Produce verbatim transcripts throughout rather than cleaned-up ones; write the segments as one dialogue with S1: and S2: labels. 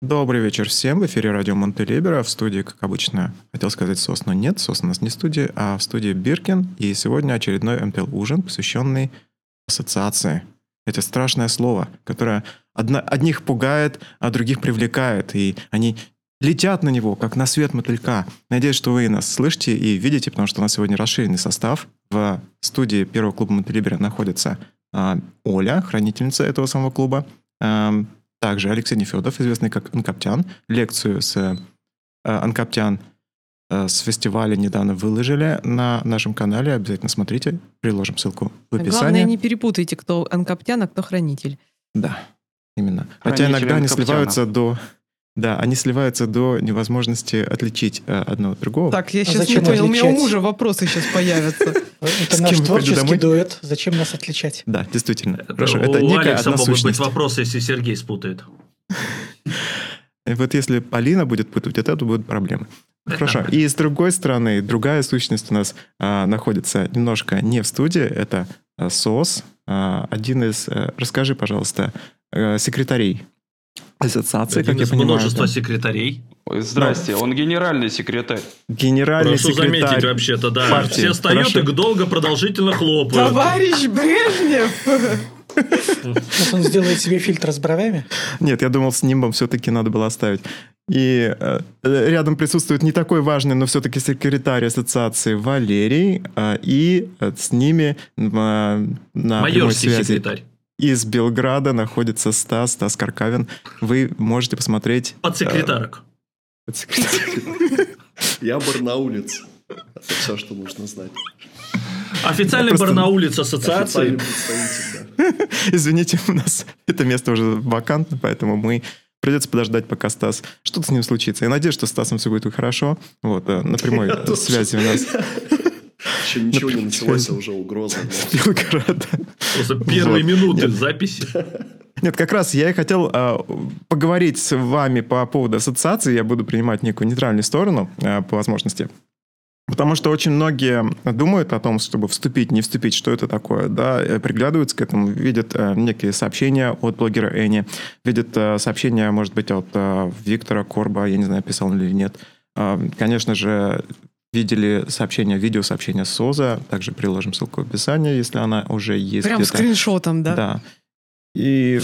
S1: Добрый вечер всем. В эфире радио Монтелибера. В студии, как обычно, хотел сказать СОС, но нет. СОС у нас не в студии, а в студии Биркин. И сегодня очередной эм тэ эл-ужин, посвященный ассоциации. Это страшное слово, которое одна, одних пугает, а других привлекает. И они летят на него, как на свет мотылька. Надеюсь, что вы нас слышите и видите, потому что у нас сегодня расширенный состав. В студии первого клуба Монтелибера находится а, Оля, хранительница этого самого клуба. А, Также Алексей Нефедов, известный как Анкаптян. Лекцию с э, Анкаптян э, с фестиваля недавно выложили на нашем канале. Обязательно смотрите. Приложим ссылку в описании.
S2: Главное, не перепутайте, кто Анкаптян, а кто хранитель.
S1: Да, именно. Хотя иногда они сливаются до... Да, они сливаются до невозможности отличить э, одно от другого.
S2: Так, я
S3: А
S2: сейчас не
S3: зачем
S2: понял, у меня у
S3: отличать?
S2: мужа вопросы сейчас появятся.
S3: Это
S1: С
S3: наш
S1: кем вы пойду домой?
S3: творческий дуэт. Зачем нас отличать?
S1: Да, действительно.
S4: Это
S1: Хорошо,
S4: у
S1: это некая
S4: Алекса
S1: одна
S4: могут быть
S1: сущность.
S4: вопросы, если Сергей спутает.
S1: И вот если Полина будет путать, это будут проблемы. Хорошо. И с другой стороны, другая сущность у нас а, находится немножко не в студии. Это а, СОС, а, один из, а, расскажи, пожалуйста, а, секретарей ассоциации,
S4: Один
S1: как я
S4: из
S1: понимаю.
S4: множества
S1: да.
S4: секретарей.
S5: Ой, здрасте, он генеральный секретарь.
S1: Генеральный
S4: Прошу
S1: секретарь
S4: заметить, вообще-то, да.
S1: партии.
S4: Все встают
S1: Хорошо.
S4: и долго продолжительно хлопают.
S2: Товарищ Брежнев!
S3: Вот он сделает себе фильтр с бровями.
S1: Нет, я думал, с нимбом все-таки надо было оставить. И э, рядом присутствует не такой важный, но все-таки секретарь ассоциации Валерий, э, и э, с ними э, на прямой
S4: Майорский
S1: связи
S4: секретарь.
S1: из Белграда находится Стас, Стас Каркавин. Вы можете посмотреть...
S4: Подсекретарок.
S1: э, подсекретарь.
S6: Я барнаулец. Это все, что нужно знать.
S4: Официальный
S1: Просто-
S4: барнаулец ассоциации.
S6: Официальный представитель, да.
S1: Извините, у нас это место уже вакантно, поэтому мы... Придется подождать, пока Стас... Что-то с ним случится. Я надеюсь, что с Стасом все будет хорошо. Вот, э, на прямой
S6: Я тоже.
S1: связи у нас
S6: Еще ничего не началось, а уже угроза. да.
S1: Белграда.
S4: Просто первые
S1: Вот.
S4: минуты
S1: Нет.
S4: записи.
S1: Нет, как раз я и хотел э, поговорить с вами по поводу ассоциации. Я буду принимать некую нейтральную сторону э, по возможности. Потому что очень многие думают о том, чтобы вступить, не вступить, что это такое, да, э, приглядываются к этому, видят э, некие сообщения от блогера Эни, видят э, сообщения, может быть, от э, Виктора Корба, я не знаю, писал он или нет. Э, конечно же, видели сообщения, видеосообщения СОЗа, также приложим ссылку в описании, если она уже есть
S2: Прям
S1: где-то.
S2: скриншотом, да?
S1: Да. И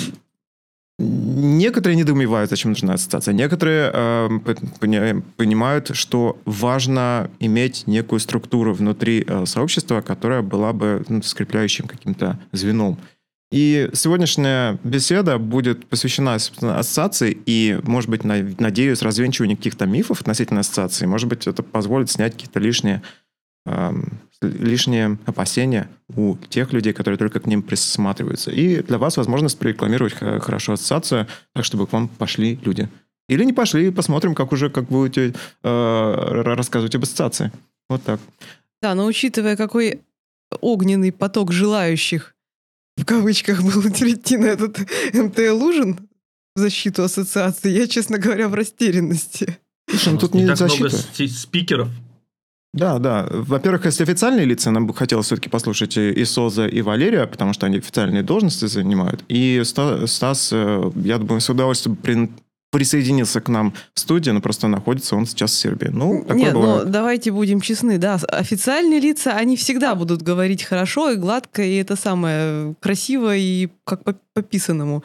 S1: некоторые недоумевают, зачем нужна ассоциация. Некоторые э, пони- понимают, что важно иметь некую структуру внутри э, сообщества, которая была бы ну, скрепляющим каким-то звеном. И сегодняшняя беседа будет посвящена, собственно, ассоциации и, может быть, на- надеюсь, развенчиванию каких-то мифов относительно ассоциации. Может быть, это позволит снять какие-то лишние эм, лишние опасения у тех людей, которые только к ним присматриваются. И для вас возможность прорекламировать х- хорошо ассоциацию, так, чтобы к вам пошли люди. Или не пошли, посмотрим, как уже как будете э, р- рассказывать об ассоциации. Вот так.
S2: Да, но учитывая, какой огненный поток желающих, в кавычках, был идти на этот эм тэ эл-ужин в защиту ассоциации, я, честно говоря, в растерянности.
S1: Слушай, ну тут
S4: не
S1: не
S4: так много
S1: защита.
S4: ст- спикеров.
S1: Да, да. Во-первых, если официальные лица, нам бы хотелось все-таки послушать и и СОЗа, и Валерия, потому что они официальные должности занимают. И Ста- Стас, э, я думаю, с удовольствием при- присоединился к нам в студии, но просто находится он сейчас в Сербии. Ну, такое
S2: Нет,
S1: бывает.
S2: ну давайте будем честны, да, официальные лица, они всегда будут говорить хорошо и гладко, и это самое красиво и как по, по писанному.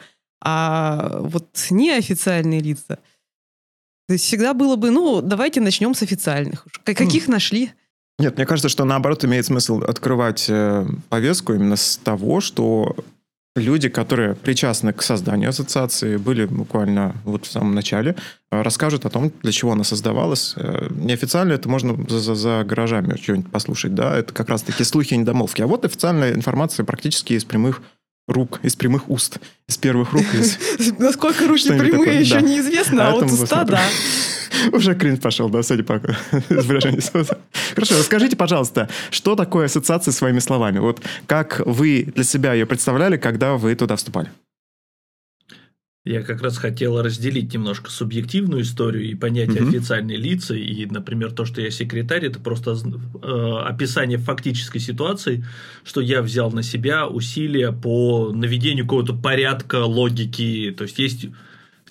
S2: А вот неофициальные лица, то есть всегда было бы, ну, давайте начнем с официальных. К- Каких нашли?
S1: Нет, мне кажется, что наоборот имеет смысл открывать э, повестку именно с того, что люди, которые причастны к созданию ассоциации, были буквально вот в самом начале, э, расскажут о том, для чего она создавалась. Э, неофициально это можно за, за, за гаражами что-нибудь послушать, да, это как раз-таки слухи и недомолвки. А вот официальная информация практически из прямых рук, из прямых уст, из первых рук. Из...
S2: Насколько руки
S1: Что-нибудь
S2: прямые,
S1: такое,
S2: еще
S1: да.
S2: неизвестно, а,
S1: А
S2: вот
S1: это мы
S2: уста,
S1: посмотрим.
S2: да.
S1: Уже кринж пошел, да, судя по изображению СОЗа. Хорошо, расскажите, пожалуйста, что такое ассоциация своими словами? Вот как вы для себя ее представляли, когда вы туда вступали?
S4: Я как раз хотел разделить немножко субъективную историю и понятие
S1: Мгм.
S4: официальной лица. И, например, то, что я секретарь, это просто э, описание фактической ситуации, что я взял на себя усилия по наведению какого-то порядка, логики. То есть, есть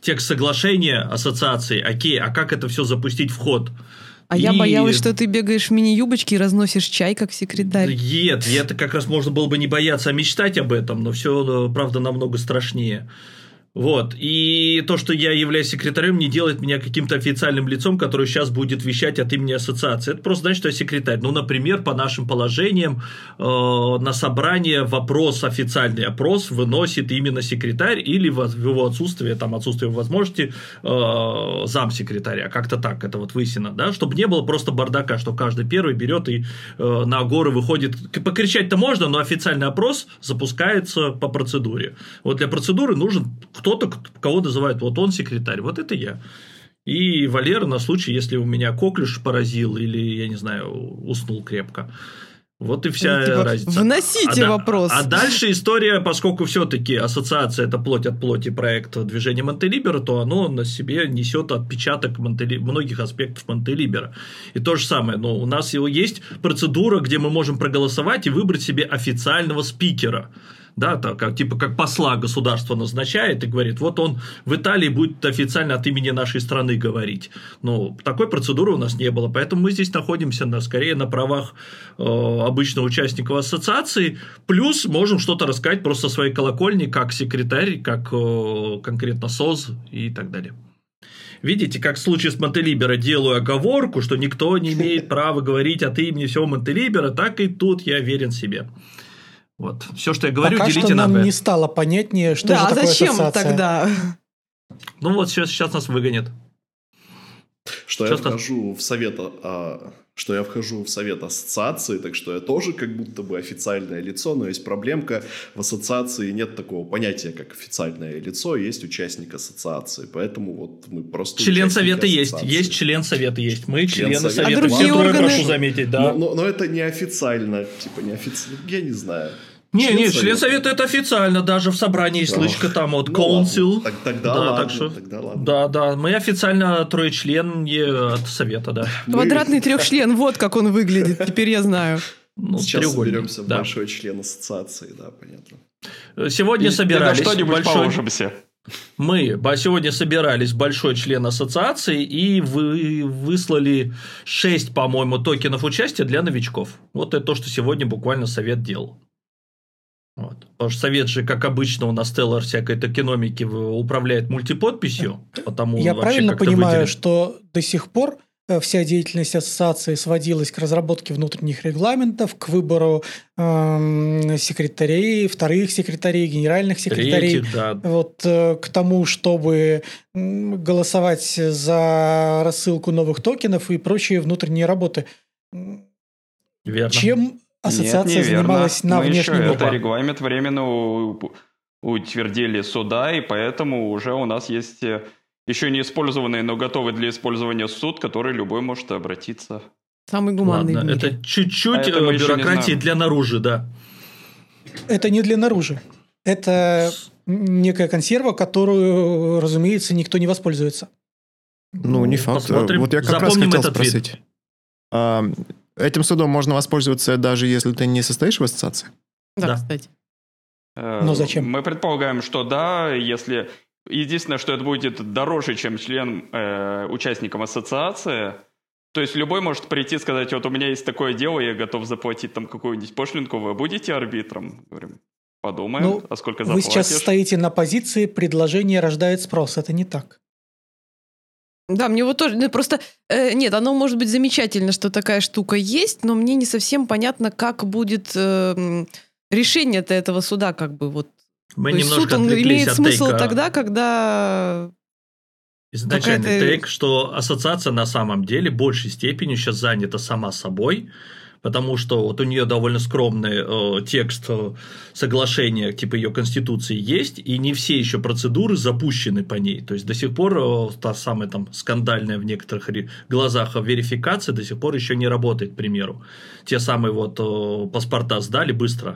S4: текст соглашения ассоциации, окей, а как это все запустить в ход?
S2: А
S4: и...
S2: я боялась, что ты бегаешь в мини-юбочке и разносишь чай, как секретарь.
S4: Нет, это как раз можно было бы не бояться, а мечтать об этом, но все, правда, намного страшнее. Вот, и то, что я являюсь секретарем, не делает меня каким-то официальным лицом, который сейчас будет вещать от имени ассоциации. Это просто значит, что я секретарь. Ну, например, по нашим положениям э, на собрание вопрос, официальный опрос выносит именно секретарь или в его отсутствие, там, отсутствие возможности э, замсекретаря. Как-то так это вот высено, да, чтобы не было просто бардака, что каждый первый берет и э, на горы выходит. Покричать-то можно, но официальный опрос запускается по процедуре. Вот для процедуры нужен кто-то, кого называют, вот он секретарь, вот это я. И Валера на случай, если у меня коклюш поразил или, я не знаю, уснул крепко. Вот и вся
S2: ну, типа,
S4: разница.
S2: Вносите
S4: а,
S2: вопрос.
S4: А дальше история, поскольку все-таки ассоциация – это плоть от плоти проект движения Монтелибера, то оно на себе несет отпечаток Монтели... многих аспектов Монтелибера. И то же самое. Но у нас есть процедура, где мы можем проголосовать и выбрать себе официального спикера. Да, так, как, типа как посла государства назначает и говорит, вот он в Италии будет официально от имени нашей страны говорить. Но такой процедуры у нас не было, поэтому мы здесь находимся на, скорее на правах э, обычного участника ассоциации, плюс можем что-то рассказать просто со своей колокольни, как секретарь, как э, конкретно СОЗ и так далее. Видите, как в случае с Монтелибера делаю оговорку, что никто не имеет права говорить от имени всего Монтелибера, так и тут я верен себе. Вот. Все, что я говорю,
S3: Пока
S4: делите
S3: что
S4: на
S3: нам
S4: две.
S3: не стало понятнее, что
S2: да,
S3: же
S2: а
S3: такое
S2: зачем
S3: ассоциация.
S2: тогда?
S4: Ну вот сейчас, сейчас нас выгонят.
S6: Что
S4: Что
S6: я вхожу в совет, а, что я вхожу в совет ассоциации, так что я тоже как будто бы официальное лицо, но есть проблемка, в ассоциации нет такого понятия, как официальное лицо, есть участник ассоциации, поэтому вот мы просто
S4: член совета есть,
S6: ассоциации.
S4: есть член совета есть, мы
S6: Член
S4: члены
S6: совета.
S4: совета,
S2: А другие
S4: все трое,
S2: органы?
S4: прошу заметить, да.
S6: Но, но, но это не официально, типа не официально, я не знаю.
S4: Не,
S6: Член
S4: не,
S6: совета.
S4: член совета это официально, даже в собрании есть
S6: Да.
S4: слышка там вот
S6: Ну
S4: council.
S6: ладно, так- тогда
S4: да,
S6: ладно,
S4: так что,
S6: тогда ладно.
S4: да, да, мы официально троечлен от совета, да.
S6: Мы
S2: Квадратный трехчлен, вот как он выглядит, теперь я знаю.
S4: Ну,
S6: сейчас
S4: треугольник,
S6: соберемся в
S4: да.
S6: большой член ассоциации, да, понятно.
S4: Сегодня
S5: И-
S4: собирались
S5: и на что-нибудь
S4: большой...
S5: положимся.
S4: Мы ба- сегодня собирались большой член ассоциации и вы выслали шесть, по-моему, токенов участия для новичков. Вот это то, что сегодня буквально совет делал. Вот. Потому что совет же, как обычно, у нас Stellar всякой токеномики управляет мультиподписью. Потому
S3: Я
S4: вообще
S3: правильно
S4: как-то
S3: понимаю,
S4: выделен.
S3: что до сих пор э, вся деятельность ассоциации сводилась к разработке внутренних регламентов, к выбору эм, секретарей, вторых секретарей, генеральных секретарей,
S4: Третьих, да.
S3: вот э, к тому, чтобы м, голосовать за рассылку новых токенов и прочие внутренние работы. М,
S4: Верно.
S3: Чем ассоциация
S5: Нет, неверно.
S3: занималась на
S5: Мы
S3: внешнем
S5: еще
S3: уровне?
S5: это регламент временно у- утвердили суда, и поэтому уже у нас есть э, еще не использованный, но готовый для использования суд, который любой может обратиться.
S2: Самый гуманный
S4: Ладно,
S2: в мире.
S4: это чуть-чуть
S5: А это мы
S4: э,
S5: еще не
S4: бюрократии
S5: знаем.
S4: для наружи, да.
S3: Это не для наружи. Это некая консерва, которую, разумеется, никто не воспользуется.
S1: Ну, не факт.
S4: Посмотрим.
S1: Вот я как раз
S4: Запомним
S1: хотел
S4: этот вид.
S1: спросить. А, этим судом можно воспользоваться, даже если ты не состоишь в ассоциации?
S2: Да,
S4: Да.
S2: кстати.
S5: Э,
S3: Но зачем?
S5: Мы предполагаем, что да, если... Единственное, что это будет дороже, чем член э, участником ассоциации. То есть любой может прийти и сказать, вот у меня есть такое дело, я готов заплатить там какую-нибудь пошлинку, вы будете арбитром? Говорим, подумаем,
S3: Ну,
S5: а сколько
S3: Вы
S5: заплатишь?
S3: сейчас стоите на позиции «предложение рождает спрос». Это не так.
S2: Да, мне вот тоже... ну, просто... э, нет, оно может быть замечательно, что такая штука есть, но мне не совсем понятно, как будет э, м, решение-то этого суда, как бы вот.
S4: Мы
S2: То есть
S4: немножко
S2: суд, он
S4: отвлеклись
S2: имеет
S4: от
S2: смысл
S4: тейка.
S2: тогда, когда...
S4: Изначальный
S2: какая-то-
S4: тейк, что ассоциация на самом деле в большей степени сейчас занята сама собой, потому что вот у нее довольно скромный э, текст э, соглашения, типа ее конституции есть, и не все еще процедуры запущены по ней. То есть до сих пор э, та самая там скандальная в некоторых ре- глазах верификация до сих пор еще не работает, к примеру. Те самые вот э, паспорта сдали быстро.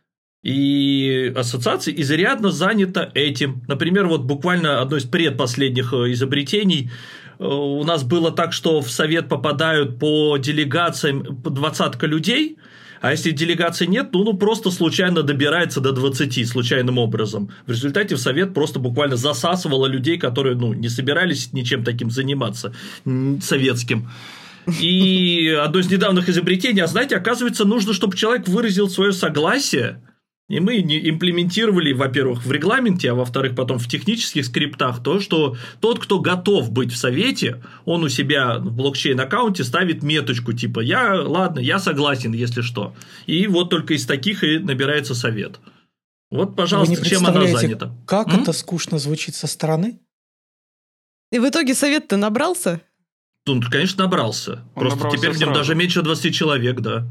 S4: И ассоциация изрядно занята этим. Например, вот буквально одно из предпоследних э, изобретений. Э, У нас было так, что в совет попадают по делегациям по двадцатка людей, А если делегаций нет, ну, ну просто случайно добирается до двадцати случайным образом. В результате в совет просто буквально засасывало людей, которые ну, не собирались ничем таким заниматься, советским. И одно из недавних изобретений, а знаете, оказывается, нужно, чтобы человек выразил свое согласие. И мы имплементировали, во-первых, в регламенте, а во-вторых, потом в технических скриптах то, что тот, кто готов быть в совете, он у себя в блокчейн-аккаунте ставит меточку, типа, я, ладно, я согласен, если что. И вот только из таких и набирается совет. Вот, пожалуйста, чем она занята.
S3: Как
S4: М?
S3: это скучно звучит со стороны?
S2: И в итоге совет-то набрался?
S4: Ну, конечно, набрался.
S5: Он
S4: Просто
S5: набрался
S4: теперь в нем
S5: сразу.
S4: даже меньше двадцати человек, да.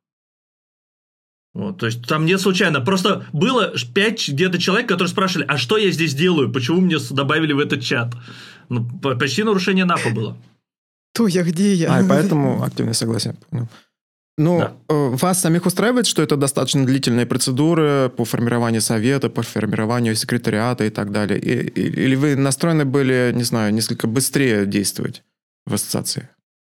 S4: Вот, то есть там не случайно. Просто было пять где-то человек, которые спрашивали, а что я здесь делаю? Почему меня добавили в этот чат? Ну, почти нарушение НАПа было.
S2: То я, где я?
S1: А, и поэтому активное согласие. Понял. Ну,
S4: Да.
S1: э, вас самих устраивает, что это достаточно длительные процедуры по формированию совета, по формированию секретариата и так далее? И- и- или вы настроены были, не знаю, несколько быстрее действовать в ассоциации?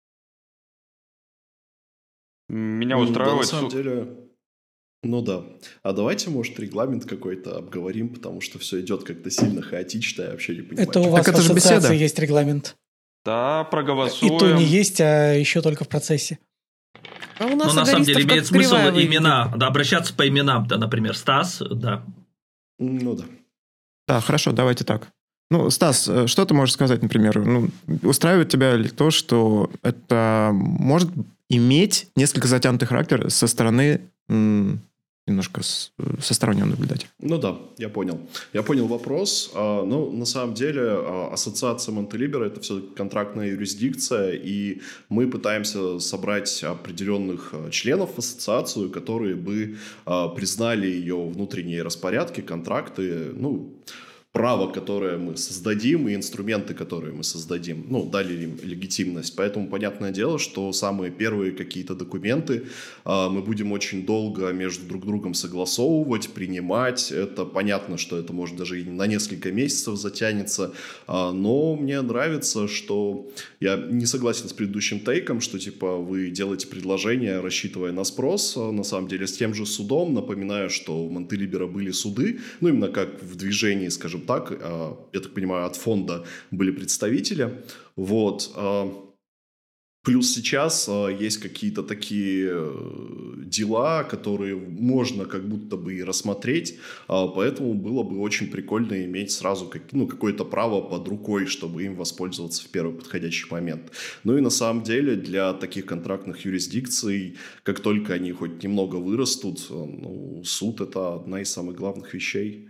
S5: Меня
S6: Ну, да,
S5: устраивает...
S6: на самом
S5: су-
S6: деле, ну да. А давайте, может, регламент какой-то обговорим, потому что все идет как-то сильно хаотично, я вообще не понимаю.
S3: Это у
S6: чё-
S3: вас
S1: Так
S3: в
S1: это же
S3: ассоциации
S1: беседа.
S3: есть регламент.
S5: Да,
S3: И
S5: проголосуем.
S3: то не есть, а еще только в процессе.
S2: А у нас
S4: Но на самом деле
S2: агаристов как
S4: имеет смысл
S2: кривая выглядит.
S4: имена, да, обращаться по именам, да, например, Стас, да.
S6: Ну да.
S1: Да, хорошо, давайте так. Ну, Стас, э, что ты можешь сказать, например? Ну, устраивает тебя ли то, что это может иметь несколько затянутый характер со стороны м, немножко с- со стороннего наблюдателя?
S6: Ну да, я понял. Я понял вопрос. А, Ну, на самом деле, а, ассоциация Монтелибера – это все контрактная юрисдикция, и мы пытаемся собрать определенных а, членов в ассоциацию, которые бы а, признали ее внутренние распорядки, контракты, ну, право, которое мы создадим, и инструменты, которые мы создадим, ну, дали им легитимность. Поэтому понятное дело, что самые первые какие-то документы а, мы будем очень долго между друг другом согласовывать, принимать. Это понятно, что это может даже и на несколько месяцев затянется. А, но мне нравится, что я не согласен с предыдущим тейком, что типа вы делаете предложение, рассчитывая на спрос. А, на самом деле с тем же судом. Напоминаю, что у Монтелибера были суды, ну, именно как в движении, скажем так, а, я так понимаю, от фонда были представители. Вот. а, Плюс сейчас а, есть какие-то такие э, дела, которые можно как будто бы и рассмотреть, а, поэтому было бы очень прикольно иметь сразу как, ну, какое-то право под рукой, чтобы им воспользоваться в первый подходящий момент. Ну и на самом деле для таких контрактных юрисдикций, как только они хоть немного вырастут, э, ну, суд – это одна из самых главных вещей.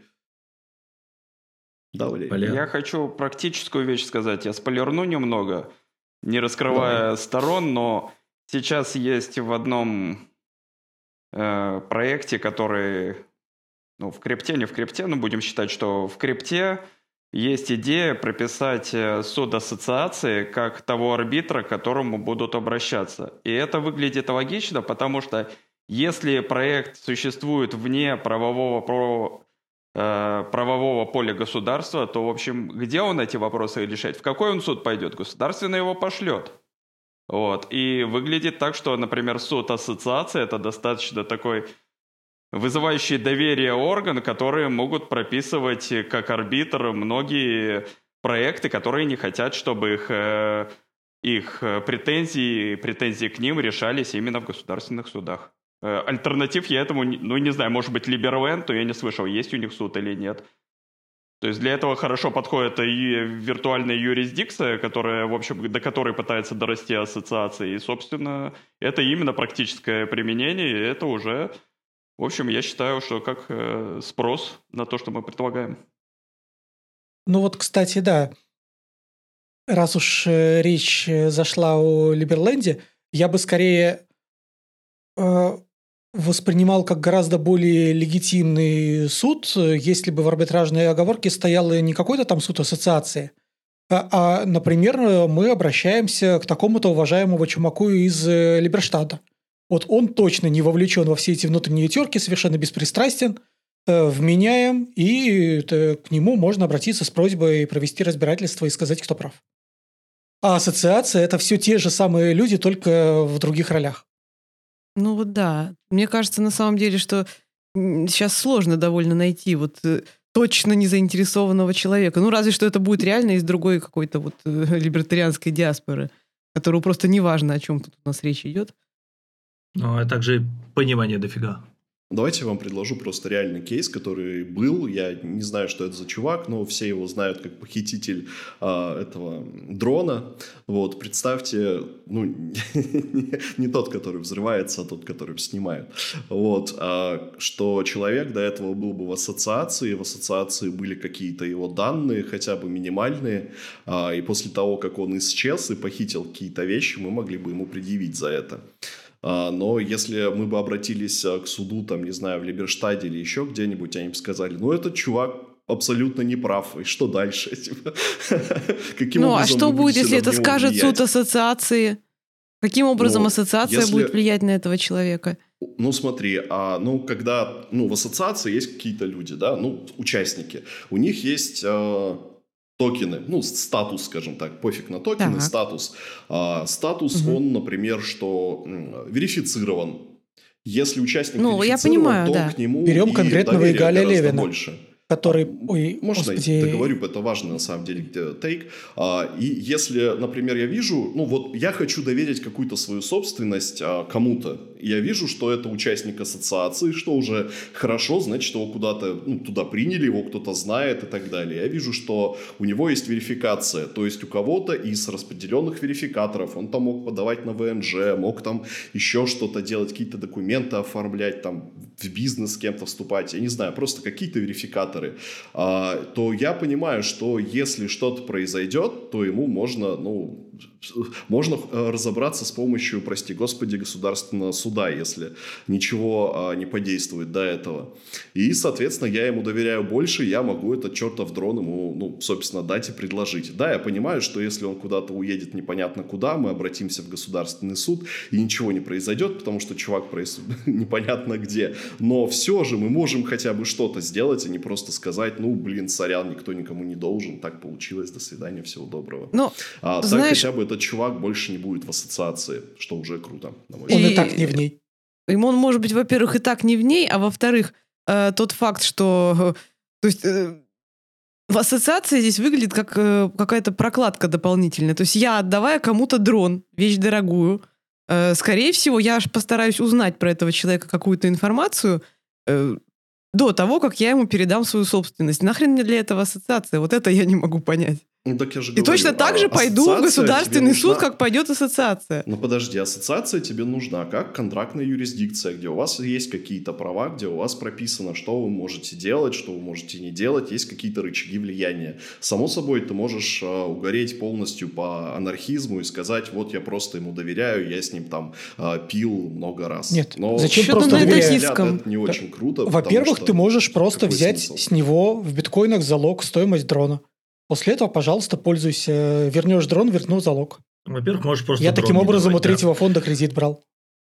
S6: Да, Валерий?
S4: Валер.
S5: Я хочу практическую вещь сказать. Я спойлерну немного, не раскрывая сторон, но сейчас есть в одном э, проекте, который, ну, в крипте, не в крипте, но будем считать, что в крипте есть идея прописать э, суд ассоциации как того арбитра, к которому будут обращаться. И это выглядит логично, потому что если проект существует вне правового про э, правового поля государства, то, в общем, где он эти вопросы решает? В какой он суд пойдет? Государственный его пошлет. Вот. И выглядит так, что, например, суд ассоциации – это достаточно такой вызывающий доверие орган, которые могут прописывать как арбитр многие проекты, которые не хотят, чтобы их, э, их претензии, претензии к ним решались именно в государственных судах. Альтернатив я этому, ну, не знаю, может быть, Либерленд, то я не слышал, есть у них суд или нет. То есть для этого хорошо подходит и виртуальная юрисдикция, которая, в общем, до которой пытается дорасти ассоциация. И, собственно, это именно практическое применение, и это уже, в общем, я считаю, что как э, спрос на то, что мы предлагаем.
S3: Ну вот, кстати, да, раз уж э, речь э, зашла о Либерленде, я бы скорее э, воспринимал как гораздо более легитимный суд, э, если бы в арбитражной оговорке стоял не какой-то там суд ассоциации, а, а, например, э, мы обращаемся к такому-то уважаемому чумаку из э, Либерштата. Вот он точно не вовлечен во все эти внутренние терки, совершенно беспристрастен, э, вменяем, и э, к нему можно обратиться с просьбой провести разбирательство и сказать, кто прав. А ассоциация – это все те же самые люди, только в других ролях.
S2: Ну вот да. Мне кажется, на самом деле, что сейчас сложно довольно найти вот точно незаинтересованного человека. Ну, разве что это будет реально из другой какой-то вот либертарианской диаспоры, которому просто не важно, о чем тут у нас речь идет.
S4: Ну, а также понимание дофига.
S6: Давайте я вам предложу просто реальный кейс, который был. Я не знаю, что это за чувак, но все его знают как похититель а, этого дрона. Вот, представьте, ну, не, не тот, который взрывается, а тот, который снимает. Вот, а, что человек до этого был бы в ассоциации, в ассоциации были какие-то его данные, хотя бы минимальные, а, и после того, как он исчез и похитил какие-то вещи, мы могли бы ему предъявить за это. Но если мы бы обратились к суду, там, не знаю, в Либерштаде или еще где-нибудь, они бы сказали, ну, этот чувак абсолютно не прав, и что дальше? Каким
S2: ну, а что будет, если это скажет суд ассоциации? Каким образом ну, ассоциация если... будет влиять на этого человека?
S6: Ну, смотри, а, ну, когда ну, в ассоциации есть какие-то люди, да, ну, участники, у них есть... А... токены, ну, статус, скажем так, пофиг на токены, так. статус. А, статус, угу. он, например, что м, верифицирован. Если участник
S2: ну,
S6: верифицирован,
S2: я понимаю,
S6: то
S2: да.
S6: к нему
S3: берем
S6: и
S3: конкретного Игаля Левина,
S6: больше.
S3: который...
S6: А,
S3: Ой,
S6: можно
S3: господи...
S6: я договорю, это важно, на самом деле, тейк. А, и если, например, я вижу, ну, вот я хочу доверить какую-то свою собственность а, кому-то, я вижу, что это участник ассоциации, что уже хорошо, значит, его куда-то ну, туда приняли, его кто-то знает и так далее. Я вижу, что у него есть верификация, то есть у кого-то из распределенных верификаторов, он там мог подавать на вэ эн жэ, мог там еще что-то делать, какие-то документы оформлять, там в бизнес с кем-то вступать, я не знаю, просто какие-то верификаторы, а, то я понимаю, что если что-то произойдет, то ему можно, ну, можно разобраться с помощью, прости господи, государственного суда, если ничего а, не подействует до этого. И, соответственно, я ему доверяю больше, я могу этот чертов дрон ему, ну, собственно, дать и предложить. Да, я понимаю, что если он куда-то уедет непонятно куда, мы обратимся в государственный суд, и ничего не произойдет, потому что чувак происходит непонятно где. Но все же мы можем хотя бы что-то сделать, а не просто сказать, ну, блин, сорян, никто никому не должен, так получилось, до свидания, всего доброго.
S2: Но,
S6: а,
S2: знаешь...
S6: Так хотя бы этот чувак больше не будет в ассоциации, что уже круто, на мой
S3: взгляд. Он
S2: и...
S3: и так не в ней.
S2: Ему он, может быть, во-первых, и так не в ней, а во-вторых, э, тот факт, что... То есть... Э, в ассоциации здесь выглядит как э, какая-то прокладка дополнительная. То есть я, отдавая кому-то дрон, вещь дорогую, э, скорее всего, я постараюсь узнать про этого человека какую-то информацию э, до того, как я ему передам свою собственность. Нахрен мне для этого ассоциация? Вот это я не могу понять.
S6: Ну, так я же
S2: и
S6: говорю,
S2: точно так же
S6: а,
S2: пойду в государственный суд,
S6: нужна...
S2: как пойдет ассоциация.
S6: Ну, подожди, ассоциация тебе нужна как контрактная юрисдикция, где у вас есть какие-то права, где у вас прописано, что вы можете делать, что вы можете не делать, есть какие-то рычаги влияния. Само собой, ты можешь а, угореть полностью по анархизму и сказать, вот я просто ему доверяю, я с ним там а, пил много раз.
S3: Нет,
S6: но
S3: зачем
S2: что-то
S3: просто доверять?
S6: Это не очень круто.
S3: Во-первых, ты можешь просто взять
S6: смысл?
S3: С него в биткоинах залог стоимость дрона. После этого, пожалуйста, пользуйся. Вернешь дрон, верну залог.
S4: Во-первых, можешь просто
S3: Я таким образом
S4: давать,
S3: у третьего
S4: да.
S3: фонда кредит брал.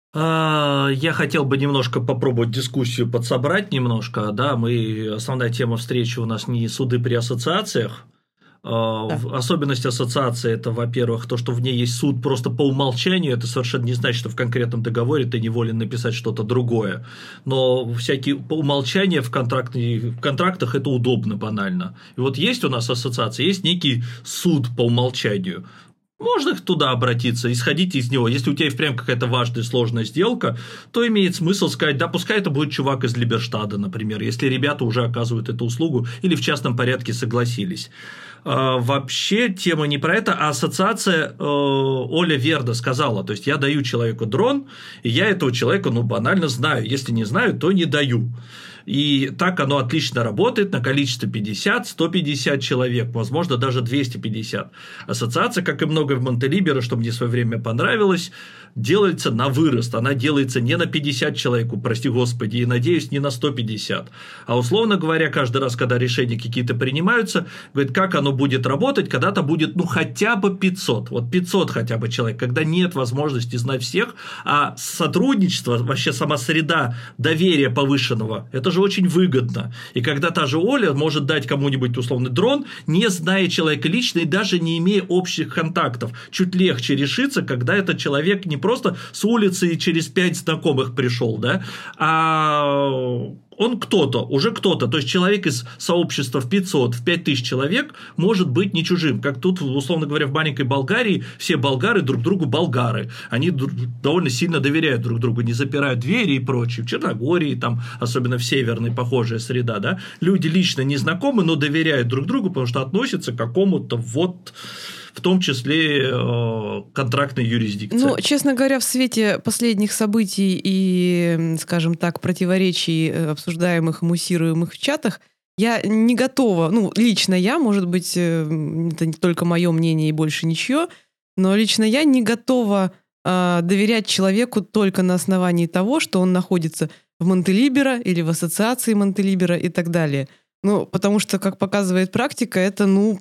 S4: А, я хотел бы немножко попробовать дискуссию подсобрать немножко. Да, мы, основная тема встречи у нас не суды при ассоциациях. А, да. Особенность ассоциации – это, во-первых, то, что в ней есть суд просто по умолчанию. Это совершенно не значит, что в конкретном договоре ты не волен написать что-то другое. Но всякие по умолчанию в, в контрактах это удобно, банально. И вот есть у нас ассоциация, есть некий суд по умолчанию. Можно туда обратиться, исходить из него. Если у тебя впрямь какая-то важная сложная сделка, то имеет смысл сказать, да, пускай это будет чувак из Либерштада, например, если ребята уже оказывают эту услугу или в частном порядке согласились. А, вообще тема не про это, а ассоциация э, Оля Верда сказала, то есть я даю человеку дрон, и я этого человека, ну, банально знаю. Если не знаю, то не даю. И так оно отлично работает на количество пятьдесят, сто пятьдесят человек, возможно, даже двести пятьдесят. Ассоциация, как и многое в Монтелиберо, что мне в свое время понравилось, делается на вырост. Она делается не на пятьдесят человек, прости господи, и, надеюсь, не на сто пятьдесят. А условно говоря, каждый раз, когда решения какие-то принимаются, говорит, как оно будет работать, когда-то будет, ну, хотя бы пятьсот. Вот пятьсот хотя бы человек, когда нет возможности знать всех, а сотрудничество, вообще сама среда доверия повышенного, это это же очень выгодно. И когда та же Оля может дать кому-нибудь условный дрон, не зная человека лично и даже не имея общих контактов. Чуть легче решиться, когда этот человек не просто с улицы и через пять знакомых пришел, да, а он кто-то, уже кто-то. То есть человек из сообщества в пятьсот, в пять тысяч человек может быть не чужим. Как тут, условно говоря, в маленькой Болгарии все болгары друг другу болгары. Они довольно сильно доверяют друг другу, не запирают двери и прочее. В Черногории, там, особенно в северной, похожая среда, да, люди лично не знакомы, но доверяют друг другу, потому что относятся к какому-то вот... в том числе э, контрактной юрисдикции.
S2: Ну, честно говоря, в свете последних событий и, скажем так, противоречий, обсуждаемых и муссируемых в чатах, я не готова, ну, лично я, может быть, это не только мое мнение и больше ничье, но лично я не готова э, доверять человеку только на основании того, что он находится в Монтелиберо или в ассоциации Монтелиберо и так далее. Ну, потому что, как показывает практика, это, ну...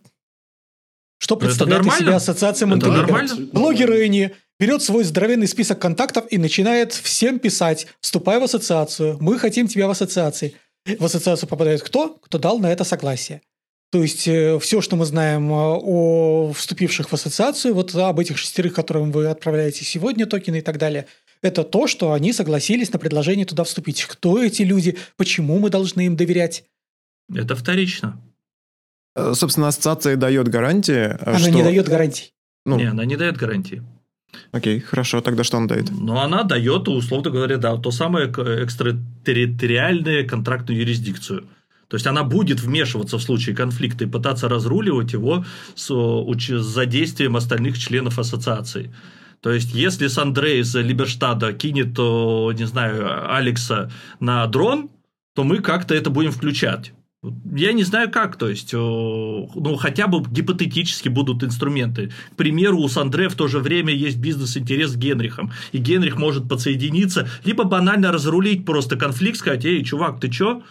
S3: Что представляет из себя ассоциация Монтелиберо? Блогер Энни берет свой здоровенный список контактов и начинает всем писать: вступай в ассоциацию, мы хотим тебя в ассоциации. В ассоциацию попадает кто? Кто дал на это согласие. То есть все, что мы знаем о вступивших в ассоциацию, вот об этих шестерых, которым вы отправляете сегодня токены и так далее, это то, что они согласились на предложение туда вступить. Кто эти люди? Почему мы должны им доверять?
S4: Это вторично.
S1: Собственно, ассоциация дает гарантии.
S3: Она
S1: что...
S3: не дает гарантий.
S1: Ну...
S4: Не, она не дает гарантии.
S1: Окей, хорошо, тогда что она дает?
S4: Ну, она дает, условно говоря, да, то самое экстратерриториальную контрактную юрисдикцию. То есть она будет вмешиваться в случае конфликта и пытаться разруливать его с, с задействием остальных членов ассоциации. То есть, если Сандре из Либерштада кинет, не знаю, Алекса на дрон, то мы как-то это будем включать. Я не знаю как, то есть, ну, хотя бы гипотетически будут инструменты. К примеру, у Сандре в то же время есть бизнес-интерес с Генрихом, и Генрих может подсоединиться, либо банально разрулить просто конфликт, сказать: эй, чувак, ты чё?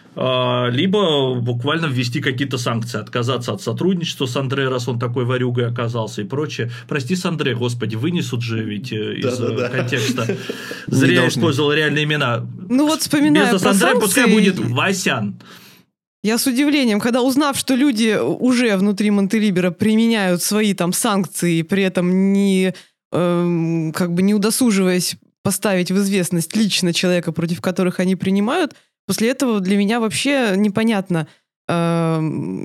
S4: Либо буквально ввести какие-то санкции, отказаться от сотрудничества с Андре, раз он такой ворюгой оказался и прочее. Прости, Сандре, господи, вынесут же ведь из Да-да-да. контекста. Зря я использовал реальные имена.
S2: Ну вот вспоминая
S4: Вместо
S2: про
S4: Сандре
S2: санкции...
S4: пускай будет Васян.
S2: Я с удивлением, когда узнав, что люди уже внутри Монтелиберо применяют свои там санкции, при этом не, э, как бы не удосуживаясь поставить в известность лично человека, против которых они принимают, после этого для меня вообще непонятно, э,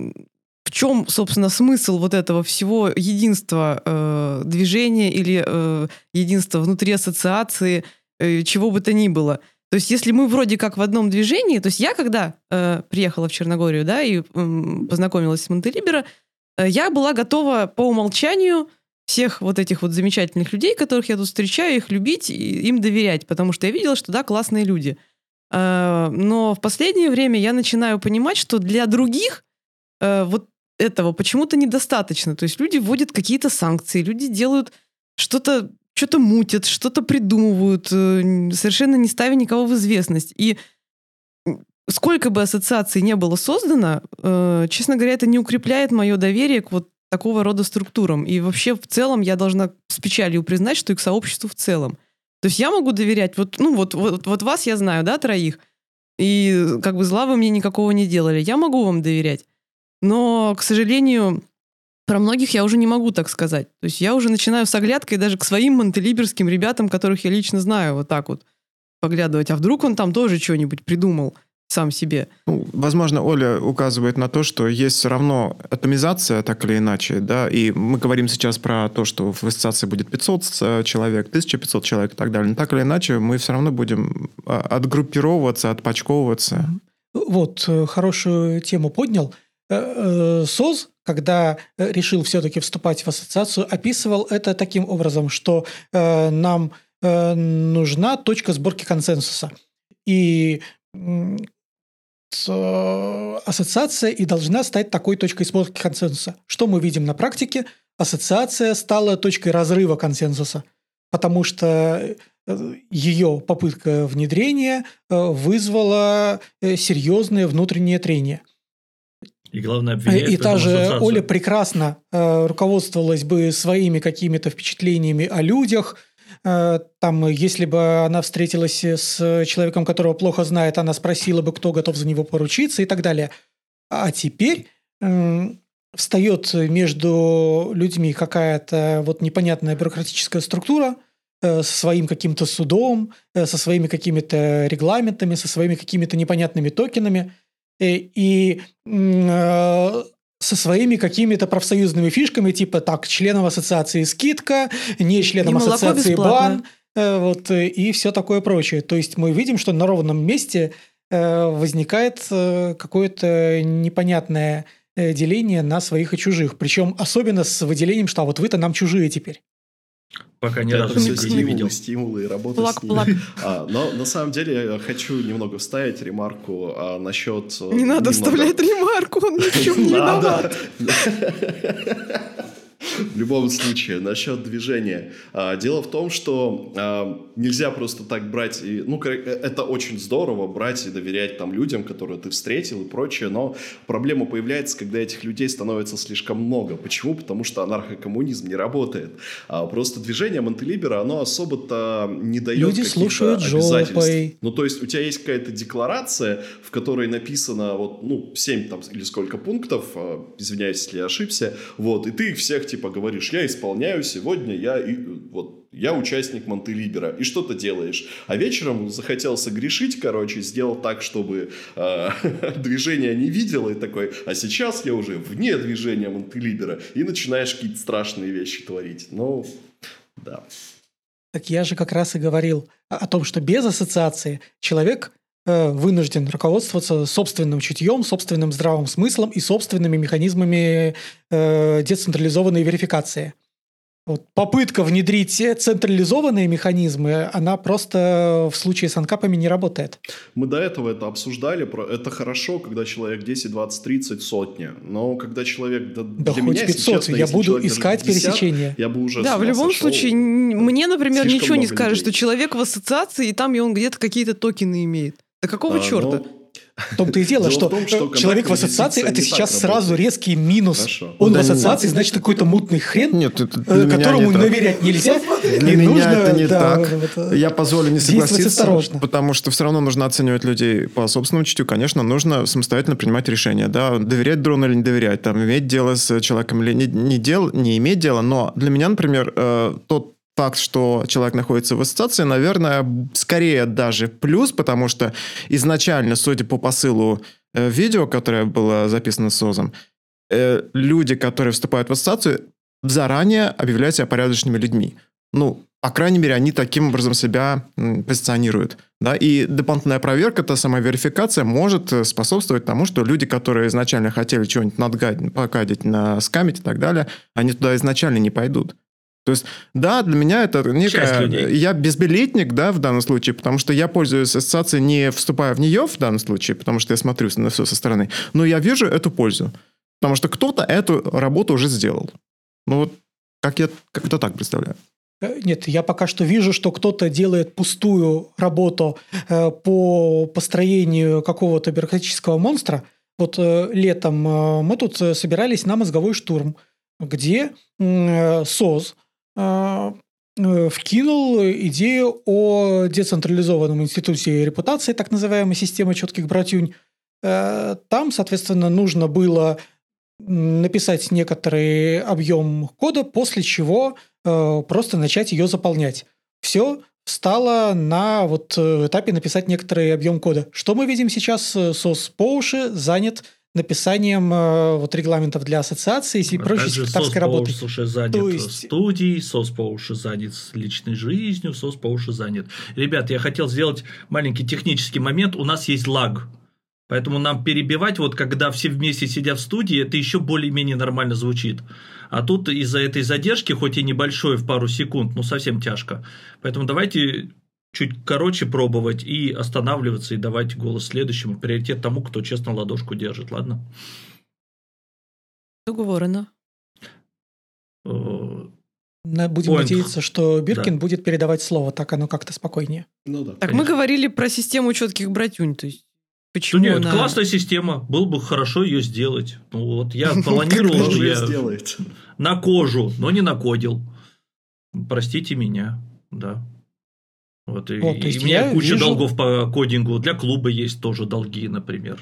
S2: в чем, собственно, смысл вот этого всего единства э, движения или э, единства внутри ассоциации, э, чего бы то ни было. То есть, если мы вроде как в одном движении, то есть я, когда э, приехала в Черногорию, да, и э, познакомилась с Монтелиберо, э, я была готова по умолчанию всех вот этих вот замечательных людей, которых я тут встречаю, их любить и им доверять, потому что я видела, что да, классные люди. Э, но в последнее время я начинаю понимать, что для других э, вот этого почему-то недостаточно. То есть люди вводят какие-то санкции, люди делают что-то что-то мутят, что-то придумывают, совершенно не ставя никого в известность. И сколько бы ассоциаций не было создано, честно говоря, это не укрепляет мое доверие к вот такого рода структурам. И вообще в целом я должна с печалью признать, что и к сообществу в целом. То есть я могу доверять, вот, ну вот, вот, вот вас я знаю, да, троих, и как бы зла вы мне никакого не делали. Я могу вам доверять. Но, к сожалению... Про многих я уже не могу так сказать. То есть я уже начинаю с оглядкой даже к своим монтелиберским ребятам, которых я лично знаю, вот так вот поглядывать. А вдруг он там тоже что-нибудь придумал сам себе?
S1: Ну, возможно, Оля указывает на то, что есть все равно атомизация, так или иначе, да, и мы говорим сейчас про то, что в ассоциации будет пятьсот человек, тысяча пятьсот человек и так далее. Но так или иначе мы все равно будем отгруппировываться, отпачковываться.
S3: Вот, хорошую тему поднял. СОЗ, когда решил все-таки вступать в ассоциацию, описывал это таким образом, что э, нам э, нужна точка сборки консенсуса. И э, ассоциация и должна стать такой точкой сборки консенсуса. Что мы видим на практике? Ассоциация стала точкой разрыва консенсуса, потому что ее попытка внедрения вызвала серьезные внутренние трения.
S4: И, главное, обвиняет
S3: и та же Оля прекрасно э, руководствовалась бы своими какими-то впечатлениями о людях, Там, если бы она встретилась с человеком, которого плохо знает, она спросила бы, кто готов за него поручиться и так далее. А теперь встает между людьми какая-то вот непонятная бюрократическая структура со своим каким-то судом, со своими какими-то регламентами, со своими какими-то непонятными токенами и со своими какими-то профсоюзными фишками, типа так, членам ассоциации скидка, не членам ассоциации бан, вот, и все такое прочее. То есть мы видим, что на ровном месте возникает какое-то непонятное деление на своих и чужих. Причем особенно с выделением, что а вот вы-то нам чужие теперь.
S4: Пока ни
S6: Это
S4: разу
S6: все
S4: не
S6: стимулы,
S4: видел.
S6: стимулы и работа
S2: Плак,
S6: с ними.
S2: плак.
S6: А, но на самом деле я хочу немного вставить ремарку а, насчет...
S2: Не надо вставлять ремарку, он ни в чем не виноват.
S6: В любом случае, насчет движения. А, дело в том, что а, нельзя просто так брать и... Ну, это очень здорово, брать и доверять там людям, которые ты встретил и прочее, но проблема появляется, когда этих людей становится слишком много. Почему? Потому что анархокоммунизм не работает. А, просто движение Монтелибера, оно особо-то не дает
S3: люди
S6: каких-то
S3: слушают
S6: обязательств.
S3: жопой.
S6: Ну, то есть у тебя есть какая-то декларация, в которой написано вот, ну, семь там или сколько пунктов, а, извиняюсь, если я ошибся, вот, и ты их всех типа говоришь, я исполняю сегодня, я, и, вот, я участник Монтелибера, и что ты делаешь? А вечером захотел согрешить, короче, сделал так, чтобы э, движение не видело, и такой, а сейчас я уже вне движения Монтелибера, и начинаешь какие-то страшные вещи творить. Ну, да.
S3: Так я же как раз и говорил о, о том, что без ассоциации человек э, вынужден руководствоваться собственным чутьем, собственным здравым смыслом и собственными механизмами э, децентрализованной верификации. Вот попытка внедрить централизованные механизмы, она просто в случае с анкапами не работает.
S6: Мы до этого это обсуждали. Это хорошо, когда человек десять, двадцать, тридцать, сотни. Но когда человек... Да,
S3: да
S6: для
S3: хоть
S6: меня,
S3: пятьсот,
S6: честно,
S3: я буду
S6: человек
S3: искать
S6: пятьдесят,
S3: пересечения.
S6: Я бы уже
S2: Да, в любом
S6: сошел.
S2: случае, мне, например,
S6: Слишком
S2: ничего не
S6: много
S2: скажет,
S6: людей.
S2: что человек в ассоциации, и там и он где-то какие-то токены имеет. Да какого
S6: А,
S2: черта?
S6: но-
S3: В том-то и дело,
S6: Дело
S3: что,
S6: в том, что
S3: человек в
S6: контактная
S3: ассоциации – это
S6: юрисдикция не
S3: сейчас
S6: так
S3: сразу
S6: работает.
S3: резкий минус.
S6: Хорошо.
S3: Он
S1: Да
S3: в
S1: не-
S3: ассоциации, значит, какой-то мутный хрен,
S1: Нет, это
S3: э,
S1: для меня
S3: которому
S1: не так.
S3: доверять нельзя.
S1: Для
S3: и
S1: меня
S3: нужно,
S1: это не
S3: да,
S1: так.
S3: вот, вот,
S1: Я позволю не
S3: действовать
S1: согласиться,
S3: осторожно.
S1: потому что все равно нужно оценивать людей по собственному чутью. Конечно, нужно самостоятельно принимать решения. Да, доверять дрону или не доверять, там, иметь дело с человеком или не, не, дел, не иметь дела. Но для меня, например, э, тот факт, что человек находится в ассоциации, наверное, скорее даже плюс, потому что изначально, судя по посылу э, видео, которое было записано СОЗом, э, люди, которые вступают в ассоциацию, заранее объявляют себя порядочными людьми. Ну, по крайней мере, они таким образом себя м, позиционируют. Да? И дополнительная проверка, та самая верификация, может э, способствовать тому, что люди, которые изначально хотели чего-нибудь надгадить, покадить, наскамить и так далее, они туда изначально не пойдут. То есть, да, для меня это
S4: Часть
S1: некая...
S4: людей.
S1: Я безбилетник, да, в данном случае, потому что я пользуюсь ассоциацией, не вступая в нее в данном случае, потому что я смотрю на все со стороны, но я вижу эту пользу. Потому что кто-то эту работу уже сделал. Ну вот, как я как-то так представляю.
S3: Нет, я пока что вижу, что кто-то делает пустую работу э, по построению какого-то бюрократического монстра. Вот э, летом э, мы тут э, собирались на мозговой штурм, где э, СОЗ э, э, вкинул идею о децентрализованном институте репутации, так называемой системы четких братюнь. Э, там, соответственно, нужно было написать некоторый объем кода, после чего э, просто начать ее заполнять. Все стало на вот этапе написать некоторый объем кода. Что мы видим сейчас? СОС по уши занят написанием э, вот регламентов для ассоциации и прочей секретарской работы.
S4: СОС по уши занят
S3: То есть-
S4: студией, СОС по уши занят с личной жизнью, СОС по уши занят. Ребят, я хотел сделать маленький технический момент. У нас есть лаг. Поэтому нам перебивать, вот когда все вместе сидят в студии, это еще более-менее нормально звучит. А тут из-за этой задержки, хоть и небольшой в пару секунд, ну совсем тяжко. Поэтому давайте чуть короче пробовать и останавливаться, и давать голос следующему. Приоритет тому, кто честно ладошку держит, ладно?
S2: Договорено.
S4: Э,
S3: На- Будем
S4: Ой,
S3: надеяться, что Биркин
S4: да.
S3: будет передавать слово, так оно как-то спокойнее.
S6: Ну да.
S2: Так
S4: Конечно.
S2: мы говорили про систему четких братюнь, то есть почему
S4: Ну нет,
S2: она...
S4: классная система, было бы хорошо ее сделать. Ну вот я планировал,
S6: Кто
S4: что
S6: же
S4: я
S6: сделает?
S4: на кожу, но не накодил. Простите меня. да. Вот, и,
S3: Вот, то
S4: и
S3: есть
S4: у меня
S3: я
S4: куча
S3: вижу-
S4: долгов по кодингу. Для клуба есть тоже долги, например.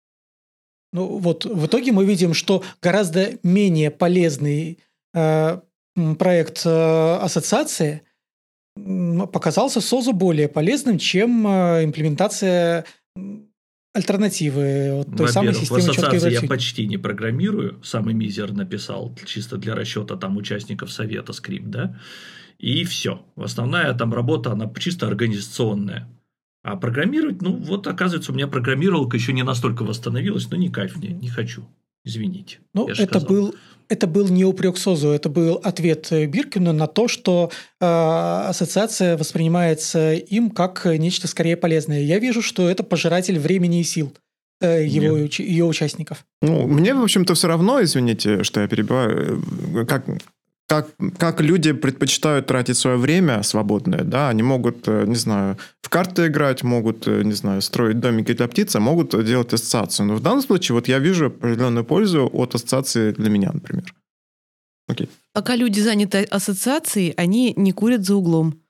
S3: Ну вот в итоге мы видим, что гораздо менее полезный э, м, проект э, ассоциации м, показался СОЗу более полезным, чем э, имплементация м, альтернативы вот той самой
S4: Во-первых, в
S3: системы четкой
S4: ассоциации я
S3: иерархии.
S4: почти не программирую, самый мизер написал чисто для расчета там участников совета скрипт, да, и все. Основная там работа, она чисто организационная. А программировать, ну вот оказывается, у меня программировалка еще не настолько восстановилась, но не кайф мне, не хочу, извините.
S3: Ну,
S4: я же
S3: это
S4: сказал.
S3: был, это был не упрек СОЗу, это был ответ э, Биркину на то, что э, ассоциация воспринимается им как нечто скорее полезное. Я вижу, что это пожиратель времени и сил э, его,
S4: Нет.
S3: уч- ее участников.
S1: Ну, мне, в общем-то, все равно, извините, что я перебиваю, э, как, как, как люди предпочитают тратить свое время свободное, да, они могут, э, не знаю, в карты играть, могут, э, не знаю, строить домики для птиц, а могут делать ассоциацию. Но в данном случае вот я вижу определенную пользу от ассоциации для меня, например. Окей.
S2: Пока люди заняты ассоциацией, они не курят за углом.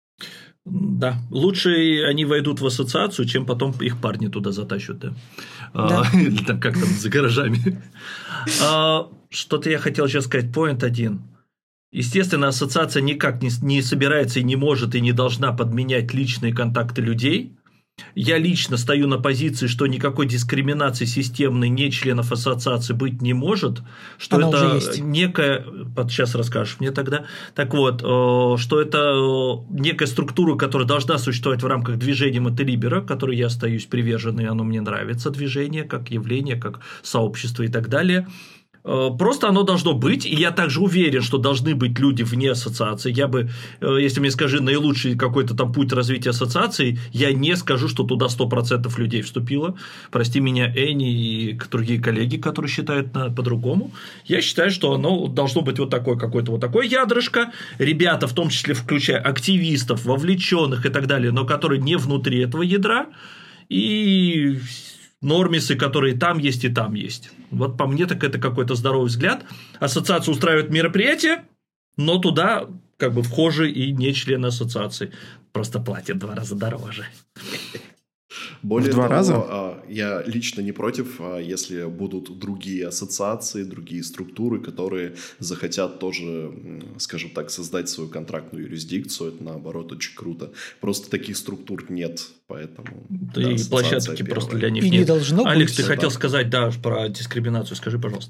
S4: Да, лучше они войдут в ассоциацию, чем потом их парни туда затащат, да.
S2: Да.
S4: А, или там как там за гаражами. А, что-то я хотел сейчас сказать. Point один. Естественно, ассоциация никак не, не собирается и не может и не должна подменять личные контакты людей. Я лично стою на позиции, что никакой дискриминации системной не членов ассоциации быть не может, что
S3: Она уже
S4: это
S3: есть.
S4: некая, вот сейчас расскажешь мне тогда, так вот, э, что это э, некая структура, которая должна существовать в рамках движения Монтелибера, которой я остаюсь привержен, и оно мне нравится, движение, как явление, как сообщество и так далее. Просто оно должно быть, и я также уверен, что должны быть люди вне ассоциации. Я бы, если мне скажи наилучший какой-то там путь развития ассоциации, я не скажу, что туда сто процентов людей вступило. Прости меня, Энни и другие коллеги, которые считают по-другому. Я считаю, что оно должно быть вот такое, какое-то вот такое ядрышко. Ребята, в том числе включая активистов, вовлеченных и так далее, но которые не внутри этого ядра. И нормисы, которые там есть и там есть. Вот по мне так это какой-то здоровый взгляд. Ассоциация устраивает мероприятие, но туда как бы вхожи и не члены ассоциации. Просто платят в два раза дороже.
S6: Более
S1: В два
S6: того,
S1: раза?
S6: а, я лично не против, а, если будут другие ассоциации, другие структуры, которые захотят тоже, м, скажем так, создать свою контрактную юрисдикцию. Это, наоборот, очень круто. Просто таких структур нет, поэтому...
S4: Да,
S6: да,
S4: и
S6: ассоциация
S4: площадки
S6: первая.
S4: просто для них
S3: И
S4: нет.
S3: не должно
S4: Алекс,
S3: быть.
S4: ты хотел
S6: Да.
S4: сказать, да, про дискриминацию. Скажи, пожалуйста.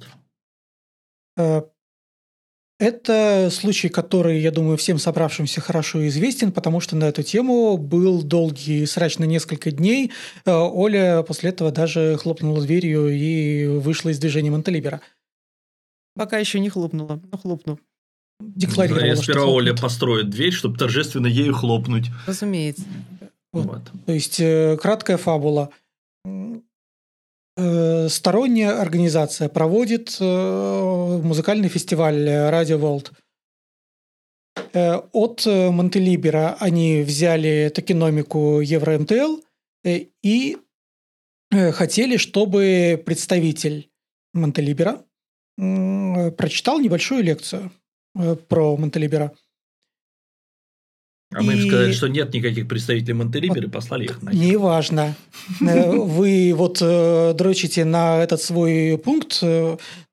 S3: Э, Это случай, который, я думаю, всем собравшимся хорошо известен, потому что на эту тему был долгий срач на несколько дней. Э, Оля после этого даже хлопнула дверью и вышла из движения Монтелибера.
S2: Пока еще не хлопнула, но хлопну.
S3: Декларировала,
S4: Я
S3: что
S4: сперва Оля
S3: хлопнет.
S4: построит дверь, чтобы торжественно ею хлопнуть.
S2: Разумеется.
S3: Вот.
S4: Вот.
S3: То есть, э, краткая фабула. М, э, Сторонняя организация проводит э, музыкальный фестиваль э, Radio World. Э, От э, Монтелибера они взяли токеномику EuroMTL э, и э, хотели, чтобы представитель Монтелибера м, прочитал небольшую лекцию э, про Монтелибера.
S4: А мы им
S3: И-
S4: сказали, что нет никаких представителей Монтелибера, и послали их нахер.
S3: Неважно. Э, Вы вот э, дрочите на этот свой пункт, э,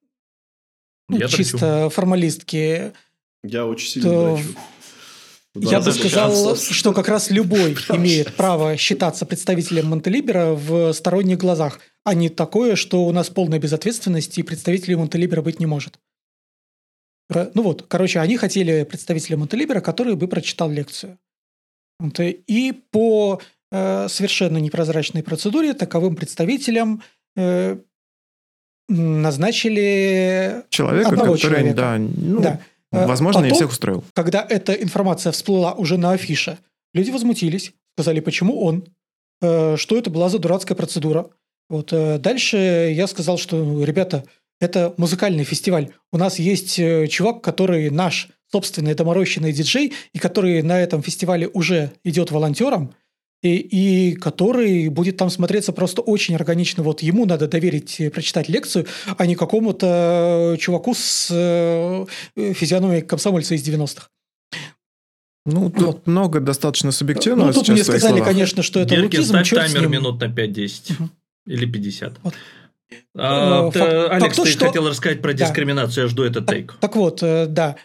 S3: ну,
S4: Я
S3: чисто формалистки.
S6: Я очень сильно
S3: То-
S6: дрочу. В
S3: Я
S6: два
S3: бы
S6: раза
S3: сказал,
S6: больше.
S3: что как раз любой имеет право считаться представителем Монтелибера в сторонних глазах, а не такое, что у нас полная безответственность и представителей Монтелибера быть не может. Ра- Ну вот, короче, они хотели представителя Монтелибера, который бы прочитал лекцию. Вот, э, И по э, совершенно непрозрачной процедуре таковым представителем э, м, назначили
S1: Человека,
S3: одного
S1: который,
S3: человека.
S1: да, ну,
S3: Да. Э,
S1: возможно, не
S3: потом,
S1: всех устроил.
S3: Когда эта информация всплыла уже на афише, люди возмутились, сказали, почему он, Э, что это была за дурацкая процедура. Вот, э, дальше я сказал, что, ну, ребята, это музыкальный фестиваль. У нас есть э, чувак, который наш собственный доморощенный диджей, и который на этом фестивале уже идет волонтером, и, и который будет там смотреться просто очень органично. Вот ему надо доверить э, прочитать лекцию, а не какому-то э, чуваку с э, физиономией комсомольца из девяностых.
S1: Ну, тут
S3: Вот.
S1: много достаточно субъективного
S3: Ну, тут
S1: сейчас
S3: мне
S1: в твоих
S3: сказали,
S1: словах.
S3: конечно, что это
S4: Геркин,
S3: лукизм,
S4: ставь
S3: черт с
S4: таймер
S3: ним.
S4: минут на пять-десять.
S3: Мгм.
S4: Или пятьдесят.
S3: Вот.
S4: А,
S3: Э,
S4: ты,
S3: факт-
S4: Алекс,
S3: факт тот,
S4: ты
S3: что-
S4: хотел рассказать про
S3: Да.
S4: дискриминацию, я жду этот
S3: Так,
S4: тейк.
S3: так вот, э, да.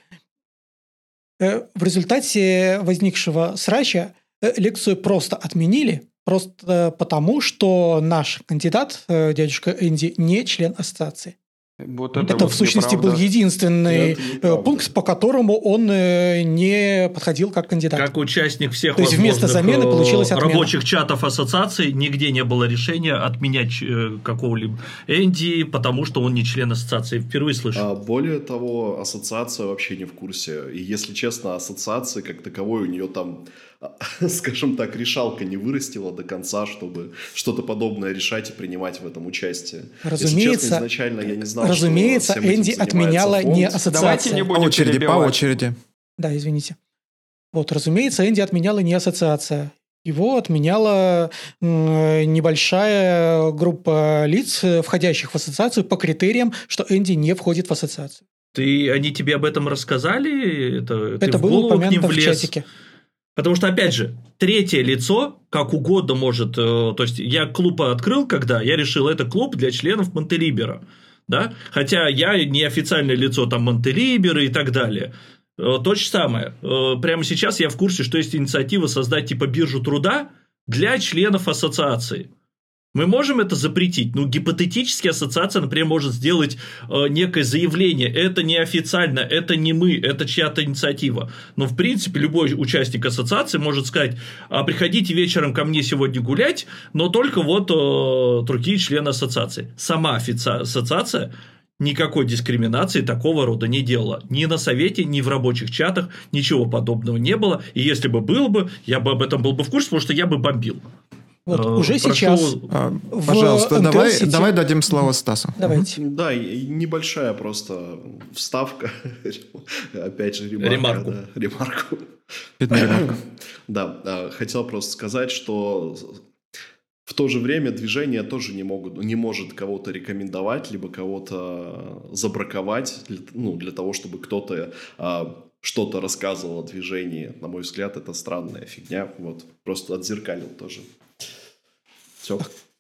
S3: Э, В результате возникшего срача э, лекцию просто отменили, просто потому, что наш кандидат, э, дядюшка Энди, не член ассоциации.
S5: Вот
S3: Это,
S5: вот
S3: в сущности
S5: неправда.
S3: был единственный
S6: Это
S3: э,
S6: неправда.
S3: пункт, по которому он э, не подходил как кандидат.
S4: Как участник всех
S3: То есть вместо
S4: возможных,
S3: замены
S4: э,
S3: получилась отмена.
S4: рабочих чатов ассоциации нигде не было решения отменять э, какого-либо Энди, потому что он не член ассоциации. Впервые слышу.
S6: А более того, ассоциация вообще не в курсе. И если честно, ассоциации как таковой у нее там, скажем так, решалка не вырастила до конца, чтобы что-то подобное решать и принимать в этом участие. Если
S3: Разумеется,
S6: честно, изначально я не знал,
S3: разумеется,
S6: что всем этим
S3: Энди
S6: занимается
S3: отменяла
S6: фонд.
S3: не
S5: Давайте
S3: ассоциация.
S5: не
S1: По
S5: будем
S1: очереди, по
S5: перебивать.
S1: очереди.
S3: Да, извините. Вот, разумеется, Энди отменяла не ассоциация. Его отменяла м, небольшая группа лиц, э, входящих в ассоциацию по критериям, что Энди не входит в ассоциацию.
S4: Ты, они тебе об этом рассказали? Это, ты
S3: Это
S4: в
S3: было
S4: голову к ним
S3: упомянуто в
S4: влез?
S3: чатике.
S4: Потому что, опять же, третье лицо как угодно может... э, То есть, я клуб открыл, когда я решил, это клуб для членов Монтелибера. Да? Хотя я не официальное лицо там Монтелибера и так далее. Э, То же самое. Э, Прямо сейчас я в курсе, что есть инициатива создать типа биржу труда для членов ассоциации. Мы можем это запретить? Ну, гипотетически ассоциация, например, может сделать э, некое заявление. Это не официально, это не мы, это чья-то инициатива. Но, в принципе, любой участник ассоциации может сказать, а приходите вечером ко мне сегодня гулять, но только вот э, другие члены ассоциации. Сама офици- ассоциация никакой дискриминации такого рода не делала. Ни на совете, ни в рабочих чатах, ничего подобного не было. И если бы было бы, я бы об этом был бы в курсе, потому что я бы бомбил.
S3: Вот,
S4: Э,
S3: уже
S4: прошу-
S3: сейчас.
S1: А,
S3: В
S1: Пожалуйста,
S3: эн тэ эл
S1: давай,
S3: сети-
S1: давай дадим слово Стасу.
S3: Давайте.
S6: Да, и небольшая просто вставка, опять же, ремарка.
S4: Ремарку.
S6: Да, ремарку.
S1: Бедная ремарка.
S6: Да, а, хотел просто сказать, что в то же время движение тоже не, могут, не может кого-то рекомендовать, либо кого-то забраковать, для, ну, для того, чтобы кто-то а, что-то рассказывал о движении. На мой взгляд, это странная фигня. Вот, просто отзеркалил тоже. Все.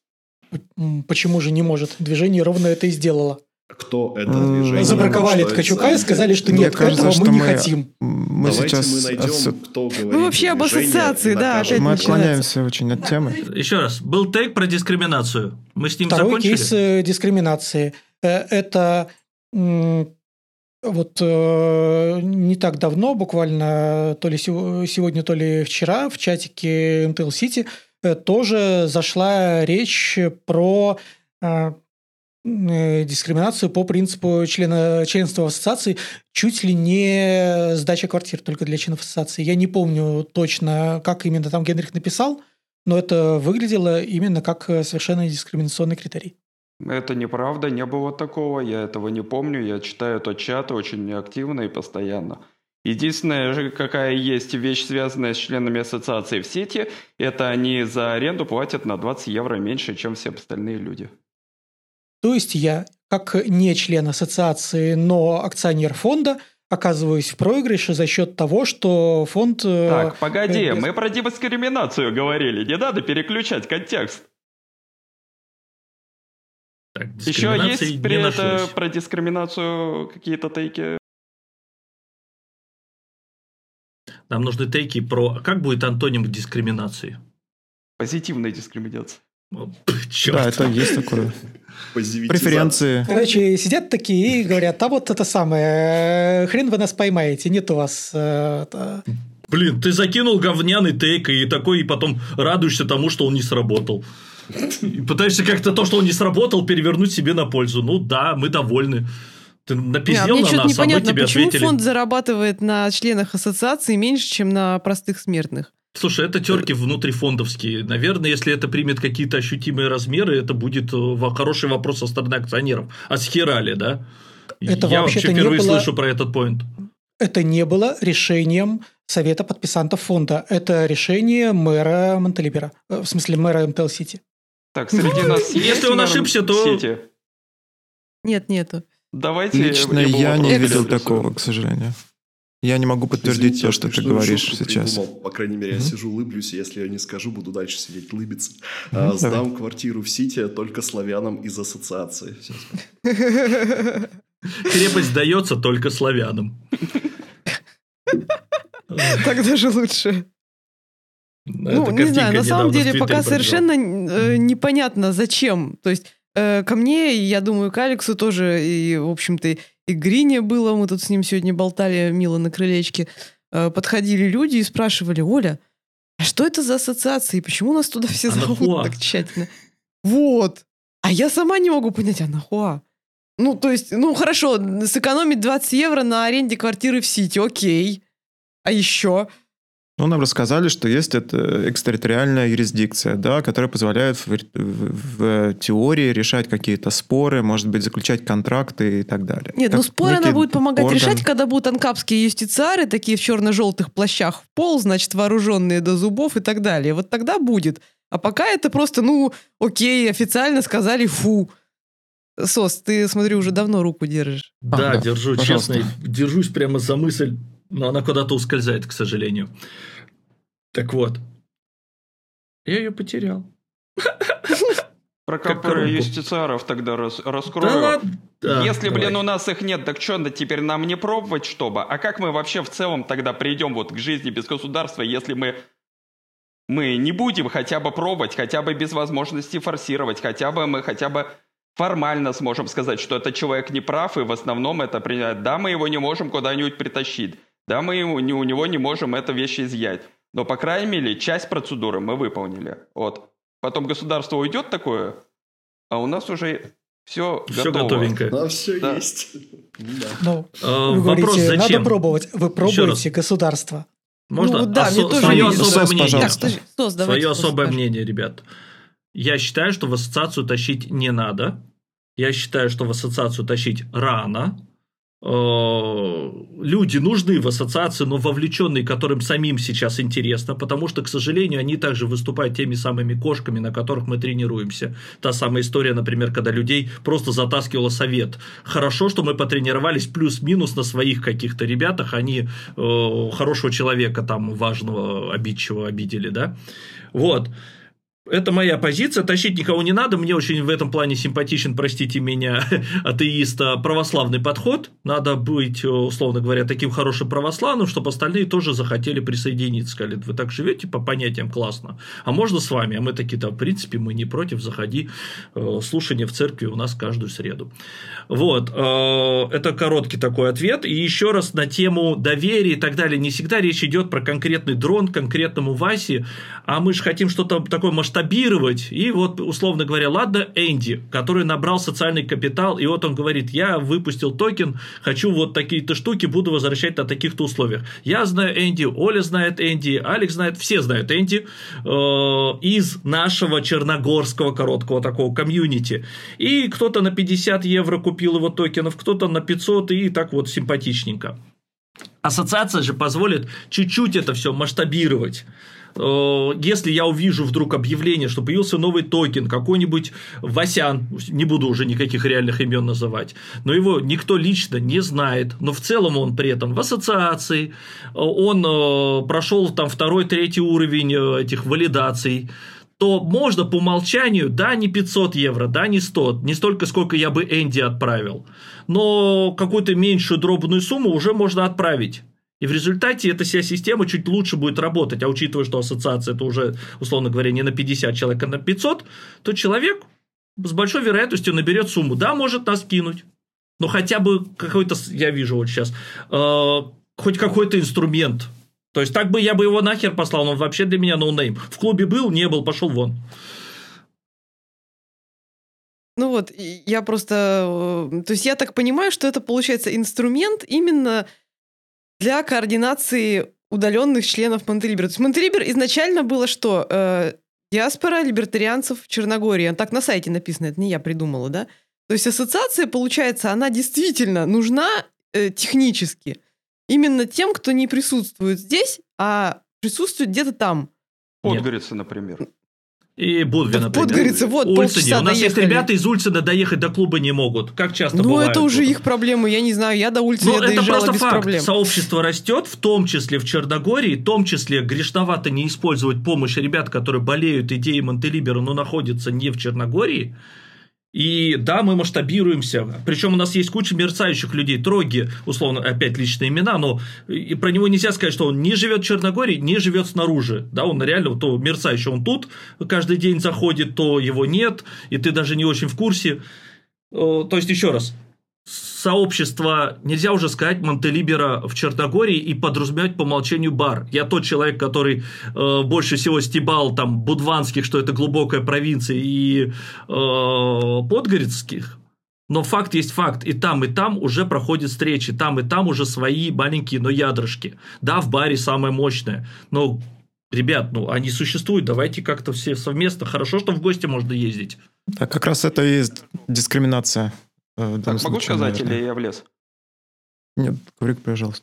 S3: М, Почему же не может? Движение ровно это и сделало.
S6: Кто это
S1: М,
S6: движение?
S3: Забраковали
S6: Что это
S3: Ткачука и
S6: за-
S3: сказали, что
S1: Мне
S3: нет,
S1: кажется,
S3: этого
S1: что
S3: мы не
S1: мы-
S3: хотим.
S1: Мы
S6: Давайте
S1: сейчас
S6: мы найдем,
S1: ос-
S6: кто говорит
S2: Мы вообще
S6: за
S2: об
S6: движение,
S2: ассоциации,
S6: и
S2: да,
S6: накажем.
S2: опять
S1: мы
S2: начинается.
S1: отклоняемся очень от темы.
S4: Еще раз, был тейк про дискриминацию. Мы с ним
S3: Второй
S4: закончили?
S3: кейс э, дискриминации. Э, Это м, вот э, не так давно, буквально то ли сего- сегодня, то ли вчера в чатике эн тэ эл City э, тоже зашла речь про э, э, дискриминацию по принципу члена, членства в ассоциации, чуть ли не сдача квартир только для членов ассоциации. Я не помню точно, как именно там Генрих написал, но это выглядело именно как э, совершенно дискриминационный критерий.
S5: Это неправда, не было такого, я этого не помню, я читаю тот чат очень активно и постоянно. Единственная же, какая есть вещь, связанная с членами ассоциации в сети, это они за аренду платят на двадцать евро меньше, чем все остальные люди.
S3: То есть я, как не член ассоциации, но акционер фонда, оказываюсь в проигрыше за счет того, что фонд... э,
S5: Так, погоди,
S3: э, без-
S5: мы про дискриминацию говорили, не надо переключать контекст.
S4: Так,
S5: Еще
S4: дискриминации
S5: есть
S4: не
S5: при это
S4: нашлось.
S5: про дискриминацию какие-то тейки?
S4: Нам нужны тейки про... Как будет антоним дискриминации?
S5: Позитивная дискриминация.
S4: Черт.
S1: Да, это есть такое.
S6: Позитивизация.
S1: Преференции.
S3: Короче, сидят такие и говорят, а вот это самое, э, хрен вы нас поймаете, нет у вас... э, это».
S4: Блин, ты закинул говняный тейк и такой, и потом радуешься тому, что он не сработал. И пытаешься как-то то, что он не сработал, перевернуть себе на пользу. Ну да, мы довольны. Ты
S2: Не, а
S4: напиздел
S2: мне
S4: на
S2: что-то
S4: нас, а мы
S2: непонятно,
S4: тебе
S2: почему
S4: ответили.
S2: фонд зарабатывает на членах ассоциации меньше, чем на простых смертных?
S4: Слушай, это терки внутрифондовские. Наверное, если это примет какие-то ощутимые размеры, это будет э, хороший вопрос со стороны акционеров. А схерали, да?
S3: Это
S4: Я
S3: вообще-то
S4: вообще
S3: не
S4: впервые
S3: было-
S4: слышу про этот поинт.
S3: Это не было решением Совета подписантов фонда. Это решение мэра Монтелибера. Э, В смысле, мэра эн тэ эл City.
S5: Так, среди нас
S4: если
S5: есть
S4: он
S5: мэр
S4: ошибся, то-
S5: сети?
S2: Нет, нету.
S5: Давайте
S1: Лично
S5: его
S1: я не
S5: вопрос
S1: видел
S5: переадресуем.
S1: такого, к сожалению. Я не могу подтвердить
S6: Извините,
S1: то,
S6: я
S1: что ты
S6: смешную
S1: говоришь
S6: шутку
S1: сейчас.
S6: придумал. По крайней мере, я
S1: Мгм.
S6: сижу, улыблюсь, и если я не скажу, буду дальше сидеть, улыбиться.
S1: Мгм,
S6: А,
S1: давай.
S6: Сдам квартиру в Сити только славянам из ассоциации. Всё.
S4: Крепость сдается только славянам.
S2: Так даже лучше. Ну,
S4: Эта
S2: не знаю,
S4: картинка
S2: на самом
S4: недавно в
S2: деле
S4: Твиттере
S2: пока
S4: пробежала.
S2: совершенно э, непонятно, зачем. То есть э, ко мне, и я думаю, к Алексу тоже, и, в общем-то, и Грине было, мы тут с ним сегодня болтали мило на крылечке, э, подходили люди и спрашивали: Оля, а что это за ассоциации? Почему нас туда все
S4: А
S2: зовут
S4: нахуа?
S2: так тщательно? Вот. А я сама не могу понять, а нахуа? Ну, то есть, ну, хорошо, сэкономить двадцать евро на аренде квартиры в Сити, окей. А еще?
S1: Ну, нам рассказали, что есть это экстерриториальная юрисдикция, да, которая позволяет в, в- в теории решать какие-то споры, может быть, заключать контракты и так далее.
S2: Нет, ну
S1: Как
S2: спор она
S1: некий
S2: будет помогать
S1: орган.
S2: решать, когда будут анкапские юстициары, такие в черно-желтых плащах в пол, значит, вооруженные до зубов и так далее. Вот тогда будет. А пока это просто, ну, окей, официально сказали фу. Сос, ты, смотри, уже давно руку держишь.
S4: Да,
S1: А, да,
S4: держу,
S1: пожалуйста.
S4: честно, держусь прямо за мысль, но она куда-то ускользает, к сожалению. Так вот. Я ее потерял.
S5: Про
S4: Как
S5: про
S4: коробку.
S5: юстициаров тогда рас- раскрою.
S4: Да ладно. Да,
S5: Если,
S4: давай.
S5: блин, у нас их нет, так что, да теперь нам не пробовать, чтобы? А как мы вообще в целом тогда придем вот к жизни без государства, если мы, мы не будем хотя бы пробовать, хотя бы без возможности форсировать, хотя бы мы хотя бы формально сможем сказать, что этот человек не прав, и в основном это принять. Да, мы его не можем куда-нибудь притащить, да, мы ему, не, у него не можем эту вещь изъять, но, по крайней мере, часть процедуры мы выполнили. Вот. Потом государство уйдет такое, а у нас уже все
S4: Все
S5: готово.
S4: готовенько.
S6: А все
S5: Да.
S6: есть. Да.
S3: Ну,
S4: Э,
S3: вы
S4: Вопрос
S3: говорите, надо
S4: зачем?
S3: пробовать. Вы
S4: Еще
S3: пробуете государство.
S4: Можно?
S2: Ну, да,
S4: Осо-
S2: мне тоже
S4: Свое
S2: есть.
S4: особое
S1: Сос,
S4: мнение.
S1: пожалуйста.
S2: Так, подожди, Сос, давайте
S4: Свое
S2: Сос
S4: особое
S2: скажет.
S4: мнение, ребят. Я считаю, что в ассоциацию тащить не надо. Я считаю, что в ассоциацию тащить рано. Э, Люди нужны в ассоциации, но вовлеченные, которым самим сейчас интересно, потому что, к сожалению, они также выступают теми самыми кошками, на которых мы тренируемся. Та самая история, например, когда людей просто затаскивало совет. Хорошо, что мы потренировались плюс-минус на своих каких-то ребятах, они э, хорошего человека там важного, обидчивого обидели, да? Вот. Это моя позиция. Тащить никого не надо. Мне очень в этом плане симпатичен, простите меня, атеиста, православный подход. Надо быть, условно говоря, таким хорошим православным, чтобы остальные тоже захотели присоединиться. Сказали, вы так живете по понятиям, классно. А можно с вами? А мы такие, да, в принципе, мы не против, заходи. Слушание в церкви у нас каждую среду. Вот. Это короткий такой ответ. И еще раз на тему доверия и так далее. Не всегда речь идет про конкретный дрон, конкретному Васе, а мы же хотим что-то такое масштабировать. И вот, условно говоря, ладно, Энди, который набрал социальный капитал, и вот он говорит, я выпустил токен, хочу вот такие-то штуки, буду возвращать на таких-то условиях. Я знаю Энди, Оля знает Энди, Алекс знает, все знают Энди э, из нашего черногорского короткого такого комьюнити. И кто-то на пятьдесят евро купил его токенов, кто-то на пятьсот, и так вот симпатичненько. Ассоциация же позволит чуть-чуть это все масштабировать. Если я увижу вдруг объявление, что появился новый токен, какой-нибудь Васян, не буду уже никаких реальных имен называть, но его никто лично не знает, но в целом он при этом в ассоциации, он прошел там второй, третий уровень этих валидаций, то можно по умолчанию, да, не пятьсот евро, да, не сто, не столько, сколько я бы Энди отправил, но какую-то меньшую дробную сумму уже можно отправить. И в результате эта вся система чуть лучше будет работать. А учитывая, что ассоциация это уже, условно говоря, не на пятьдесят человек, а на пятьсот, то человек с большой вероятностью наберет сумму. Да, может нас кинуть, но хотя бы какой-то, я вижу вот сейчас, э, хоть какой-то инструмент. То есть так бы я бы его нахер послал, но он вообще для меня ноунейм. В клубе был, не был, пошел вон.
S2: Ну вот, я просто... То есть я так понимаю, что это получается инструмент именно для координации удаленных членов Монтелибера. То есть Монтелибер изначально было что? Э, диаспора либертарианцев в Черногории. Так на сайте написано, это не я придумала, да? То есть ассоциация, получается, она действительно нужна э, технически именно тем, кто не присутствует здесь, а присутствует где-то там.
S5: Подгорица, например.
S4: И Будве,
S2: Да в
S4: например.
S2: Подгорице вот
S4: Ульцине.
S2: полчаса
S4: У нас есть
S2: доехали.
S4: ребята из Ульцина доехать до клуба не могут. Как часто
S2: Ну,
S4: бывает.
S2: это уже
S4: вот.
S2: их проблемы, я не знаю, я до Ульцина
S4: Ну, это
S2: доезжала
S4: просто
S2: без
S4: факт.
S2: проблем.
S4: Сообщество растет, в том числе в Черногории, в том числе грешновато не использовать помощь ребят, которые болеют идеей Монтелибера, но находятся не в Черногории. И да, мы масштабируемся. Причем у нас есть куча мерцающих людей. Троги, условно, опять личные имена, но и про него нельзя сказать, что он не живет в Черногории, не живет снаружи. Да, он реально то мерцающий, он тут каждый день заходит, то его нет, и ты даже не очень в курсе. То есть, еще раз, сообщество, нельзя уже сказать Монтелибера в Черногории и подразумевать по умолчанию бар. Я тот человек, который э, больше всего стебал там будванских, что это глубокая провинция, и э, подгорецких. Но факт есть факт. И там, и там уже проходят встречи. Там, и там уже свои маленькие, но ядрышки. Да, в баре самое мощное. Но, ребят, ну, они существуют. Давайте как-то все совместно. Хорошо, что в гости можно ездить.
S1: Да, как раз это и есть дискриминация. В
S5: Так, могу
S1: случае,
S5: сказать,
S1: наверное.
S5: или я влез?
S1: Нет, говори, пожалуйста.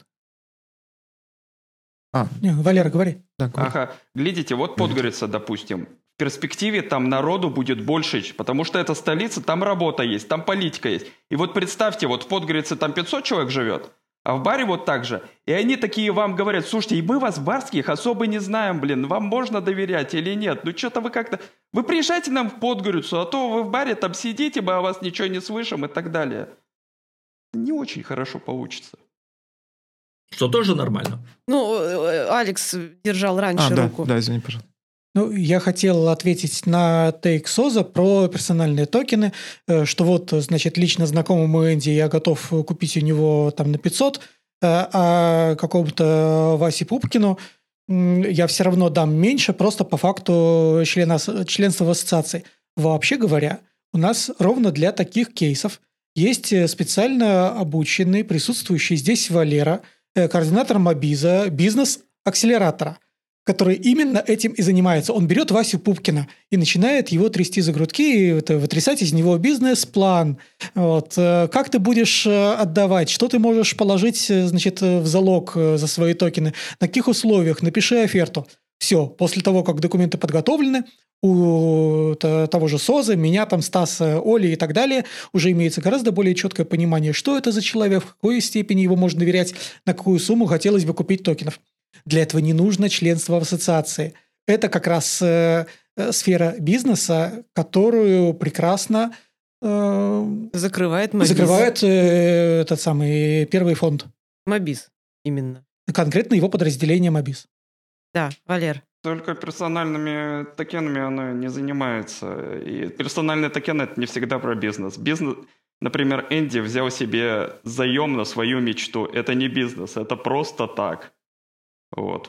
S1: А,
S3: Не, Валера, говори.
S1: да, говори.
S5: Ага, глядите, вот Подгорица, допустим. В перспективе там народу будет больше, потому что это столица, там работа есть, там политика есть. И вот представьте, вот в Подгорице там пятьсот человек живет, а в баре вот так же. И они такие вам говорят: слушайте, и мы вас барских особо не знаем, блин, вам можно доверять или нет? Ну что-то вы как-то... Вы приезжайте нам в Подгорицу, а то вы в баре там сидите, мы о вас ничего не слышим и так далее. Не очень хорошо получится.
S4: Что тоже нормально.
S2: Ну, э, Алекс держал раньше
S1: А, да,
S2: руку.
S1: да, извини, пожалуйста.
S3: Ну, я хотел ответить на тейк Соза про персональные токены, э, что вот, значит, лично знакомому Энди я готов купить у него там на пятьсот, э, а какому-то Васе Пупкину м, я все равно дам меньше, просто по факту члена, членства в ассоциации. Вообще говоря, у нас ровно для таких кейсов есть специально обученный, присутствующий здесь Валера, э, координатор Мобиза, бизнес-акселератора, который именно этим и занимается. Он берет Васю Пупкина и начинает его трясти за грудки и это, вытрясать из него бизнес-план. Вот. Как ты будешь отдавать? Что ты можешь положить, значит, в залог за свои токены? На каких условиях? Напиши оферту. Все. После того, как документы подготовлены, у того же Соза, меня, там, Стаса, Оли и так далее, уже имеется гораздо более четкое понимание, что это за человек, в какой степени его можно доверять, на какую сумму хотелось бы купить токенов. Для этого не нужно членство в ассоциации. Это как раз э, сфера бизнеса, которую прекрасно э,
S2: Закрывает Мобиз.
S3: закрывает э, этот самый первый фонд.
S2: Мобиз, именно.
S3: Конкретно его подразделение Мобиз.
S2: Да, Валер.
S5: Только персональными токенами оно не занимается. И персональный токен – это не всегда про бизнес. Бизнес, например, Энди взял себе заем на свою мечту. Это не бизнес, это просто так. Вот.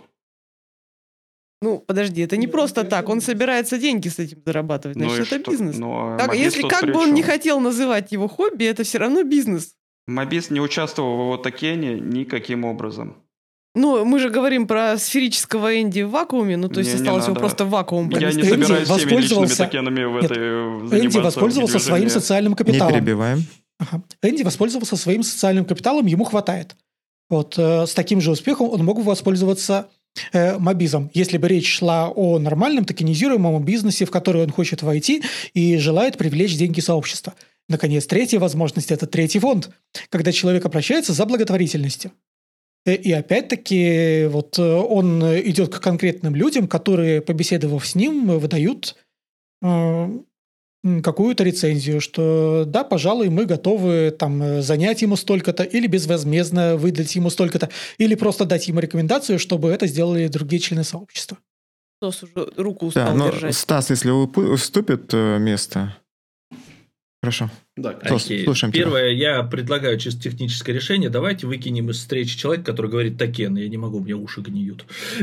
S2: Ну, подожди, это не просто так. Он собирается деньги с этим зарабатывать. Значит,
S5: Ну и
S2: это
S5: что?
S2: бизнес.
S5: Ну, а
S2: Так,
S5: Мобиз
S2: если
S5: тут
S2: как
S5: при
S2: бы он не
S5: чем?
S2: хотел называть его хобби, это все равно бизнес.
S5: Мобиз не участвовал в его токене никаким образом.
S2: Ну, мы же говорим про сферического Энди в вакууме, ну, то есть
S5: Не, не
S2: осталось его
S5: надо.
S2: просто в вакуум
S5: Я не
S3: Энди
S5: собираюсь всеми личными
S3: воспользовался-
S5: токенами в
S3: Нет,
S5: этой
S3: Энди
S5: заниматься.
S3: воспользовался
S5: в
S3: своим
S5: движении.
S3: социальным
S1: Не
S3: капиталом.
S1: перебиваем.
S3: Ага. Энди воспользовался своим социальным капиталом, ему хватает. Вот, э, с таким же успехом он мог бы воспользоваться э, Мобизом, если бы речь шла о нормальном токенизируемом бизнесе, в который он хочет войти и желает привлечь деньги сообщества. Наконец, третья возможность – это третий фонд, когда человек обращается за благотворительностью. Э, И опять-таки вот э, он идет к конкретным людям, которые, побеседовав с ним, выдают э, м, какую-то рецензию, что да, пожалуй, мы готовы там э, занять ему столько-то или безвозмездно выдать ему столько-то, или просто дать ему рекомендацию, чтобы это сделали другие члены сообщества.
S2: Стас уже руку
S1: Да,
S2: устал
S1: но
S2: держать.
S1: Стас, если упу- уступит э, место... Хорошо.
S6: Да,
S1: Стас,
S4: Окей.
S1: слушаем тебя.
S4: Первое, я предлагаю чисто техническое решение. Давайте выкинем из встречи человека, который говорит токен. Я не могу, у меня уши гниют.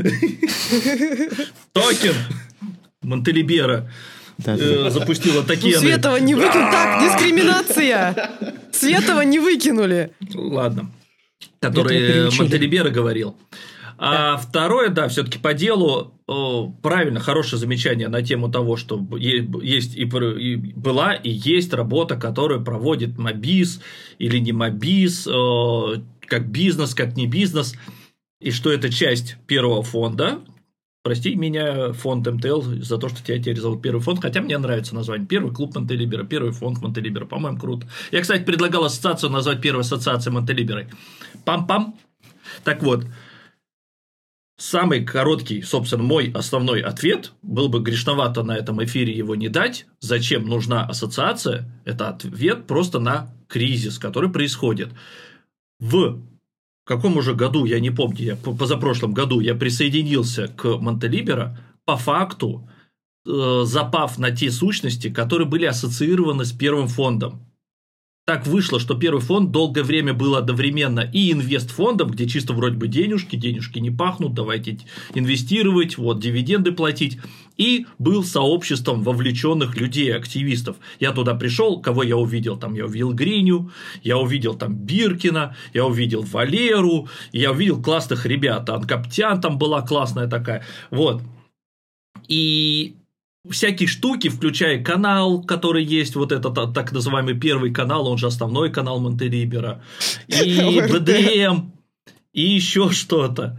S4: Токен Монтелибера
S1: Да, да.
S4: э, запустила
S2: Ну,
S4: токены.
S2: Светова не выкинули. Так, дискриминация. Светова не выкинули.
S4: Ладно.
S3: Это
S4: Который
S3: переучили.
S4: Монтелибера говорил. А второе, да, все-таки по делу, о, правильно, хорошее замечание на тему того, что е- есть и, пр- и была, и есть работа, которую проводит Мобиз или не Мобиз, о, как бизнес, как не бизнес, и что это часть первого фонда, Прости меня, фонд эм тэ эл, за то, что тебя теперь зовут Первый фонд, хотя мне нравится название. Первый клуб Монтелибера, Первый фонд Монтелибера, по-моему, круто. Я, кстати, предлагал ассоциацию назвать Первой ассоциацией Монтелиберой. Пам-пам. Так вот, самый короткий, собственно, мой основной ответ, был бы грешновато на этом эфире его не дать, зачем нужна ассоциация, это ответ просто на кризис, который происходит. В каком уже году, я не помню, я позапрошлом году я присоединился к Монтелибера, по факту э, запав на те сущности, которые были ассоциированы с Первым фондом. Так вышло, что Первый фонд долгое время был одновременно и инвестфондом, где чисто вроде бы денежки, денежки не пахнут, давайте инвестировать, вот дивиденды платить, и был сообществом вовлеченных людей, активистов. Я туда пришел, кого я увидел? Там я увидел Гриню, я увидел там Биркина, я увидел Валеру, я увидел классных ребят, Анкоптян там была классная такая, вот. И всякие штуки, включая канал, который есть, вот этот так называемый первый канал, он же основной канал Монтелибера, и бэ дэ эм, и еще что-то.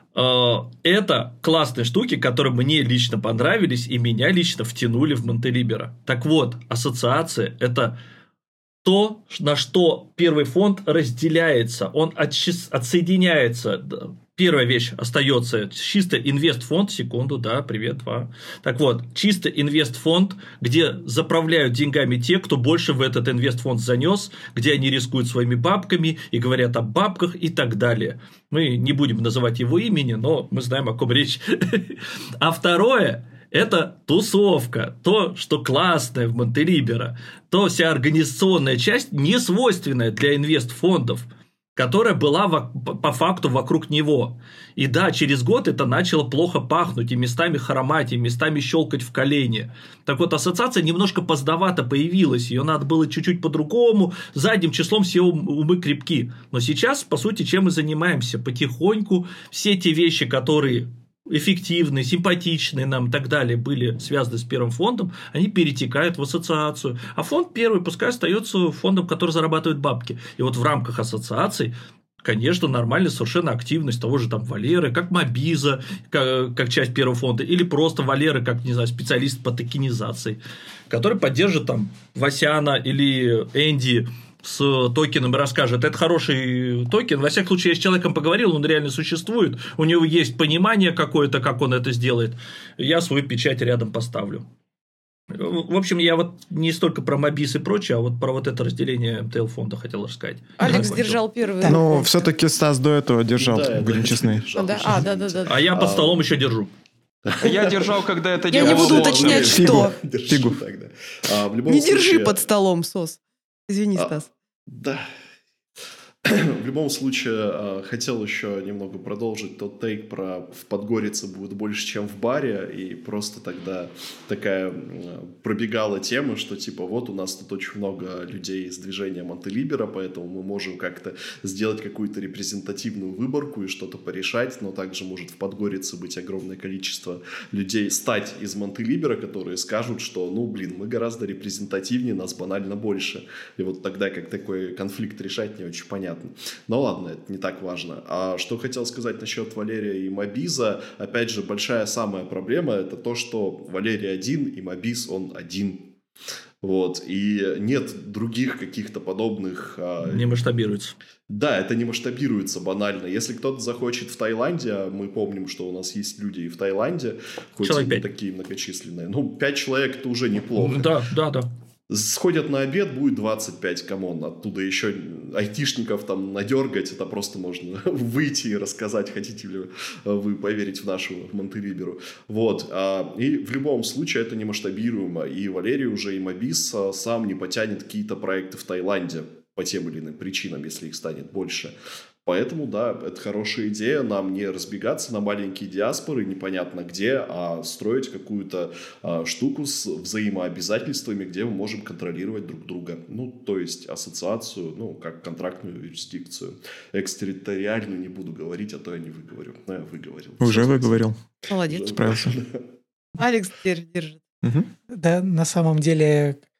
S4: Это классные штуки, которые мне лично понравились, и меня лично втянули в Монтелибера. Так вот, ассоциация – это то, на что Первый фонд разделяется, он отсоединяется. Первая вещь остается чисто инвестфонд, секунду, да, привет, два. Так вот, чисто инвестфонд, где заправляют деньгами те, кто больше в этот инвестфонд занес, где они рискуют своими бабками и говорят о бабках и так далее. Мы не будем называть его имени, но мы знаем, о ком речь. А второе – это тусовка, то, что классное в Монтелибера, то вся организационная часть, не свойственная для инвестфондов, которая была по факту вокруг него. И да, через год это начало плохо пахнуть, и местами хромать, и местами щелкать в колени. Так вот, ассоциация немножко поздновато появилась, ее надо было чуть-чуть по-другому, задним числом все умы крепки. Но сейчас, по сути, чем мы занимаемся? Потихоньку все те вещи, которые эффективные, симпатичные нам и так далее были связаны с Первым фондом, они перетекают в ассоциацию. А фонд первый пускай остается фондом, который зарабатывает бабки. И вот в рамках ассоциаций, конечно, нормальная совершенно активность того же там Валеры, как Мобиза, как, как часть Первого фонда, или просто Валеры, как, не знаю, специалист по токенизации, который поддержит там Васяна или Энди с токеном и расскажет, это хороший токен, во всяком случае, я с человеком поговорил, он реально существует, у него есть понимание какое-то, как он это сделает, я свою печать рядом поставлю. В общем, я вот не столько про Мобиз и прочее, а вот про вот это разделение эм тэ эл фонда хотел рассказать.
S2: Алекс держал первый.
S1: Ну, все-таки Стас до этого держал,
S6: да,
S1: будем
S6: да,
S1: честны.
S6: держал,
S2: да, а, да, да, да.
S4: А я под столом еще держу.
S5: Я держал, когда это
S2: Я
S5: дело
S2: не буду
S5: было
S2: уточнять,
S5: сложно.
S2: что.
S6: Держи
S1: Фигу.
S6: тогда. А, в любом
S2: Не
S6: случае-
S2: держи под столом, Сос. Извини,
S6: А,
S2: Стас.
S6: Да. В любом случае, а, хотел еще немного продолжить тот тейк про в Подгорице будет больше, чем в баре, и просто тогда такая м, пробегала тема, что типа вот у нас тут очень много людей из движения Монтелибера, поэтому мы можем как-то сделать какую-то репрезентативную выборку и что-то порешать, но также может в Подгорице быть огромное количество людей стать из Монтелибера, которые скажут, что ну блин, мы гораздо репрезентативнее, нас банально больше. И вот тогда как такой конфликт решать не очень понятно. Но ладно, это не так важно. А что хотел сказать насчет Валерия и Мобиза, опять же, большая самая проблема, это то, что Валерий один и Мобиз он один. Вот. И нет других каких-то подобных...
S4: Не масштабируется.
S6: Да, это не масштабируется банально. Если кто-то захочет в Таиланде, а мы помним, что у нас есть люди и в Таиланде, хоть
S4: Человек
S6: и не
S4: пять.
S6: такие многочисленные, ну, пять человек это уже неплохо.
S4: Да, да, да.
S6: Сходят на обед, будет двадцать пять, камон, оттуда еще айтишников там надергать, это просто можно выйти и рассказать, хотите ли вы поверить в нашу Монтелиберу. Вот, и в любом случае это не масштабируемо, и Валерий уже и Мобиз сам не потянет какие-то проекты в Таиланде по тем или иным причинам, если их станет больше. Поэтому, да, это хорошая идея, нам не разбегаться на маленькие диаспоры, непонятно где, а строить какую-то а, штуку с взаимообязательствами, где мы можем контролировать друг друга. Ну, то есть ассоциацию, ну, как контрактную юрисдикцию. Экстерриториальную не буду говорить, а то я не выговорю. Ну, я выговорил.
S1: Уже выговорил.
S2: Молодец.
S1: Справился.
S2: Алекс теперь держит.
S1: Мгм.
S3: Да, на самом деле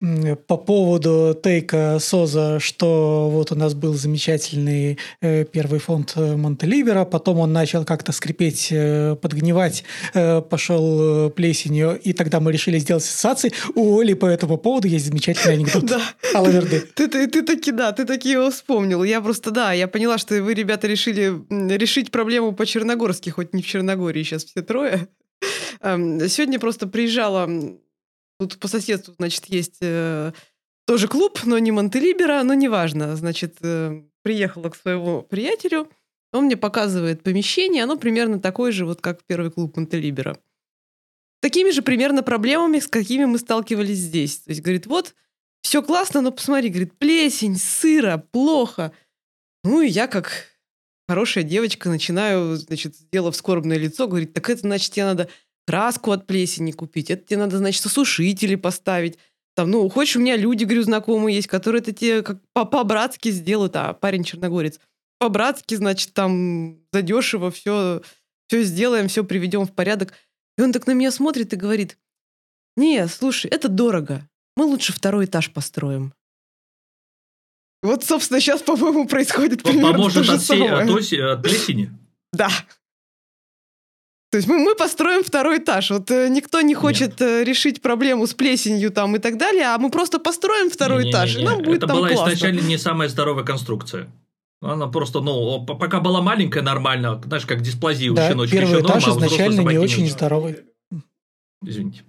S3: по поводу тейка Соза, что вот у нас был замечательный э, первый фонд Монтелибера, потом он начал как-то скрипеть, э, подгнивать, э, пошел э, плесенью, и тогда мы решили сделать ассоциации. У Оли по этому поводу есть замечательный анекдот.
S2: Да.
S3: Алаверды.
S2: Ты, ты, ты таки, да, ты таки его вспомнил. Я просто, да, я поняла, что вы, ребята, решили м, решить проблему по-черногорски, хоть не в Черногории сейчас все трое. Эм, Сегодня просто приезжала, м, тут по соседству, значит, есть э, тоже клуб, но не Монтелибера, но неважно. Значит, э, приехала к своему приятелю, он мне показывает помещение, оно примерно такое же, вот как первый клуб Монтелибера. Такими же примерно проблемами, с какими мы сталкивались здесь. То есть, говорит, вот, все классно, но посмотри, говорит, плесень, сыро, плохо. Ну, и я, как хорошая девочка, начинаю, значит, сделав скорбное лицо, говорит, так это, значит, тебе надо краску от плесени купить, это тебе надо, значит, осушители поставить. Там, ну, хочешь, у меня люди, говорю, знакомые есть, которые это тебе как по- по-братски сделают, а парень черногорец. По-братски, значит, там задешево все, все сделаем, все приведем в порядок. И он так на меня смотрит и говорит, не, слушай, это дорого, мы лучше второй этаж построим. Вот, собственно, сейчас, по-моему, происходит примерно
S4: Поможет
S2: то же
S4: от, всей,
S2: самое.
S4: от, оси, от плесени?
S2: Да. То есть мы, мы построим второй этаж. Вот э, никто не хочет э, решить проблему с плесенью там и так далее, а мы просто построим второй этаж, и нам будет
S4: Это
S2: там
S4: была
S2: классно.
S4: изначально не самая здоровая конструкция. Она просто, ну, п- пока была маленькая, нормально, знаешь, как дисплазия у
S3: Да,
S4: щеночка.
S3: первый
S4: еще норма,
S3: этаж
S4: а у взрослой
S3: изначально
S4: собаки
S3: не очень
S4: очень.
S3: здоровый.
S4: Извините.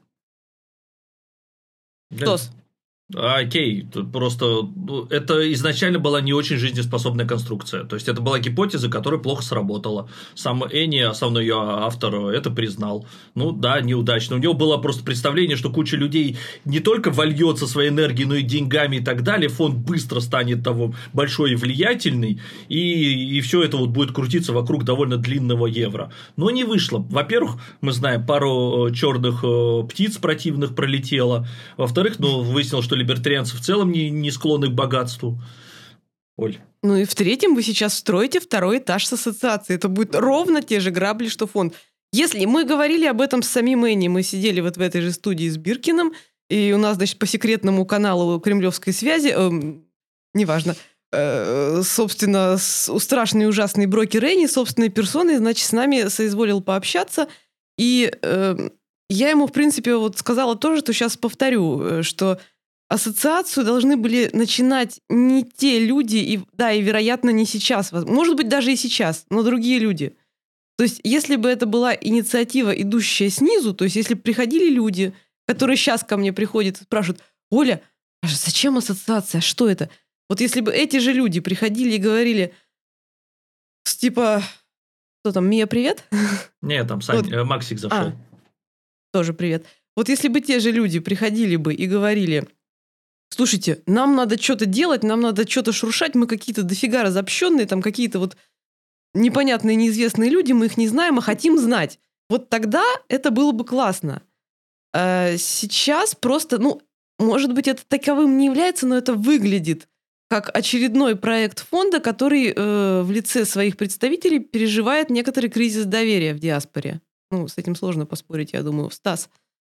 S4: Да.
S2: Тос.
S4: А, Окей, тут просто ну, это изначально была не очень жизнеспособная конструкция. То есть это была гипотеза, которая плохо сработала. Сам Энни, основной ее автор, это признал. Ну да, неудачно. У него было просто представление, что куча людей не только вольется своей энергией, но и деньгами и так далее. Фонд быстро станет того большой и влиятельный, и, и все это вот будет крутиться вокруг довольно длинного евро. Но не вышло. Во-первых, мы знаем, пару черных птиц противных пролетело. Во-вторых, ну, выяснилось, что либертарианцы в целом не, не склонны к богатству. Оль.
S2: Ну и в-третьем, вы сейчас строите второй этаж с ассоциацией. Это будет ровно те же грабли, что фонд. Если мы говорили об этом с самим Энни, мы сидели вот в этой же студии с Биркиным, и у нас, значит, по секретному каналу Кремлевской связи, э, неважно, э, собственно, с, у страшный и ужасный брокер Энни собственной персоной, значит, с нами соизволил пообщаться, и э, я ему, в принципе, вот сказала тоже, что сейчас повторю, что ассоциацию должны были начинать не те люди, и, да, и, вероятно, не сейчас. Может быть, даже и сейчас, но другие люди. То есть, если бы это была инициатива, идущая снизу, то есть, если бы приходили люди, которые сейчас ко мне приходят и спрашивают, Оля, а зачем ассоциация, что это? Вот если бы эти же люди приходили и говорили, типа, что там, Мия, привет?
S4: Не, там Сань,
S2: Вот.
S4: э, Максик зашел.
S2: А, тоже привет. Вот если бы те же люди приходили бы и говорили, слушайте, нам надо что-то делать, нам надо что-то шуршать, мы какие-то дофига разобщенные, там какие-то вот непонятные, неизвестные люди, мы их не знаем, а хотим знать. Вот тогда это было бы классно. А сейчас просто, ну, может быть, это таковым не является, но это выглядит как очередной проект фонда, который э, в лице своих представителей переживает некоторый кризис доверия в диаспоре. Ну, с этим сложно поспорить, я думаю. Стас.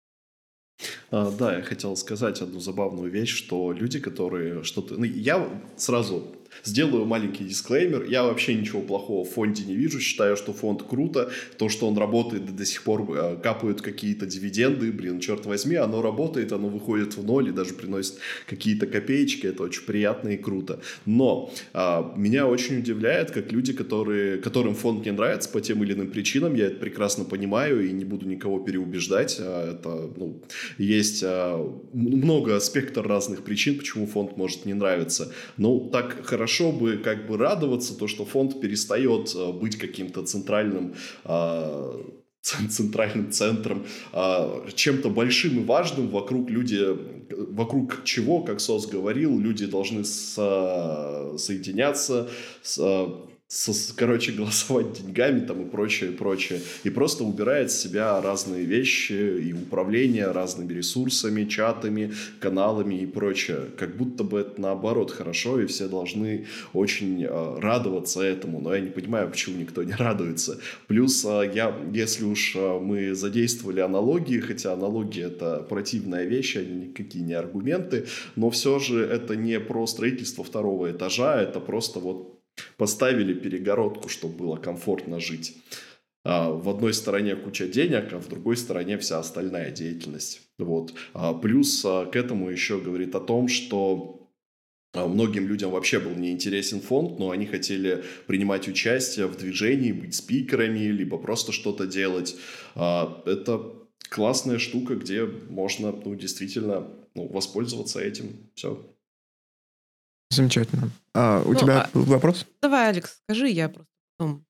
S6: А, да, я хотел сказать одну забавную вещь, что люди, которые что-то... Ну, я сразу сделаю маленький дисклеймер. Я вообще ничего плохого в фонде не вижу. Считаю, что фонд круто. То, что он работает, до сих пор э, капают какие-то дивиденды. Блин, черт возьми, оно работает, оно выходит в ноль и даже приносит какие-то копеечки. Это очень приятно и круто. Но э, меня очень удивляет, как люди, которые, которым фонд не нравится по тем или иным причинам, я это прекрасно понимаю и не буду никого переубеждать. Это, ну, есть э, много спектр разных причин, почему фонд может не нравиться. Но так хорошо Хорошо бы как бы радоваться, то, что фонд перестает э, быть каким-то центральным, э, центральным центром, э, чем-то большим и важным, вокруг люди, вокруг чего, как Сос говорил, люди должны со, соединяться, с, со, короче, голосовать деньгами там и прочее, прочее. И просто убирает с себя разные вещи и управление разными ресурсами, чатами, каналами и прочее. Как будто бы это наоборот хорошо, и все должны очень э, радоваться этому. Но я не понимаю, почему никто не радуется. Плюс, э, я, если уж э, мы задействовали аналогии, хотя аналогии это противная вещь, они никакие не аргументы, но все же это не про строительство второго этажа, это просто вот поставили перегородку, чтобы было комфортно жить. А в одной стороне куча денег, а в другой стороне вся остальная деятельность. Вот. А плюс а, к этому еще говорит о том, что а, многим людям вообще был неинтересен фонд, но они хотели принимать участие в движении, быть спикерами, либо просто что-то делать. А, это классная штука, где можно ну, действительно ну, воспользоваться этим. Все.
S1: Замечательно. А, у
S2: Ну,
S1: тебя
S2: а-
S1: был вопрос?
S2: Давай, Алекс, скажи, я просто потом.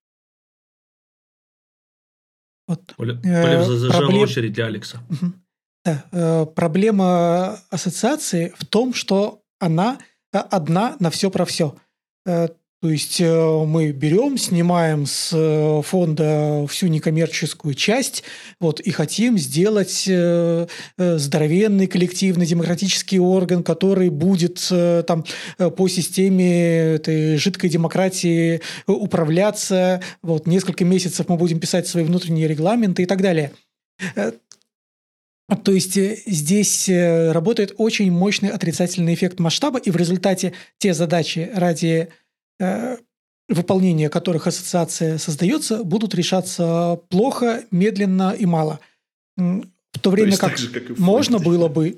S3: Вот,
S4: Оля,
S3: Э,
S4: Оля зажала
S3: проблем-
S4: очередь для Алекса.
S3: Мгм. Да, э, проблема ассоциации в том, что она э, одна на все про все. То есть э, мы берем, снимаем с э, фонда всю некоммерческую часть, вот, и хотим сделать э, э, здоровенный коллективный демократический орган, который будет э, там э, по системе этой жидкой демократии э, управляться. Вот, несколько месяцев мы будем писать свои внутренние регламенты и так далее. Э, То есть э, здесь э, работает очень мощный отрицательный эффект масштаба, и в результате те задачи, ради э, выполнения которых ассоциация создается, будут решаться плохо, медленно и мало. М, В то
S6: То
S3: время
S6: есть
S3: как
S6: так же, как и в
S3: можно
S6: фонде.
S3: было бы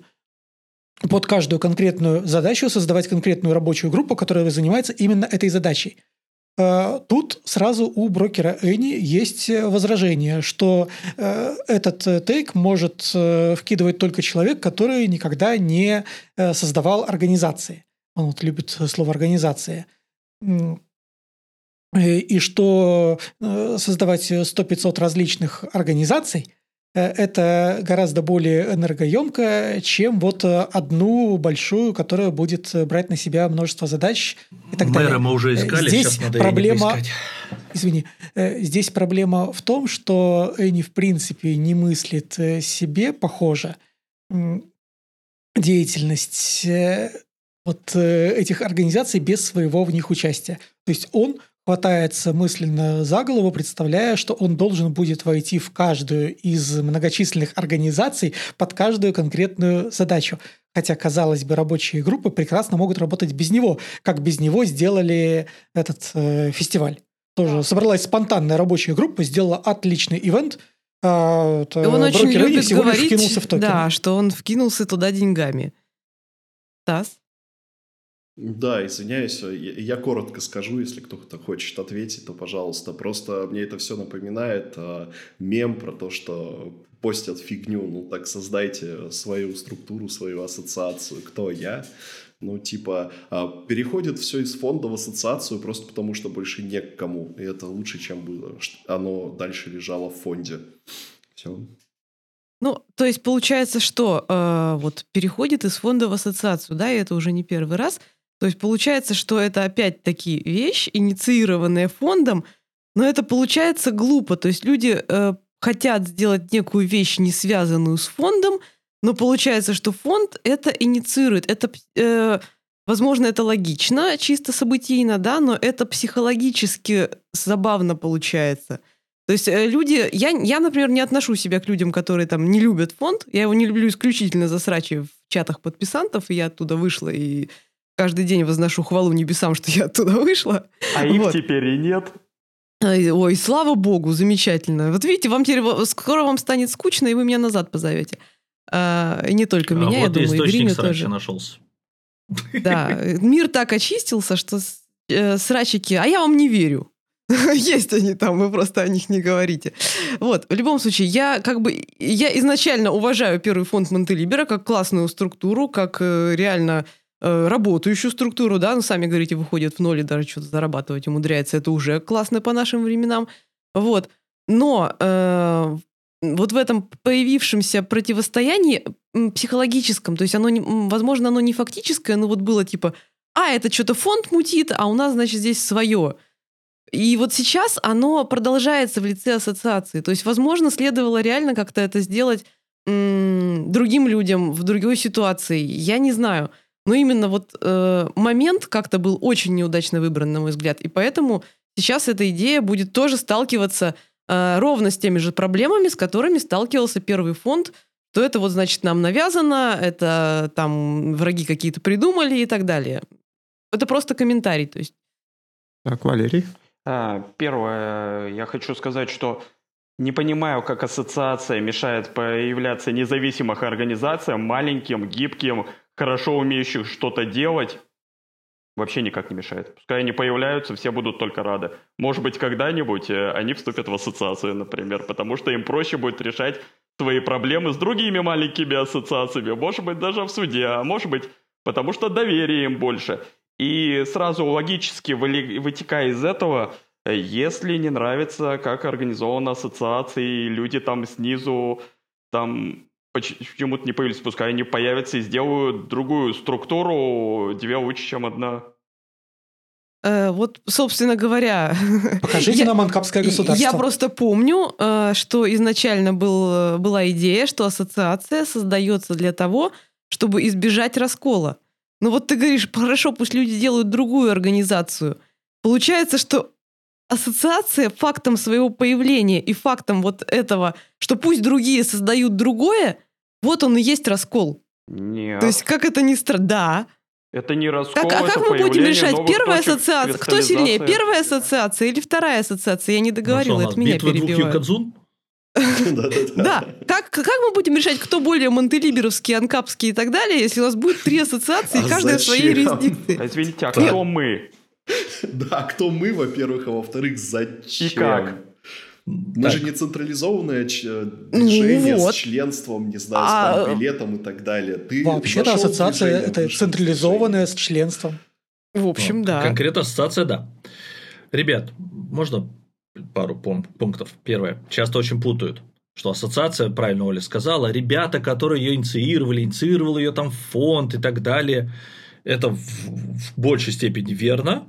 S3: под каждую конкретную задачу создавать конкретную рабочую группу, которая занимается именно этой задачей. Э, Тут сразу у брокера Эни есть э, возражение, что э, этот э, тейк может э, вкидывать только человек, который никогда не э, создавал организации. Он вот любит слово «организация». М, э, И что э, создавать сто-пятьсот различных организаций э, это гораздо более энергоемко, чем вот э, одну большую, которая будет э, брать на себя множество задач и так далее.
S4: Мэра мы уже
S3: Э,
S4: искали,
S3: здесь
S4: сейчас надо
S3: проблема-
S4: Эни поискать.
S3: Извини, э, здесь проблема в том, что Эни в принципе не мыслит э, себе, похоже, м, деятельность э, вот э, этих организаций без своего в них участия. То есть он хватается мысленно за голову, представляя, что он должен будет войти в каждую из многочисленных организаций под каждую конкретную задачу. Хотя, казалось бы, рабочие группы прекрасно могут работать без него, как без него сделали этот э, фестиваль. Тоже собралась спонтанная рабочая группа, сделала отличный ивент. А, вот,
S2: И он
S3: э,
S2: очень
S3: брокер Эни
S2: любит
S3: всего лишь
S2: говорить,
S3: вкинулся в токен.
S2: да, что он вкинулся туда деньгами. Стас?
S6: Да, извиняюсь, я, я коротко скажу, если кто-то хочет ответить, то пожалуйста. Просто мне это все напоминает а, мем про то, что постят фигню, ну так создайте свою структуру, свою ассоциацию. Кто я? Ну типа а, переходит все из фонда в ассоциацию просто потому, что больше не к кому. И это лучше, чем было, что оно дальше лежало в фонде. Все.
S2: Ну, то есть получается, что э, вот переходит из фонда в ассоциацию, да, и это уже не первый раз. То есть получается, что это опять-таки вещь, инициированная фондом, но это получается глупо. То есть люди э, хотят сделать некую вещь, не связанную с фондом, но получается, что фонд это инициирует. Это, э, возможно, это логично, чисто событийно, да, но это психологически забавно получается. То есть э, люди... Я, я, например, не отношу себя к людям, которые там не любят фонд. Я его не люблю исключительно за срачи в чатах подписантов, и я оттуда вышла, и каждый день возношу хвалу небесам, что я оттуда вышла.
S5: А их
S2: Вот.
S5: теперь и нет.
S2: Ой, ой, слава богу, замечательно. Вот видите, вам теперь скоро вам станет скучно, и вы меня назад позовете. А, и не только
S4: А
S2: меня, я
S4: вот и
S2: думаю, и
S4: источник
S2: Гриню
S4: срача
S2: тоже.
S4: нашелся.
S2: Да, мир так очистился, что с- э, срачики... А я вам не верю. Есть они там, вы просто о них не говорите. Вот, в любом случае, я как бы... Я изначально уважаю первый фонд Монтелибера как классную структуру, как э, реально э, работающую структуру, да, ну, сами говорите, выходит в ноль и даже что-то зарабатывать умудряется, это уже классно по нашим временам. Вот. Но э, вот в этом появившемся противостоянии м, психологическом, то есть оно, не- м, возможно, оно не фактическое, но вот было типа, а, это что-то фонд мутит, а у нас, значит, здесь свое. И вот сейчас оно продолжается в лице ассоциации. То есть, возможно, следовало реально как-то это сделать м- другим людям в другой ситуации. Я не знаю. Но именно вот э, момент как-то был очень неудачно выбран, на мой взгляд. И поэтому сейчас эта идея будет тоже сталкиваться э, ровно с теми же проблемами, с которыми сталкивался первый фонд. То это вот, значит, нам навязано, это там враги какие-то придумали и так далее. Это просто комментарий. То есть.
S1: Так, Валерий?
S5: А, Первое, я хочу сказать, что не понимаю, как ассоциация мешает появляться независимых организациям, маленьким, гибким, хорошо умеющих что-то делать. Вообще никак не мешает. Пускай они появляются, все будут только рады. Может быть, когда-нибудь они вступят в ассоциацию, например, потому что им проще будет решать свои проблемы с другими маленькими ассоциациями. Может быть, даже в суде, а может быть, потому что доверия им больше. И сразу логически вытекая из этого, если не нравится, как организована ассоциация, и люди там снизу там почему-то не появились, пускай они появятся и сделают другую структуру, две лучше, чем одна.
S2: Э, вот, собственно говоря...
S3: Покажите
S2: я,
S3: нам анкапское государство.
S2: Я просто помню, э, что изначально был, была идея, что ассоциация создается для того, чтобы избежать раскола. Ну вот ты говоришь, хорошо, пусть люди делают другую организацию. Получается, что ассоциация фактом своего появления и фактом вот этого, что пусть другие создают другое, вот он и есть раскол.
S5: Нет.
S2: То есть как это ни странно. Да.
S5: Это не раскол,
S2: как, а
S5: это
S2: как мы будем решать? Первая
S5: точек,
S2: ассоциация. Кто сильнее? Первая ассоциация или вторая ассоциация? Я не договорила,
S4: ну,
S2: это меня
S4: битва
S2: перебивают.
S4: двух юкадзун?
S2: Да. Как, как мы будем решать, кто более монтелиберовский, анкапский и так далее, если у нас будет три ассоциации,
S6: А
S2: каждая в своей юрисдикции?
S5: А извините, а кто мы?
S6: Да, кто мы, во-первых, а во-вторых, зачем?
S5: И как?
S6: Мы
S4: Так.
S6: же не централизованное ч- движение
S2: Ну вот.
S6: с членством, не знаю,
S2: А,
S6: с там, билетом и так далее. Ты
S3: Вообще-то
S6: вошел в
S3: ассоциация
S6: движение,
S3: это
S6: вышел из
S3: централизованная с членством.
S2: В общем,
S4: Ну,
S2: да.
S4: Конкретно ассоциация, да. Ребят, можно пару пун- пунктов? Первое. Часто очень путают, что ассоциация, правильно Оля сказала, ребята, которые ее инициировали, инициировал ее там фонд и так далее. Это в, в большей степени верно,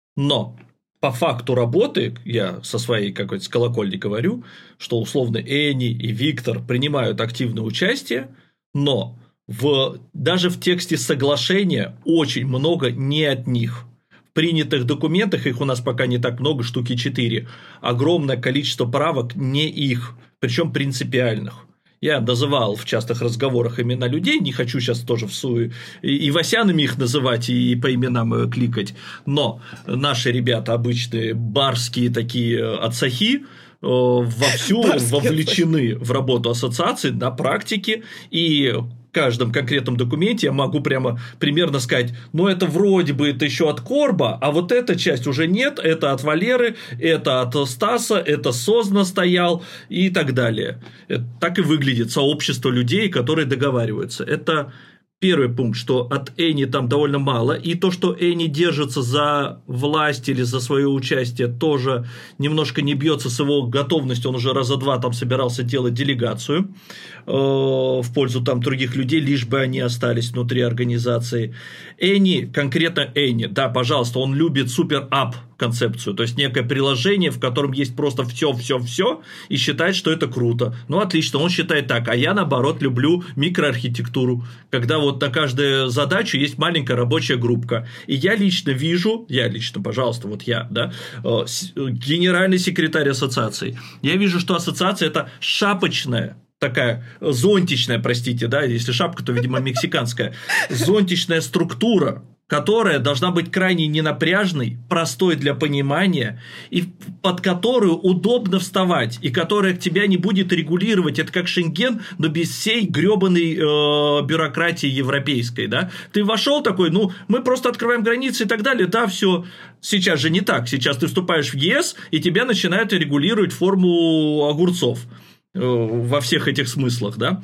S4: но по факту работы, я со своей какой-то с колокольни говорю, что условно Эни и Виктор принимают активное участие, но в, даже в тексте соглашения очень много не от них. В принятых документах, их у нас пока не так много, штуки четыре, огромное количество правок не их, причем принципиальных. Я называл в частых разговорах имена людей, не хочу сейчас тоже в суе и, и Васянами их называть, и по именам кликать, но наши ребята обычные барские такие отцахи, вовсю вовлечены в работу ассоциации на практике, и в каждом конкретном документе я могу прямо примерно сказать, ну это вроде бы это еще от Корба, а вот эта часть уже нет, это от Валеры, это от Стаса, это Созна стоял и так далее. Это так и выглядит сообщество людей, которые договариваются. Это первый пункт, что от Эни там довольно мало, и то, что Эни держится за власть или за свое участие, тоже немножко не бьется с его готовностью, он уже раза два там собирался делать делегацию э, в пользу там других людей, лишь бы они остались внутри организации. Эни, конкретно Эни, да, пожалуйста, он любит супер-ап концепцию, то есть некое приложение, в котором есть просто все-все-все, и считает, что это круто. Ну, отлично, он считает так, а я, наоборот, люблю микроархитектуру, когда вот на каждую задачу есть маленькая рабочая группка. И я лично вижу, я лично, пожалуйста, вот я, да, генеральный секретарь ассоциации, я вижу, что ассоциация – это шапочная, такая зонтичная, простите, да, если шапка, то, видимо, мексиканская, зонтичная структура, которая должна быть крайне ненапряжной, простой для понимания, и под которую удобно вставать, и которая тебя не будет регулировать. Это как Шенген, но без всей гребаной э, бюрократии европейской. Да? Ты вошел такой, ну, мы просто открываем границы и так далее, да, все. Сейчас же не так. Сейчас ты вступаешь в ЕС, и тебя начинают регулировать форму огурцов э, во всех этих смыслах, да.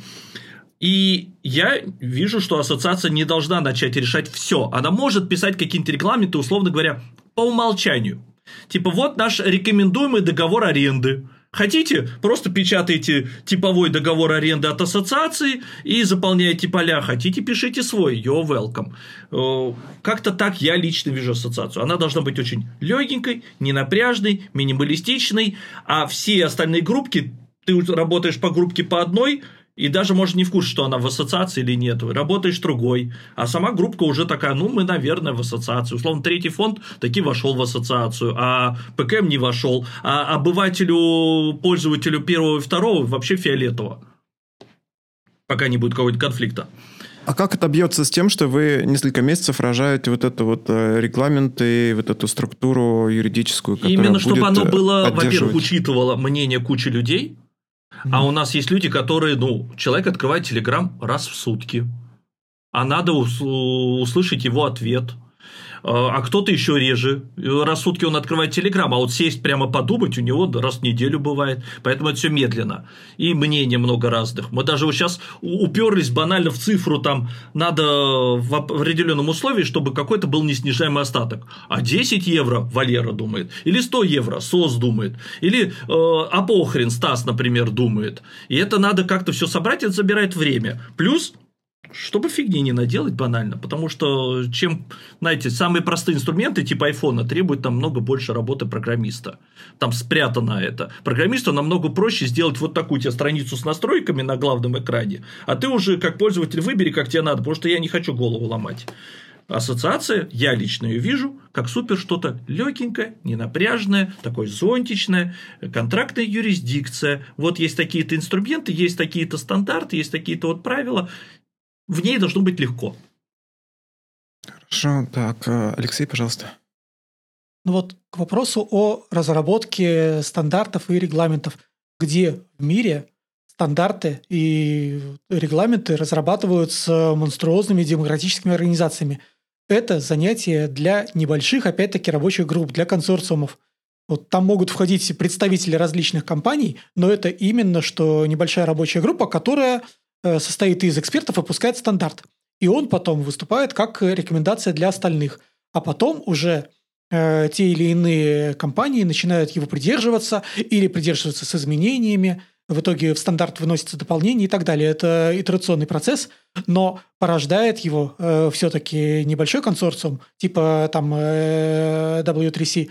S4: И я вижу, что ассоциация не должна начать решать все. Она может писать какие-нибудь регламенты, условно говоря, по умолчанию. Типа, вот наш рекомендуемый договор аренды. Хотите, просто печатаете типовой договор аренды от ассоциации и заполняете поля. Хотите, пишите свой. You're welcome. Как-то так я лично вижу ассоциацию. Она должна быть очень легенькой, ненапряжной, минималистичной. А все остальные группки, ты работаешь по группке по одной, и даже, может, не в курсе, что она в ассоциации или нет. Работаешь другой. А сама группка уже такая, ну, мы, наверное, в ассоциации. Условно, третий фонд таки вошел в ассоциацию, а ПКМ не вошел. А обывателю, пользователю первого и второго вообще фиолетово. Пока не будет какого-то конфликта.
S1: А как это бьется с тем, что вы несколько месяцев рожаете вот это вот регламенты, вот эту структуру юридическую, которая
S4: Именно,
S1: будет
S4: чтобы оно было,
S1: поддерживать...
S4: во-первых, учитывало мнение кучи людей. А у нас есть люди, которые, ну, человек открывает Телеграм раз в сутки, а надо услышать его ответ. А кто-то еще реже. Раз в сутки он открывает Телеграм, а вот сесть прямо подумать у него раз в неделю бывает. Поэтому это все медленно. И мнений много разных. Мы даже вот сейчас уперлись банально в цифру, там надо в определенном условии, чтобы какой-то был неснижаемый остаток. А десять евро Валера думает. Или сто евро СОС думает. Или э, а похрен Стас, например, думает. И это надо как-то все собрать, это забирает время. Плюс... Чтобы фигни не наделать банально, потому что чем, знаете, самые простые инструменты типа айфона требуют там много больше работы программиста. Там спрятано это. Программисту намного проще сделать вот такую тебе страницу с настройками на главном экране, а ты уже как пользователь выбери, как тебе надо, потому что я не хочу голову ломать. Ассоциация, я лично ее вижу, как супер что-то легенькое, ненапряжное, такое зонтичное, контрактная юрисдикция. Вот есть такие-то инструменты, есть такие-то стандарты, есть такие-то вот правила. В ней должно быть легко.
S1: Хорошо. Так, Алексей, пожалуйста.
S3: Ну вот к вопросу о разработке стандартов и регламентов. Где в мире стандарты и регламенты разрабатываются монструозными демократическими организациями? Это занятие для небольших, опять-таки, рабочих групп, для консорциумов. Вот там могут входить представители различных компаний, но это именно что небольшая рабочая группа, которая состоит из экспертов, выпускает стандарт. И он потом выступает как рекомендация для остальных. А потом уже э, те или иные компании начинают его придерживаться или придерживаться с изменениями. В итоге в стандарт выносятся дополнения и так далее. Это итерационный процесс, но порождает его э, все-таки небольшой консорциум, типа там э, дабл ю три си,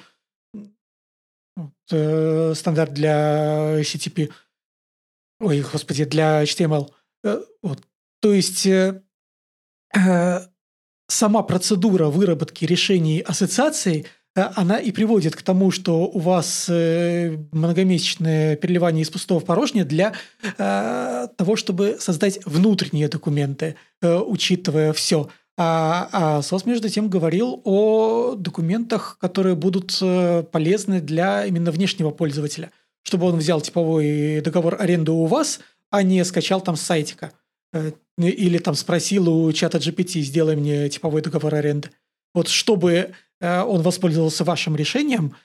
S3: э, стандарт для эйч ти ти пи, ой, господи, для эйч ти эм эл. Вот. То есть э, э, сама процедура выработки решений ассоциации, э, она и приводит к тому, что у вас э, многомесячное переливание из пустого в порожнее для э, того, чтобы создать внутренние документы, э, учитывая все. А, а СОС, между тем, говорил о документах, которые будут э, полезны для именно внешнего пользователя, чтобы он взял типовой договор аренды у вас, а не скачал там с сайтика. Или там спросил у чата джи пи ти, сделай мне типовой договор аренды. Вот чтобы он воспользовался вашим решением,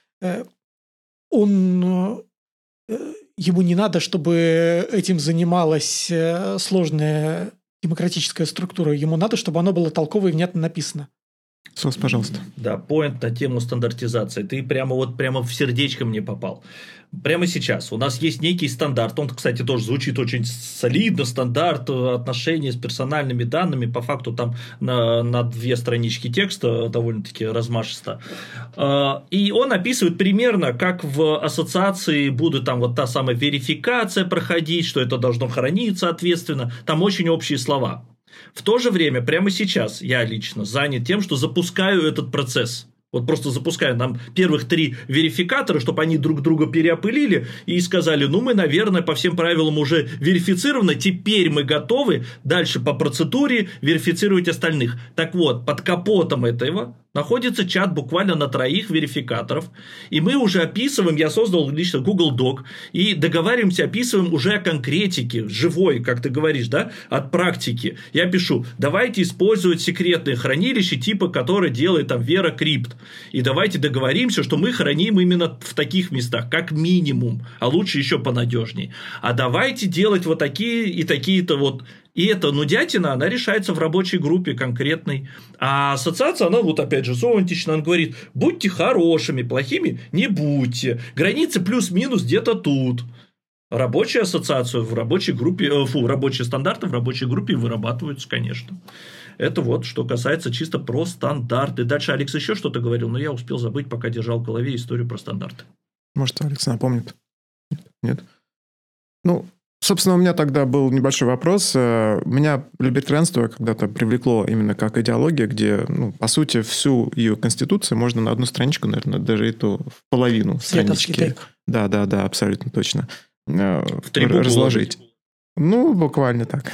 S3: он, ему не надо, чтобы этим занималась сложная демократическая структура. Ему надо, чтобы оно было толково и внятно написано.
S1: Сос, пожалуйста.
S4: Да, поинт на тему стандартизации. Ты прямо вот прямо в сердечко мне попал. Прямо сейчас у нас есть некий стандарт. Он, кстати, тоже звучит очень солидно. Стандарт отношения с персональными данными. По факту там на, на две странички текста довольно-таки размашисто. И он описывает примерно, как в ассоциации будет там вот та самая верификация проходить, что это должно храниться ответственно. Там очень общие слова. В то же время, прямо сейчас я лично занят тем, что запускаю этот процесс. Вот просто запускаю нам первых три верификатора, чтобы они друг друга переопылили и сказали, ну, мы, наверное, по всем правилам уже верифицированы, теперь мы готовы дальше по процедуре верифицировать остальных. Так вот, под капотом этого находится чат буквально на троих верификаторов, и мы уже описываем, я создал лично Google Doc, и договариваемся, описываем уже о конкретике, живой, как ты говоришь, да, от практики. Я пишу, давайте использовать секретное хранилище типа, которое делает там Vera Crypt, и давайте договоримся, что мы храним именно в таких местах, как минимум, а лучше еще понадежней. А давайте делать вот такие и такие-то вот И эта нудятина, она решается в рабочей группе конкретной. А ассоциация, она вот опять же зонтична, она говорит, будьте хорошими, плохими не будьте. Границы плюс-минус где-то тут. Рабочую ассоциацию в рабочей группе, фу, рабочие стандарты в рабочей группе вырабатываются, конечно. Это вот, что касается чисто про стандарты. Дальше Алекс еще что-то говорил, но я успел забыть, пока держал в голове историю про стандарты.
S1: Может, Алекс напомнит? Нет? Ну, собственно, у меня тогда был небольшой вопрос. Меня либертарианство когда-то привлекло именно как идеология, где, ну, по сути, всю ее конституцию можно на одну страничку, наверное, даже и то в половину странички. Да, да, да, абсолютно точно.
S4: В три буквы
S1: разложить. Ну, буквально так.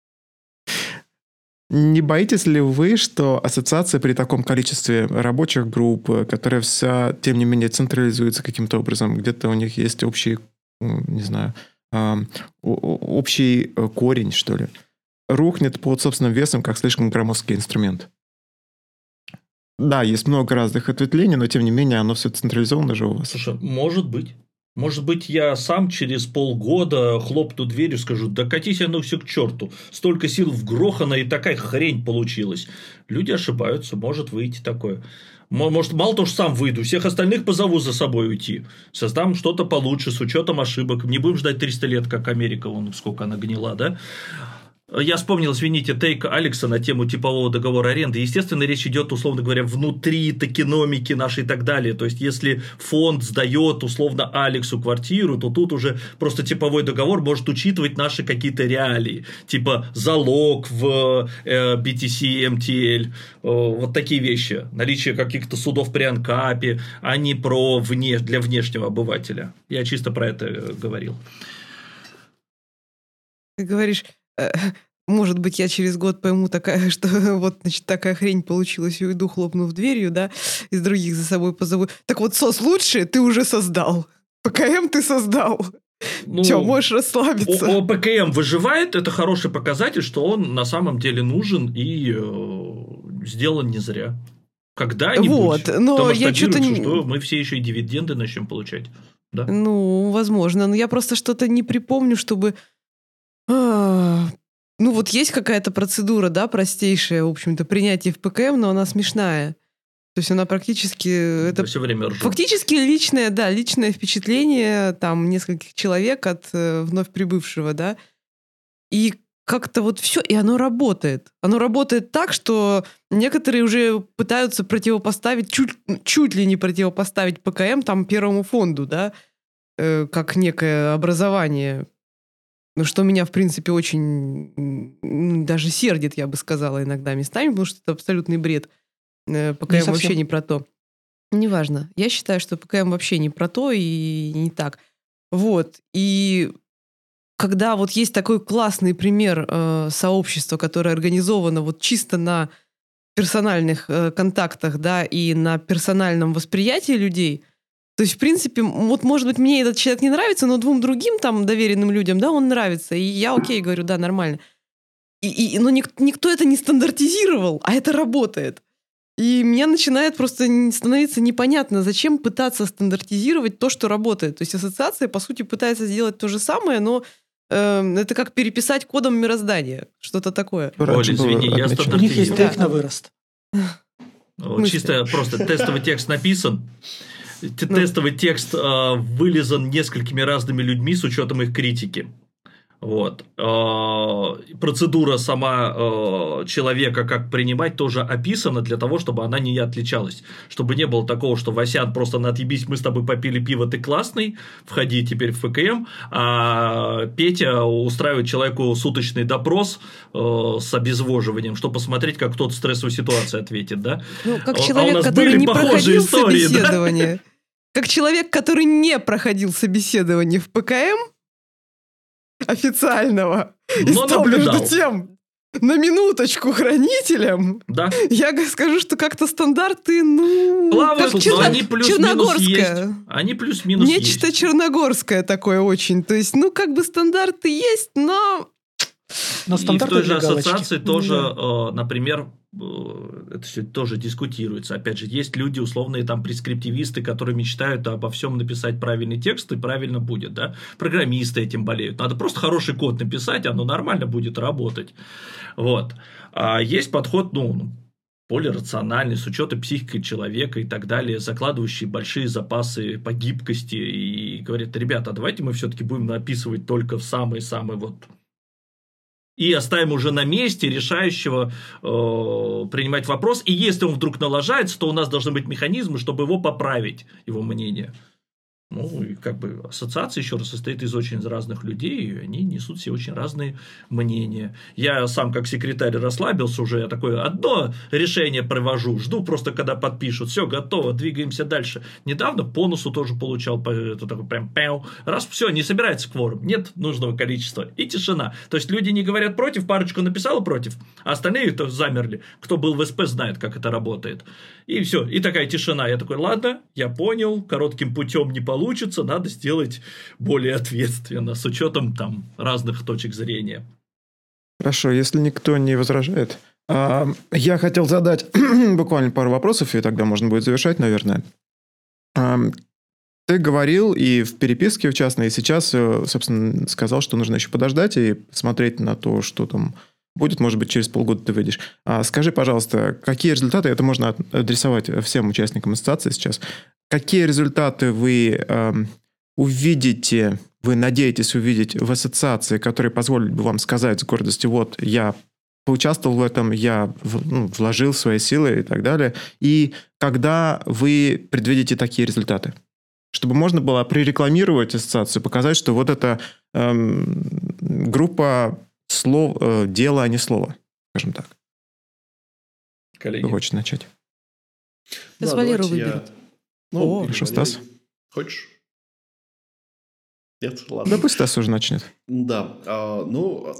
S1: Не боитесь ли вы, что ассоциация при таком количестве рабочих групп, которая вся, тем не менее, централизуется каким-то образом, где-то у них есть общий, не знаю, общий корень, что ли, рухнет под собственным весом, как слишком громоздкий инструмент? Да, есть много разных ответвлений, но, тем не менее, оно все централизовано же у вас.
S4: Слушай, может быть. Может быть, я сам через полгода хлопну дверью и скажу, да катись оно все к черту. Столько сил вгрохано, и такая хрень получилась. Люди ошибаются, может выйти такое. Может, мало того, что сам выйду, всех остальных позову за собой уйти. Создам что-то получше, с учетом ошибок. Не будем ждать триста лет, как Америка, вон сколько она гнила, да? Я вспомнил, извините, тейк Алекса на тему типового договора аренды. Естественно, речь идет, условно говоря, внутри токеномики нашей и так далее. То есть, если фонд сдает, условно, Алексу квартиру, то тут уже просто типовой договор может учитывать наши какие-то реалии. Типа залог в э, би ти си, эм ти эл. Э, вот такие вещи. Наличие каких-то судов при анкапе, а не про вне, для внешнего обывателя. Я чисто про это говорил.
S2: Ты говоришь... Может быть, я через год пойму, такая, что вот, значит, такая хрень получилась, и уйду, хлопнув дверью, да, из других за собой позову. Так вот, сос лучше ты уже создал. ПКМ ты создал. Ну, Все, можешь расслабиться.
S4: О, о, ПКМ выживает, это хороший показатель, что он на самом деле нужен и э, сделан не зря. Когда-нибудь.
S2: Вот, но я что-то не...
S4: что мы все еще и дивиденды начнем получать. Да?
S2: Ну, возможно, но я просто что-то не припомню, чтобы... А, ну, вот есть какая-то процедура, да, простейшая, в общем-то, принятие в ПКМ, но она смешная. То есть она практически... Это
S4: все время ржу.
S2: Фактически личное, да, личное впечатление там нескольких человек от э, вновь прибывшего, да. И как-то вот все, и оно работает. Оно работает так, что некоторые уже пытаются противопоставить, чуть, чуть ли не противопоставить ПКМ там первому фонду, да, э, как некое образование. Ну, что меня, в принципе, очень даже сердит, я бы сказала, иногда местами, потому что это абсолютный бред. ПКМ не вообще не про то. Неважно. Я считаю, что ПКМ вообще не про то и не так. Вот. И когда вот есть такой классный пример э, сообщества, которое организовано вот чисто на персональных э, контактах, да, и на персональном восприятии людей. То есть, в принципе, вот, может быть, мне этот человек не нравится, но двум другим там доверенным людям, да, он нравится. И я окей, говорю, да, нормально. И, и, но ник- никто это не стандартизировал, а это работает. И мне начинает просто становиться непонятно, зачем пытаться стандартизировать то, что работает. То есть ассоциация, по сути, пытается сделать то же самое, но э, это как переписать кодом мироздания. Что-то такое.
S4: Оля, извини, я стандартизирую.
S3: У них есть тейк на вырост.
S4: Чисто просто тестовый текст написан. Тестовый текст э, вылизан несколькими разными людьми с учетом их критики. Вот. Э, процедура сама э, человека, как принимать, тоже описана для того, чтобы она не отличалась. Чтобы не было такого, что Васян просто на отъебись, мы с тобой попили пиво, ты классный, входи теперь в ПКМ, а Петя устраивает человеку суточный допрос э, с обезвоживанием, чтобы посмотреть, как тот в стрессовой ситуации ответит. Да?
S2: Ну, как человек, а который не проходил истории, собеседование. Да? Как человек, который не проходил собеседование в ПКМ официального, но и стал наблюдал. Между тем на минуточку хранителем, да. Я скажу, что как-то стандарты, ну...
S4: Плавают,
S2: как черно...
S4: они плюс-минус есть. Они плюс-минус
S2: Нечто
S4: есть.
S2: черногорское такое очень. То есть, ну, как бы стандарты есть, но...
S3: Но
S4: И в той
S3: стандарты
S4: же
S3: для галочки.
S4: ассоциации тоже,
S2: Да.
S4: э, например, э, это все тоже дискутируется. Опять же, есть люди, условные там прескриптивисты, которые мечтают обо всем написать правильный текст, и правильно будет, да. Программисты этим болеют. Надо просто хороший код написать, оно нормально будет работать. Вот. А есть подход, ну, более рациональный, с учетом психики человека и так далее, закладывающий большие запасы по гибкости, и говорят: ребята, давайте мы все-таки будем написывать только в самые-самые вот... И оставим уже на месте решающего э, принимать вопрос. И если он вдруг налажается, то у нас должны быть механизмы, чтобы его поправить, его мнение. Ну, и как бы ассоциация, еще раз, состоит из очень разных людей, и они несут все очень разные мнения. Я сам, как секретарь, расслабился уже, я такое одно решение провожу, жду просто, когда подпишут, все, готово, двигаемся дальше. Недавно по носу тоже получал, это такой прям пяу, раз, все, не собирается кворум, нет нужного количества, и тишина. То есть, люди не говорят против, парочку написала против, а остальные то замерли. Кто был в СП, знает, как это работает. И все, и такая тишина. Я такой: ладно, я понял, коротким путем не получится, надо сделать более ответственно, с учетом там разных точек зрения.
S1: Хорошо, если никто не возражает. а, Я хотел задать буквально пару вопросов, и тогда можно будет завершать, наверное. А, Ты говорил и в переписке, в частной, и сейчас, э, собственно, сказал, что нужно еще подождать и посмотреть на то, что там будет, может быть, через полгода ты выйдешь. А скажи, пожалуйста, какие результаты, это можно адресовать всем участникам ассоциации сейчас, какие результаты вы э, увидите, вы надеетесь увидеть в ассоциации, которые позволят бы вам сказать с гордостью: вот, я поучаствовал в этом, я ну, вложил свои силы и так далее, и когда вы предвидите такие результаты? Чтобы можно было прорекламировать ассоциацию, показать, что вот эта эм, группа слов, э, дело, а не слово, скажем так.
S4: Коллеги.
S1: Кто хочет начать?
S2: Сейчас
S6: Да,
S2: Валеру
S6: давайте я-
S2: выберут.
S6: Ну,
S1: О,
S6: или
S1: хорошо,
S6: Валерий.
S1: Стас.
S6: Хочешь? Нет? Ладно.
S1: Да пусть Стас уже начнет.
S6: Да, а, ну,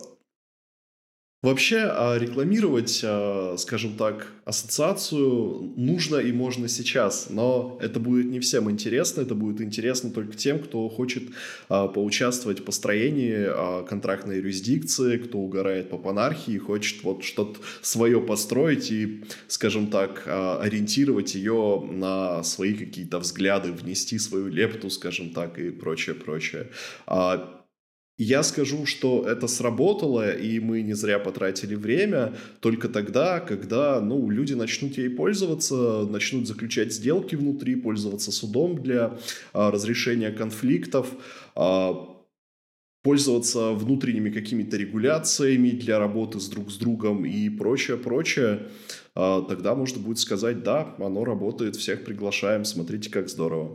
S6: вообще а, рекламировать, а, скажем так, ассоциацию нужно и можно сейчас, но это будет не всем интересно, это будет интересно только тем, кто хочет а, поучаствовать в построении а, контрактной юрисдикции, кто угорает по панархии, хочет вот что-то свое построить и, скажем так, а, ориентировать ее на свои какие-то взгляды, внести свою лепту, скажем так, и прочее, прочее. А, Я скажу, что это сработало, и мы не зря потратили время только тогда, когда ну, люди начнут ей пользоваться, начнут заключать сделки внутри, пользоваться судом для а, разрешения конфликтов, а, пользоваться внутренними какими-то регуляциями для работы с друг с другом и прочее, прочее. А, тогда можно будет сказать: да, оно работает, всех приглашаем, смотрите, как здорово.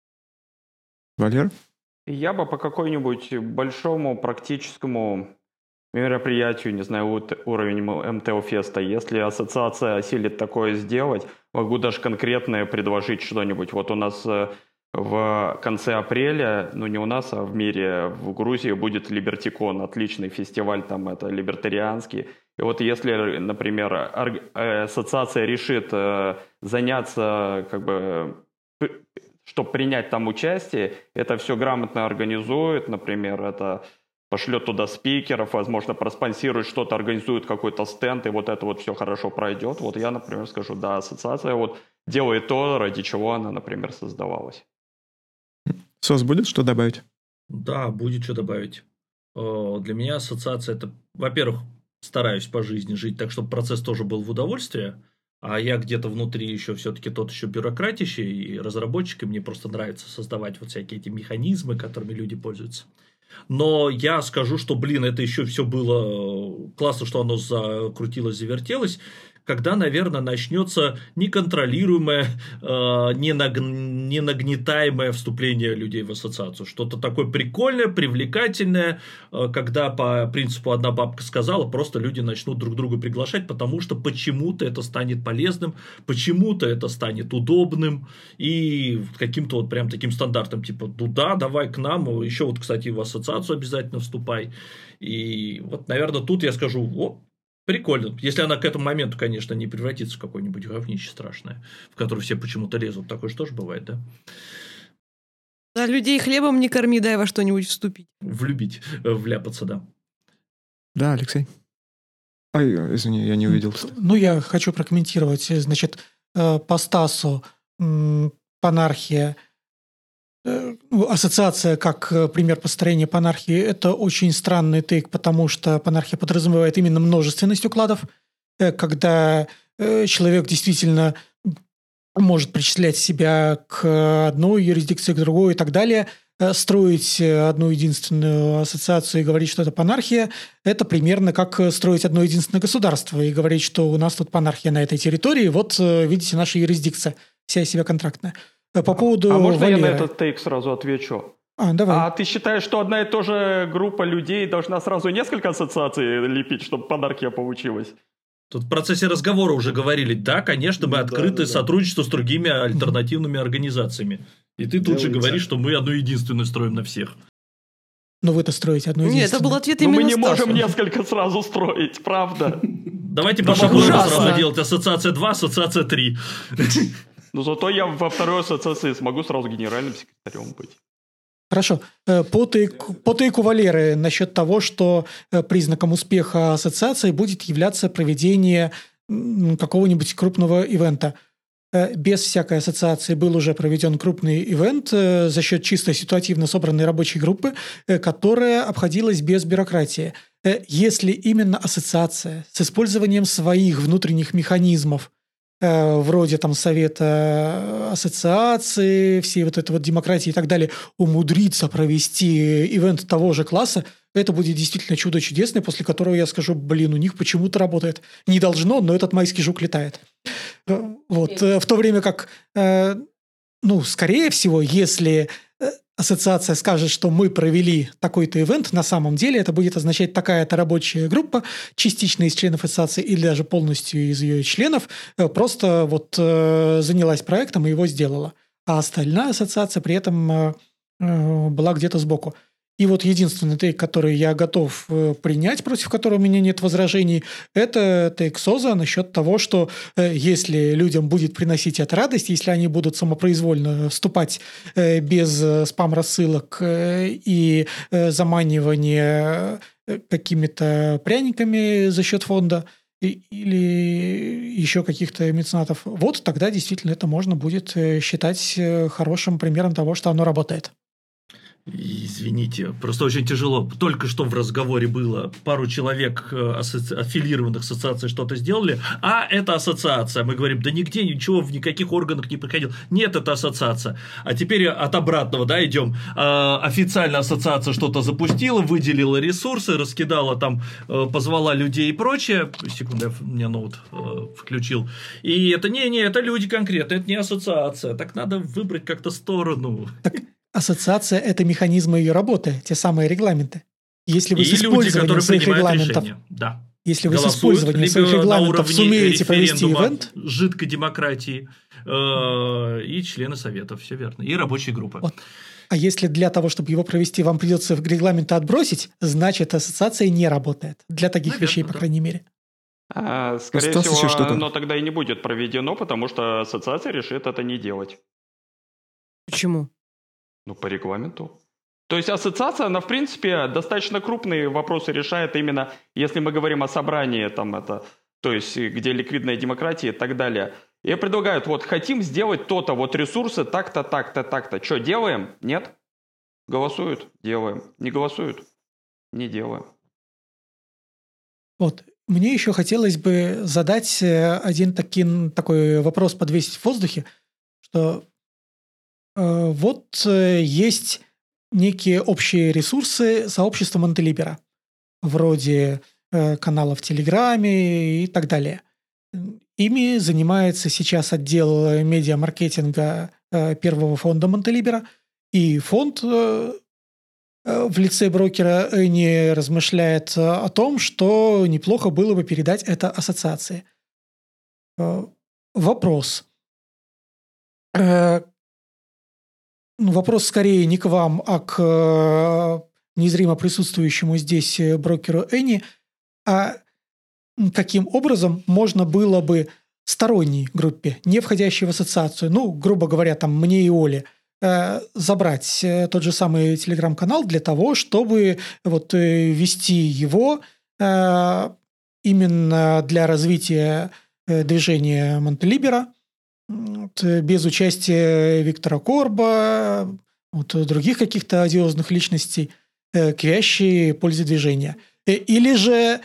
S1: Валер?
S5: Я бы по какой-нибудь большому практическому мероприятию, не знаю, вот уровень эм тэ о феста, если ассоциация осилит такое сделать, могу даже конкретное предложить что-нибудь. Вот у нас э, в конце апреля, ну не у нас, а в мире, в Грузии будет Либертикон, отличный фестиваль, там это либертарианский. И вот если, например, ор- э, ассоциация решит э, заняться как бы... чтобы принять там участие, это все грамотно организует, например, это пошлет туда спикеров, возможно, проспонсирует что-то, организует какой-то стенд, и вот это вот все хорошо пройдет. Вот я, например, скажу: да, ассоциация вот делает то, ради чего она, например, создавалась.
S1: Сос, будет что добавить?
S4: Да, будет что добавить. Э, Для меня ассоциация — это, во-первых, стараюсь по жизни жить так, чтобы процесс тоже был в удовольствие, а я где-то внутри еще все-таки тот еще бюрократище и разработчик, и мне просто нравится создавать вот всякие эти механизмы, которыми люди пользуются. Но я скажу, что, блин, это еще все было классно, что оно закрутилось, завертелось, когда, наверное, начнется неконтролируемое, э, ненаг... ненагнетаемое вступление людей в ассоциацию. Что-то такое прикольное, привлекательное, э, когда по принципу «одна бабка сказала», просто люди начнут друг друга приглашать, потому что почему-то это станет полезным, почему-то это станет удобным и каким-то вот прям таким стандартом, типа: ну да, давай к нам, еще вот, кстати, в ассоциацию обязательно вступай. И вот, наверное, тут я скажу: о, прикольно. Если она к этому моменту, конечно, не превратится в какое-нибудь говнище страшное, в которое все почему-то лезут. Такое же тоже бывает, да?
S2: Да, людей хлебом не корми, дай во что-нибудь вступить.
S4: Влюбить, э, вляпаться, да.
S1: Да, Алексей. Ой, извини, я не увидел.
S3: Ну, я хочу прокомментировать. Значит, по Стасу панархия, ассоциация как пример построения панархии – это очень странный тейк, потому что панархия подразумевает именно множественность укладов, когда человек действительно может причислять себя к одной юрисдикции, к другой и так далее. Строить одну единственную ассоциацию и говорить, что это панархия, это примерно как строить одно единственное государство и говорить, что у нас тут панархия на этой территории, вот видите, наша юрисдикция, вся из себя контрактная. По поводу
S5: А можно
S3: Валеры.
S5: я на этот тейк сразу отвечу?
S3: А, давай.
S5: А ты считаешь, что одна и та же группа людей должна сразу несколько ассоциаций лепить, чтобы панархия получилась?
S4: Тут в процессе разговора уже говорили, да, конечно, мы
S6: Да,
S4: открыты
S6: да, да.
S4: сотрудничеству с другими альтернативными организациями. И ты тут же
S6: Делайте.
S4: говоришь, что мы одну единственную строим на всех.
S3: Но вы-то строите одну
S2: Нет,
S3: единственную.
S2: это был ответ
S5: Но
S2: именно
S5: мы не
S2: Стасу.
S5: можем несколько сразу строить, правда?
S4: Давайте
S2: Да
S4: пошагово
S2: ужасно.
S4: сразу делать ассоциация два, ассоциация три.
S5: Но зато я во второй ассоциации смогу сразу генеральным секретарем быть.
S3: Хорошо. Э, По тейку, по тейку Валеры насчет того, что э, признаком успеха ассоциации будет являться проведение м, какого-нибудь крупного ивента. Э, Без всякой ассоциации был уже проведен крупный ивент э, за счет чисто ситуативно собранной рабочей группы, э, которая обходилась без бюрократии. Э, Если именно ассоциация с использованием своих внутренних механизмов, э, вроде там совета ассоциации, всей вот этой вот демократии и так далее, умудрится провести ивент того же класса, это будет действительно чудо чудесное, после которого я скажу, блин, у них почему-то работает. Не должно, но этот майский жук летает. Э, Вот. э, В то время как, э, ну, скорее всего, если э, ассоциация скажет, что мы провели такой-то ивент, на самом деле это будет означать такая-то рабочая группа, частично из членов ассоциации или даже полностью из ее членов, э, просто вот э, занялась проектом и его сделала. А остальная ассоциация при этом э, э, была где-то сбоку. И вот единственный тейк, который я готов э, принять, против которого у меня нет возражений, это тейк Соза насчет того, что э, если людям будет приносить это радость, если они будут самопроизвольно вступать э, без э, спам-рассылок э, и э, заманивания э, какими-то пряниками за счет фонда и- или еще каких-то меценатов, вот тогда действительно это можно будет э, считать э, хорошим примером того, что оно работает.
S4: Извините, просто очень тяжело. Только что в разговоре было пару человек, э, асоци- аффилированных ассоциаций, что-то сделали, а это ассоциация. Мы говорим, да нигде ничего в никаких органах не проходило. Нет, это ассоциация. А теперь от обратного, да, идем. Э, официально ассоциация что-то запустила, выделила ресурсы, раскидала там, э, позвала людей и прочее. Секунду, я меня ноут э, включил. И это не-не, это люди конкретно, это не ассоциация. Так надо выбрать как-то сторону.
S3: Ассоциация – это механизмы ее работы, те самые регламенты. Если вы
S4: И
S3: с
S4: люди,
S3: использованием
S4: которые
S3: своих
S4: принимают
S3: регламентов,
S4: решения. Да.
S3: если вы с
S4: Голосуют,
S3: использованием
S4: либо
S3: своих
S4: на
S3: регламентов
S4: уровне
S3: сумеете провести
S4: референдума
S3: ивент,
S4: жидкой демократии э, и члены совета, все верно, и рабочие группы.
S3: Вот. А если для того, чтобы его провести, вам придется регламенты отбросить, значит, ассоциация не работает. Для таких
S4: Наверное,
S3: вещей, по
S4: да.
S3: крайней мере.
S5: А, скорее
S1: Осталось
S5: всего,
S1: еще что-то?
S5: оно тогда и не будет проведено, потому что ассоциация решит это не делать.
S2: Почему?
S5: Ну, по регламенту. То есть ассоциация, она, в принципе, достаточно крупные вопросы решает именно, если мы говорим о собрании, там это, то есть где ликвидная демократия и так далее. И предлагают, вот, хотим сделать то-то, вот ресурсы так-то, так-то, так-то. Что, делаем? Нет? Голосуют? Делаем. Не голосуют? Не делаем.
S3: Вот. Мне еще хотелось бы задать э, один таки, такой вопрос, подвесить в воздухе, что э, вот э, есть некие общие ресурсы сообщества Монтелибера, вроде э, каналов в Телеграме и так далее. Ими занимается сейчас отдел медиамаркетинга э, первого фонда Монтелибера, и фонд э, э, в лице брокера Эни размышляет э, о том, что неплохо было бы передать это ассоциации. Э, вопрос. Э, ну, вопрос скорее не к вам, а к э, незримо присутствующему здесь э, брокеру Эни. А каким образом можно было бы сторонней группе, не входящей в ассоциацию, ну, грубо говоря, там, мне и Оле, э, забрать э, тот же самый телеграм-канал для того, чтобы вот э, вести его именно для развития движения Монтелибера, вот, без участия Виктора Корба, вот, других каких-то одиозных личностей, к вящей пользе движения. Или же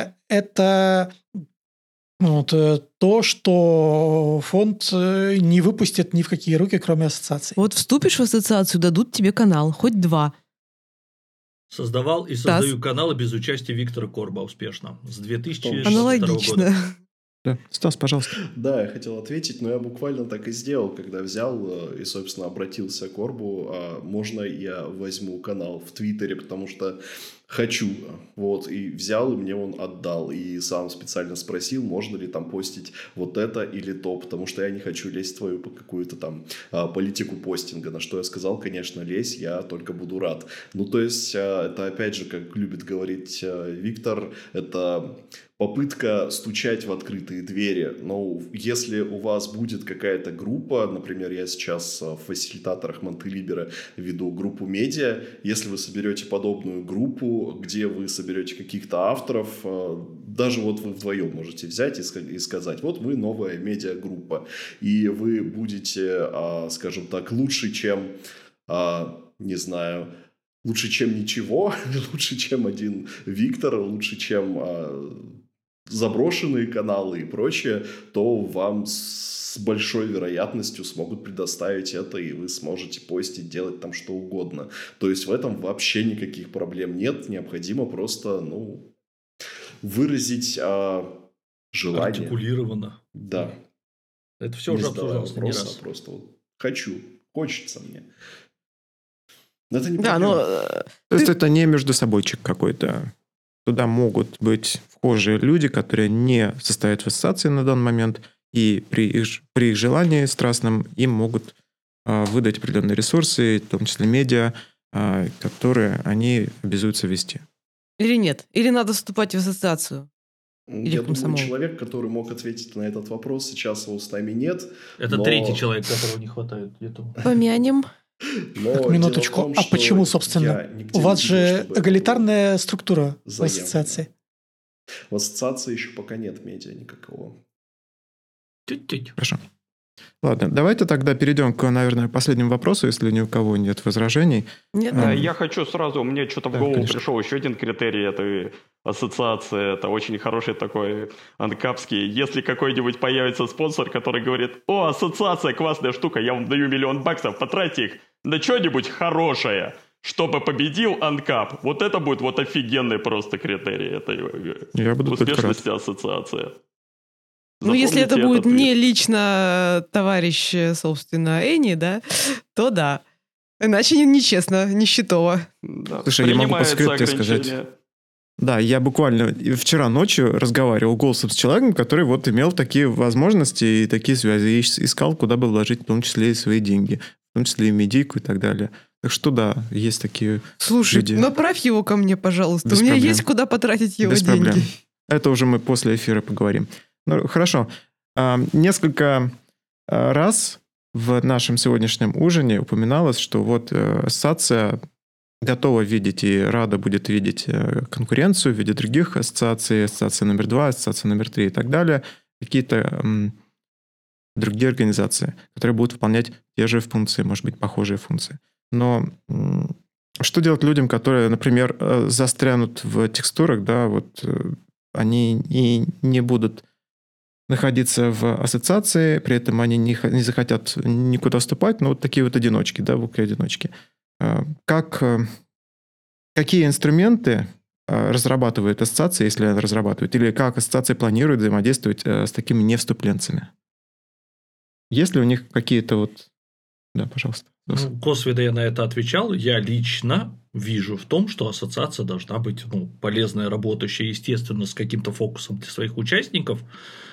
S3: это вот, то, что фонд не выпустит ни в какие руки, кроме ассоциации.
S2: Вот вступишь в ассоциацию, дадут тебе канал, хоть два.
S4: Создавал и
S2: Стас.
S4: создаю каналы без участия Виктора Корба успешно. С две тысячи шестого
S2: Аналогично.
S4: года.
S1: Да. Стас, пожалуйста.
S6: Да, я хотел ответить, но я буквально так и сделал, когда взял и, собственно, обратился к Корбу. А можно я возьму канал в Твиттере, потому что хочу. Вот, и взял, и мне он отдал. И сам специально спросил, можно ли там постить вот это или то, потому что я не хочу лезть в твою какую-то там а, политику постинга. На что я сказал, конечно, лезь, я только буду рад. Ну, то есть, а, это опять же, как любит говорить а, Виктор, это попытка стучать в открытые двери. Но если у вас будет какая-то группа, например, я сейчас в фасилитаторах Монтелибера веду группу медиа, если вы соберете подобную группу, где вы соберете каких-то авторов, даже вот вы вдвоем можете взять и сказать, вот мы новая медиагруппа, и вы будете, скажем так, лучше, чем, не знаю, лучше, чем ничего, лучше, чем один Виктор, лучше, чем заброшенные каналы и прочее, то вам с большой вероятностью смогут предоставить это, и вы сможете постить, делать там что угодно. То есть в этом вообще никаких проблем нет. Необходимо просто, ну, выразить а, желание.
S4: Артикулированно.
S6: Да.
S4: Это все
S6: не
S4: уже обсуждалось не раз.
S6: Просто вот хочу, хочется мне. Но это не
S2: Да,
S6: проблема.
S2: но...
S1: То есть это не между собойчик какой-то. Туда могут быть вхожие люди, которые не состоят в ассоциации на данный момент, и при их, при их желании страстном им могут а, выдать определенные ресурсы, в том числе медиа, а, которые они обязуются вести.
S2: Или нет? Или надо вступать в ассоциацию? Или
S6: Я
S2: в комсомол?
S6: думаю, человек, который мог ответить на этот вопрос, сейчас его с нами нет.
S4: Это
S6: но...
S4: третий человек, которого не хватает где-то.
S2: Помянем.
S6: Но
S3: Так, минуточку.
S6: дело в том,
S3: А почему,
S6: что
S3: собственно?
S6: я нигде
S3: У вас
S6: не
S3: же
S6: видел, чтобы это
S3: эгалитарная структура в
S6: заявлено.
S3: ассоциации.
S6: В ассоциации еще пока нет медиа никакого.
S4: Тють-тють.
S1: Хорошо. Ладно, давайте тогда перейдем к, наверное, последнему вопросу, если ни у кого нет возражений.
S2: Нет?
S1: А,
S5: Э, Я хочу сразу, мне что-то в
S1: Да,
S5: голову
S1: конечно.
S5: пришел еще один критерий этой ассоциации. Это очень хороший такой анкапский. Если какой-нибудь появится спонсор, который говорит, о, ассоциация, классная штука, я вам даю миллион баксов, потратьте их на что-нибудь хорошее, чтобы победил анкап. Вот это будет вот офигенный просто критерий этой э,
S1: Я буду только рад.
S5: успешности ассоциации.
S2: Ну, если это
S5: Запомните
S2: будет
S5: этот
S2: не
S5: твит.
S2: лично товарищ, собственно, Энни, да, то да. Иначе не- нечестно, нищетово.
S5: Да,
S1: Слушай, я могу по
S5: принимается
S1: скрипту сказать.
S5: ограничение.
S1: Да, я буквально вчера ночью разговаривал голосом с человеком, который вот имел такие возможности и такие связи, и ис- искал, куда бы вложить, в том числе и свои деньги, в том числе и медийку и так далее. Так что да, есть такие
S2: Слушай,
S1: люди.
S2: направь его ко мне, пожалуйста.
S1: Без
S2: У меня
S1: проблем.
S2: есть куда потратить его
S1: Без
S2: деньги.
S1: проблем. Это уже мы после эфира поговорим. Ну, хорошо. А, несколько а, раз в нашем сегодняшнем ужине упоминалось, что вот э, ассоциация готова видеть и рада будет видеть э, конкуренцию в виде других ассоциаций, ассоциация номер два, ассоциация номер три и так далее, какие-то м, другие организации, которые будут выполнять те же функции, может быть, похожие функции. Но м, что делать людям, которые, например, э, застрянут в текстурах, да, вот э, они и не будут находиться в ассоциации, при этом они не, х- не захотят никуда вступать, но вот такие вот одиночки, да, буки-одиночки. Э, Как, э, какие инструменты э, разрабатывает ассоциация, если она разрабатывает, или как ассоциация планирует взаимодействовать э, с такими невступленцами? Есть ли у них какие-то вот... Да, пожалуйста.
S4: Ну, косвенно я на это отвечал. Я лично вижу в том, что ассоциация должна быть ну, полезная, работающая, естественно, с каким-то фокусом для своих участников.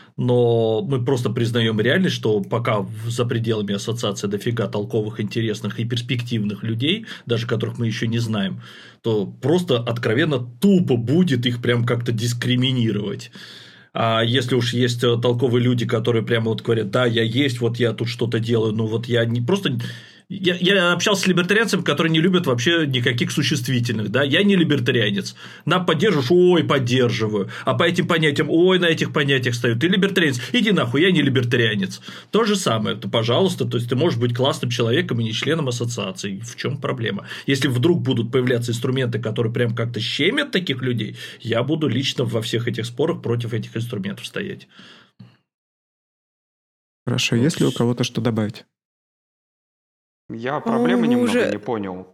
S4: Но мы просто признаем реальность, что пока в- за пределами ассоциации дофига толковых, интересных и перспективных людей, даже которых мы еще не знаем, то просто откровенно тупо будет их прям как-то дискриминировать. А если уж есть э, толковые люди, которые прямо вот говорят, да, я есть, вот я тут что-то делаю, ну вот я не просто Я, я общался с либертарианцами, которые не любят вообще никаких существительных, да, я не либертарианец, нам поддерживаешь, ой, поддерживаю, а по этим понятиям, ой, на этих понятиях стою, ты либертарианец, иди нахуй, я не либертарианец. То же самое, то, пожалуйста, то есть ты можешь быть классным человеком и не членом ассоциации, в чем проблема? Если вдруг будут появляться инструменты, которые прям как-то щемят таких людей, я буду лично во всех этих спорах против этих инструментов стоять.
S1: Хорошо, есть ли у кого-то что добавить?
S5: Я проблемы
S2: Ну,
S5: немного
S2: уже-
S5: не понял.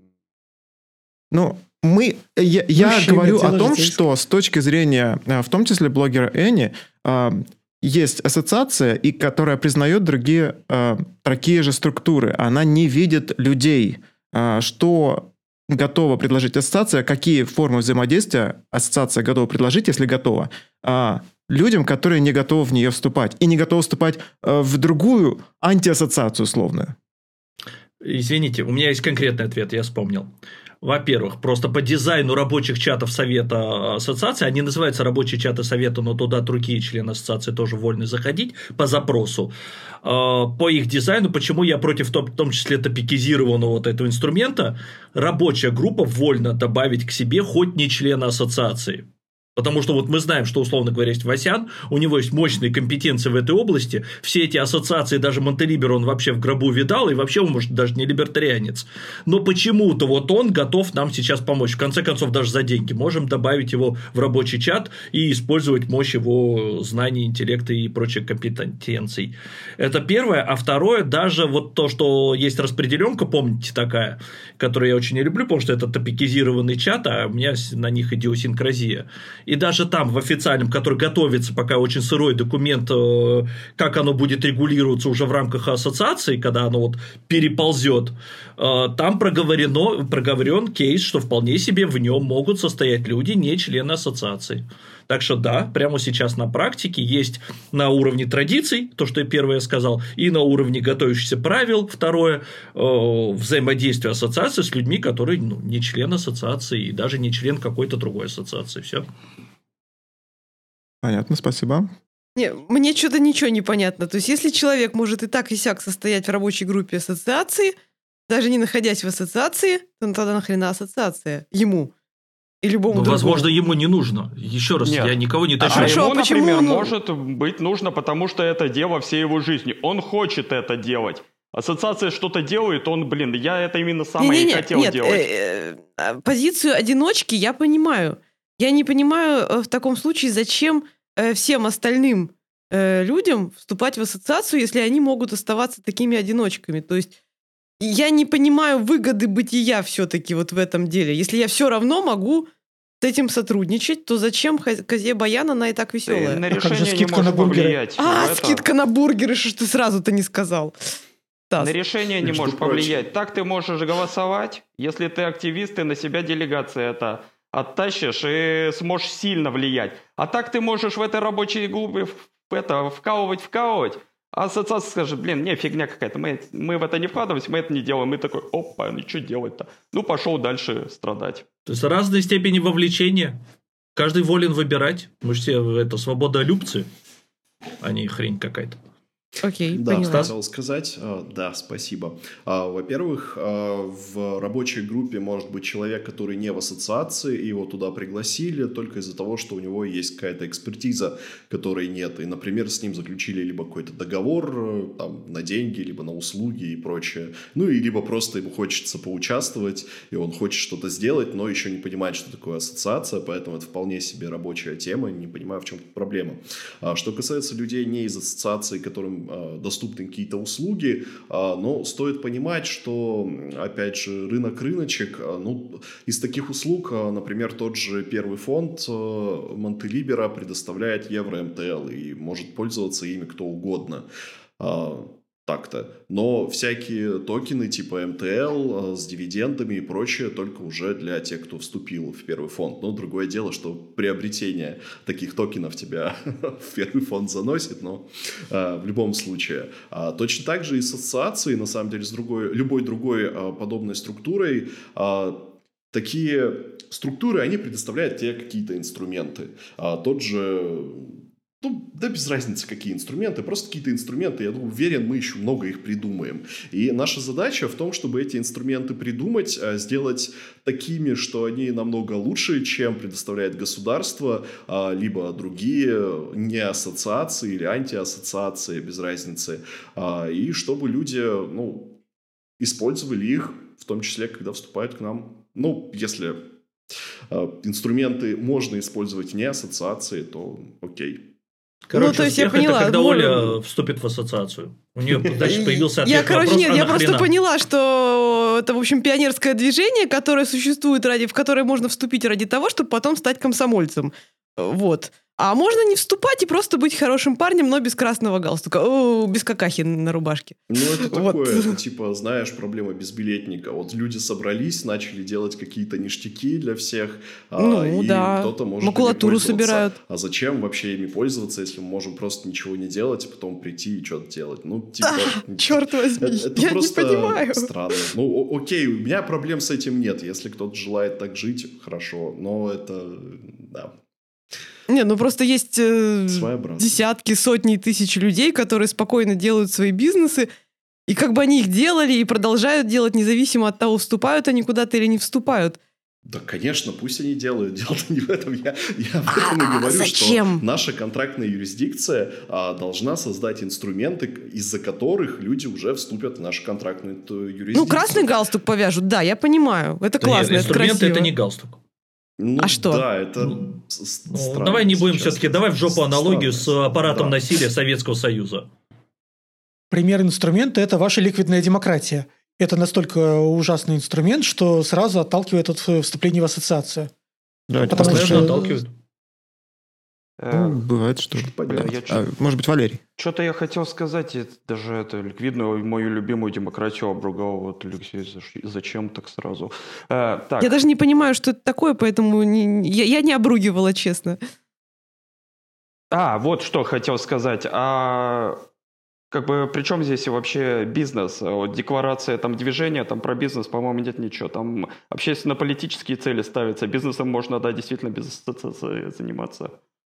S1: Ну, мы, я, я
S3: Мужчины,
S1: говорю о
S3: дело
S1: том,
S3: житейское.
S1: что с точки зрения, а, в том числе блогера Энни, а, есть ассоциация, и которая признает другие а, такие же структуры. Она не видит людей, а, что готова предложить ассоциация, какие формы взаимодействия ассоциация готова предложить, если готова, а, людям, которые не готовы в нее вступать. И не готовы вступать а, в другую антиассоциацию условную.
S4: Извините, у меня есть конкретный ответ, я вспомнил. Во-первых, просто по дизайну рабочих чатов Совета Ассоциации, они называются рабочие чаты Совета, но туда другие члены Ассоциации тоже вольны заходить по запросу. По их дизайну, почему я против, в том числе, топикизированного вот этого инструмента, рабочая группа вольна добавить к себе хоть не члена Ассоциации. Потому что вот мы знаем, что, условно говоря, есть Васян, у него есть мощные компетенции в этой области, все эти ассоциации, даже Монтелибер он вообще в гробу видал, и вообще он, может, даже не либертарианец. Но почему-то вот он готов нам сейчас помочь. В конце концов, даже за деньги. Можем добавить его в рабочий чат и использовать мощь его знаний, интеллекта и прочих компетенций. Это первое. А второе, даже вот то, что есть распределенка, помните, такая, которую я очень не люблю, потому что это топикизированный чат, а у меня на них идиосинкразия. И даже там, в официальном, который готовится, пока очень сырой документ, как оно будет регулироваться уже в рамках ассоциации, когда оно вот переползет, там проговорено, проговорен кейс, что вполне себе в нем могут состоять люди, не члены ассоциации. Так что да, прямо сейчас на практике есть на уровне традиций, то, что я первое сказал, и на уровне готовящихся правил, второе, взаимодействие ассоциации с людьми, которые ну, не член ассоциации и даже не член какой-то другой ассоциации. Все.
S1: Понятно, спасибо.
S2: Не, мне что-то ничего не понятно. То есть, если человек может и так, и сяк состоять в рабочей группе ассоциации, даже не находясь в ассоциации, то тогда нахрена ассоциация ему и любому
S4: Ну,
S2: другому?
S4: возможно, ему не нужно. Еще раз,
S5: Нет.
S4: я никого не
S5: А
S4: тащу.
S2: Хорошо,
S5: ему,
S2: а почему,
S5: например,
S2: ну-
S5: может быть нужно, потому что это дело всей его жизни. Он хочет это делать. Ассоциация что-то делает, он, блин, я это именно самое
S2: Не-не-не,
S5: и хотел
S2: нет,
S5: делать.
S2: э, э, позицию одиночки я понимаю. Я не понимаю э, в таком случае, зачем э, всем остальным э, людям вступать в ассоциацию, если они могут оставаться такими одиночками. То есть я не понимаю выгоды бытия все-таки вот в этом деле. Если я все равно могу с этим сотрудничать, то зачем хо- козе Баян, она и так
S5: Ты
S2: веселая?
S5: на
S3: А как же
S5: решение не
S3: скидка на
S5: можешь
S3: бургеры?
S5: повлиять.
S2: А,
S5: в это.
S2: скидка на бургеры, что ж ты сразу-то не сказал? Стас.
S5: На решение не
S6: Между
S5: можешь
S6: прочим.
S5: повлиять. Так ты можешь голосовать, если ты активист, ты на себя делегация это оттащишь и сможешь сильно влиять. А так ты можешь в этой рабочей группе в- это, вкалывать, вкалывать, а ассоциация скажет, блин, не, фигня какая-то, мы, мы в это не вкладываемся, мы это не делаем. Мы такой, опа, ну что делать-то? Ну, пошел дальше страдать.
S4: То есть разные степени вовлечения. Каждый волен выбирать. Мы же все это свободолюбцы, а не хрень какая-то.
S2: Окей,
S6: Да,
S2: поняла.
S6: хотел сказать, а, да, спасибо. А, Во-первых, а, в рабочей группе может быть человек, который не в ассоциации, и его туда пригласили только из-за того, что у него есть какая-то экспертиза, которой нет. И, например, с ним заключили либо какой-то договор э, там, на деньги, либо на услуги и прочее. Ну, и либо просто ему хочется поучаствовать, и он хочет что-то сделать, но еще не понимает, что такое ассоциация, поэтому это вполне себе рабочая тема, не понимаю, в чем тут проблема. А, Что касается людей не из ассоциации, которым а, доступны какие-то услуги, а, но стоит понимать, что, опять же, рынок рыночек, а, ну, из таких услуг, а, например, тот же первый фонд а, Монтелибера предоставляет Евро-МТЛ и может пользоваться ими кто угодно. А, Так-то. Но всякие токены типа эм тэ эл а, с дивидендами и прочее только уже для тех, кто вступил в первый фонд. Но другое дело, что приобретение таких токенов тебя в первый фонд заносит, но а, в любом случае. А, точно так же и с ассоциацией, на самом деле, с другой, любой другой а, подобной структурой, а, такие структуры, они предоставляют тебе какие-то инструменты. А, тот же Ну, да без разницы, какие инструменты, просто какие-то инструменты, я думаю, уверен, мы еще много их придумаем. И наша задача в том, чтобы эти инструменты придумать, сделать такими, что они намного лучше, чем предоставляет государство, либо другие не ассоциации или антиассоциации, без разницы, и чтобы люди, ну, использовали их, в том числе, когда вступают к нам. Ну, если инструменты можно использовать вне ассоциации, то окей.
S4: Короче,
S2: ну, то есть
S4: успех
S2: я поняла,
S4: это когда
S2: ну,
S4: Оля вступит в ассоциацию. У нее, значит, появился ответ
S2: Я,
S4: на
S2: короче,
S4: вопрос,
S2: нет,
S4: а
S2: я
S4: нахрена?
S2: просто поняла, что это, в общем, пионерское движение, которое существует ради, в которое можно вступить ради того, чтобы потом стать комсомольцем. Вот. А можно не вступать и просто быть хорошим парнем, но без красного галстука. О, без какахи на рубашке.
S6: Ну, это такое,
S2: Вот.
S6: это типа, знаешь, проблема безбилетника. Вот люди собрались, начали делать какие-то ништяки для всех,
S2: Ну,
S6: а, и
S2: да.
S6: кто-то может
S2: Макулатуру
S6: ими пользоваться.
S2: собирают.
S6: А зачем вообще ими пользоваться, если мы можем просто ничего не делать, а потом прийти и что-то делать? Ну, типа...
S2: Черт возьми,
S6: это, это
S2: я
S6: просто
S2: не понимаю.
S6: странно. Ну, о- окей, у меня проблем с этим нет. Если кто-то желает так жить, хорошо. Но это, да,
S2: Не, ну просто есть э,
S6: своеобразно.
S2: десятки, сотни тысяч людей, которые спокойно делают свои бизнесы, и как бы они их делали и продолжают делать, независимо от того, вступают они куда-то или не вступают.
S6: Да, конечно, пусть они делают. Дело-то не в этом. Я, я об этом и говорю,
S2: зачем?
S6: что наша контрактная юрисдикция а, должна создать инструменты, из-за которых люди уже вступят в нашу контрактную т- юрисдикцию.
S2: Ну, красный галстук повяжут, да, я понимаю. Это
S4: Да
S2: классно,
S4: нет,
S2: это
S4: инструменты
S2: красиво.
S4: это не галстук.
S6: Ну,
S2: А что?
S6: Да, это
S4: Ну,
S6: с- с-
S4: Ну,
S6: странно
S4: давай не будем
S6: сейчас.
S4: все-таки, давай в жопу аналогию с
S6: Странно.
S4: аппаратом
S6: Да.
S4: насилия Советского Союза.
S3: Пример инструмента – это ваша ликвидная демократия. Это настолько ужасный инструмент, что сразу отталкивает от вступления в ассоциацию.
S1: Давайте
S3: Потому
S1: послушаем.
S3: что-
S4: Наверное, отталкивает.
S1: Ну,
S7: Э,
S1: бывает, что...
S6: Что поделать?
S7: я
S1: А, может быть, Валерий?
S7: Что-то я хотел сказать, и даже это ликвидную мою любимую демократию обругал вот Алексей. заш- Зачем так сразу? Э, так,
S2: Я даже не понимаю, что это такое, поэтому не- я, я не обругивала, честно.
S7: а, вот что хотел сказать. А как бы при чем здесь вообще бизнес? Вот декларация там движения, там про бизнес, по-моему, нет ничего. Там общественно-политические цели ставятся. Бизнесом можно, да, действительно без ассоциации заниматься.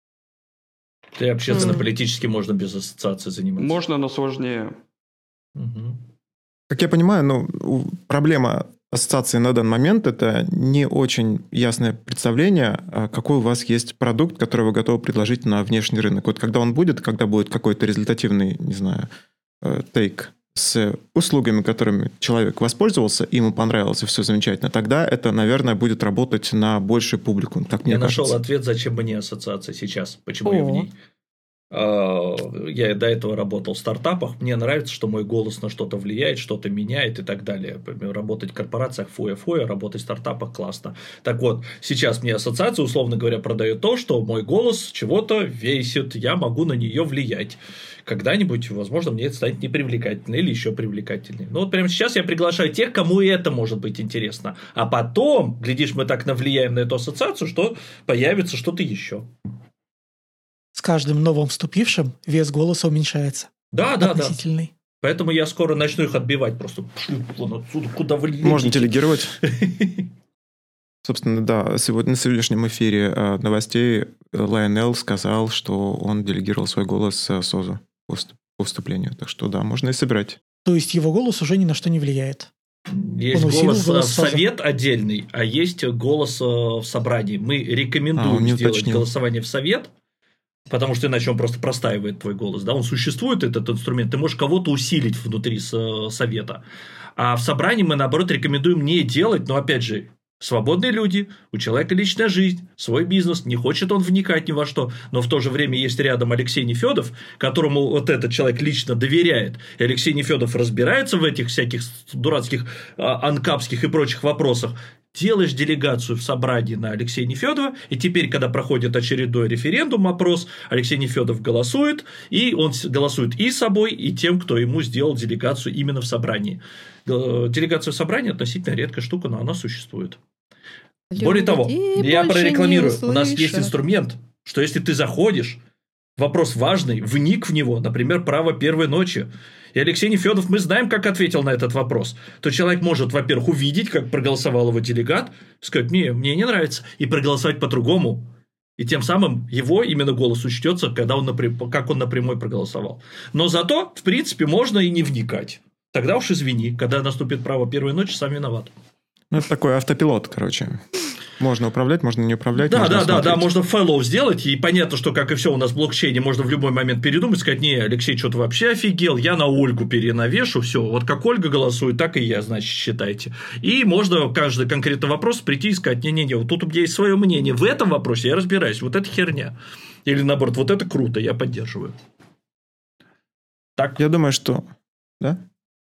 S4: И общественно-политически можно без ассоциации заниматься.
S7: Можно, но сложнее.
S4: Мгм.
S1: Как я понимаю, ну, у- проблема ассоциации на данный момент – это не очень ясное представление, а какой у вас есть продукт, который вы готовы предложить на внешний рынок. Вот когда он будет, когда будет какой-то результативный, не знаю, э, тейк с услугами, которыми человек воспользовался, ему понравилось, и все замечательно, тогда это, наверное, будет работать на большую публику, как мне
S4: Я
S1: кажется.
S4: нашел ответ, зачем мне ассоциация сейчас, почему я в
S2: О.
S4: ней. А, Я до этого работал в стартапах, мне нравится, что мой голос на что-то влияет, что-то меняет и так далее. Например, работать в корпорациях фуя-фуя, работать в стартапах классно. Так вот, сейчас мне ассоциация, условно говоря, продает то, что мой голос чего-то весит, я могу на нее влиять. Когда-нибудь, возможно, мне это станет непривлекательно или еще привлекательнее. Ну вот прямо сейчас я приглашаю тех, кому и это может быть интересно. А потом, глядишь, мы так навлияем на эту ассоциацию, что появится что-то еще.
S3: С каждым новым вступившим вес голоса уменьшается.
S4: Да, да, да.
S3: Относительный.
S4: Поэтому я скоро начну их отбивать просто. Пошли вон отсюда, куда вы лезете?
S1: Можно делегировать. Собственно, да, сегодня на сегодняшнем эфире э, новостей Lionel сказал, что он делегировал свой голос э, СОЗу по вст- по вступлению. Так что да, можно и собирать.
S3: То есть его голос уже ни на что не влияет.
S4: Есть
S3: Он усилил
S4: голос,
S3: голос
S4: в
S3: сразу.
S4: совет отдельный, а есть голос э, в собрании. Мы
S1: А, он
S4: рекомендуем
S1: не
S4: сделать
S1: уточнил.
S4: голосование в совет, потому что иначе он просто простаивает твой голос. Да? Он существует, этот инструмент. Ты можешь кого-то усилить внутри с- совета. А в собрании мы, наоборот, рекомендуем не делать, но, опять же, свободные люди, у человека личная жизнь, свой бизнес, не хочет он вникать ни во что, но в то же время есть рядом Алексей Нефедов, которому вот этот человек лично доверяет, и Алексей Нефедов разбирается в этих всяких дурацких а, анкапских и прочих вопросах. Делаешь делегацию в собрании на Алексея Нефедова, и теперь, когда проходит очередной референдум, опрос, Алексей Нефедов голосует, и он с- голосует и собой, и тем, кто ему сделал делегацию именно в собрании. Э, Делегация в собрании относительно редкая штука, но она существует. Более того,
S2: Людей
S4: я
S2: больше не
S4: прорекламирую, у нас есть
S2: услышат.
S4: инструмент, что если ты заходишь, вопрос важный, вник в него, например, право первой ночи, и Алексей Нефедов, мы знаем, как ответил на этот вопрос, то человек может, во-первых, увидеть, как проголосовал его делегат, сказать, мне, мне не нравится, и проголосовать по-другому. И тем самым его именно голос учтется, когда он напрям... как он напрямую проголосовал. Но зато, в принципе, можно и не вникать. Тогда уж извини, когда наступит право первой ночи, сам виноват.
S1: Ну, это такой автопилот, короче. Можно управлять, можно не управлять.
S4: Да,
S1: можно
S4: да, да,
S1: смотреть.
S4: да, можно фэллоу сделать, и понятно, что, как и все у нас в блокчейне, можно в любой момент передумать, сказать, не, Алексей, что-то вообще офигел, я на Ольгу перенавешу, все, вот как Ольга голосует, так и я, значит, считайте. И можно каждый конкретный вопрос прийти и сказать, не-не-не, вот тут у меня есть свое мнение, в этом вопросе я разбираюсь, вот это херня. Или наоборот, вот это круто, я поддерживаю. Так?
S1: Я думаю, что... Да?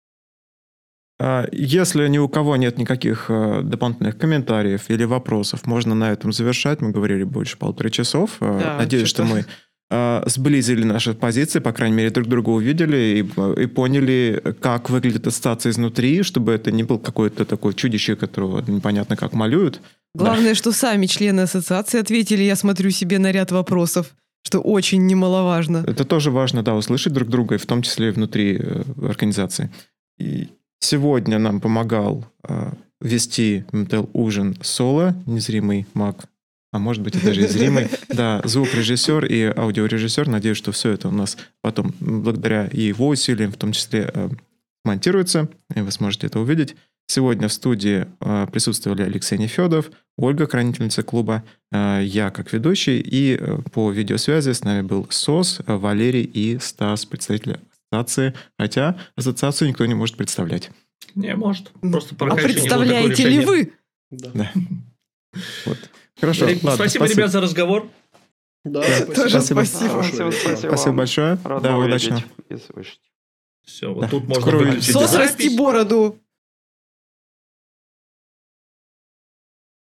S1: Если ни у кого нет никаких дополнительных комментариев или вопросов, можно на этом завершать. Мы говорили больше полутора часов. Да, Надеюсь, что, что мы сблизили наши позиции, по крайней мере, друг друга увидели и, и поняли, как выглядит ассоциация изнутри, чтобы это не был какое-то такое чудище, которого непонятно как малюют.
S2: Главное, да. что сами члены ассоциации ответили, я смотрю себе на ряд вопросов, что очень немаловажно.
S1: Это тоже важно, да, услышать друг друга, и в том числе внутри организации. И сегодня нам помогал э, вести Intel ужин Соло, незримый маг, а может быть и даже и зримый, да, звукорежиссер и аудиорежиссер. Надеюсь, что все это у нас потом, благодаря и его усилиям, в том числе, э, монтируется, и вы сможете это увидеть. Сегодня в студии э, присутствовали Алексей Нефедов, Ольга, хранительница клуба, э, я как ведущий, и э, по видеосвязи с нами был СОС, э, Валерий и Стас, представители ассоциации, хотя ассоциацию никто не может представлять.
S4: Не может. Просто
S2: а представляете ли вы?
S1: Да. да. Вот. Хорошо.
S4: Ладно, спасибо, спасибо, ребят, за разговор.
S6: Да,
S1: да.
S2: Тоже
S1: спасибо.
S2: Спасибо,
S7: спасибо, спасибо,
S1: спасибо большое.
S7: Рад
S1: да,
S7: увидеть
S1: удачно.
S7: и слышать.
S4: Все, вот
S1: да.
S4: тут можно
S1: Скоро
S4: выключить
S2: Сос, расти бороду.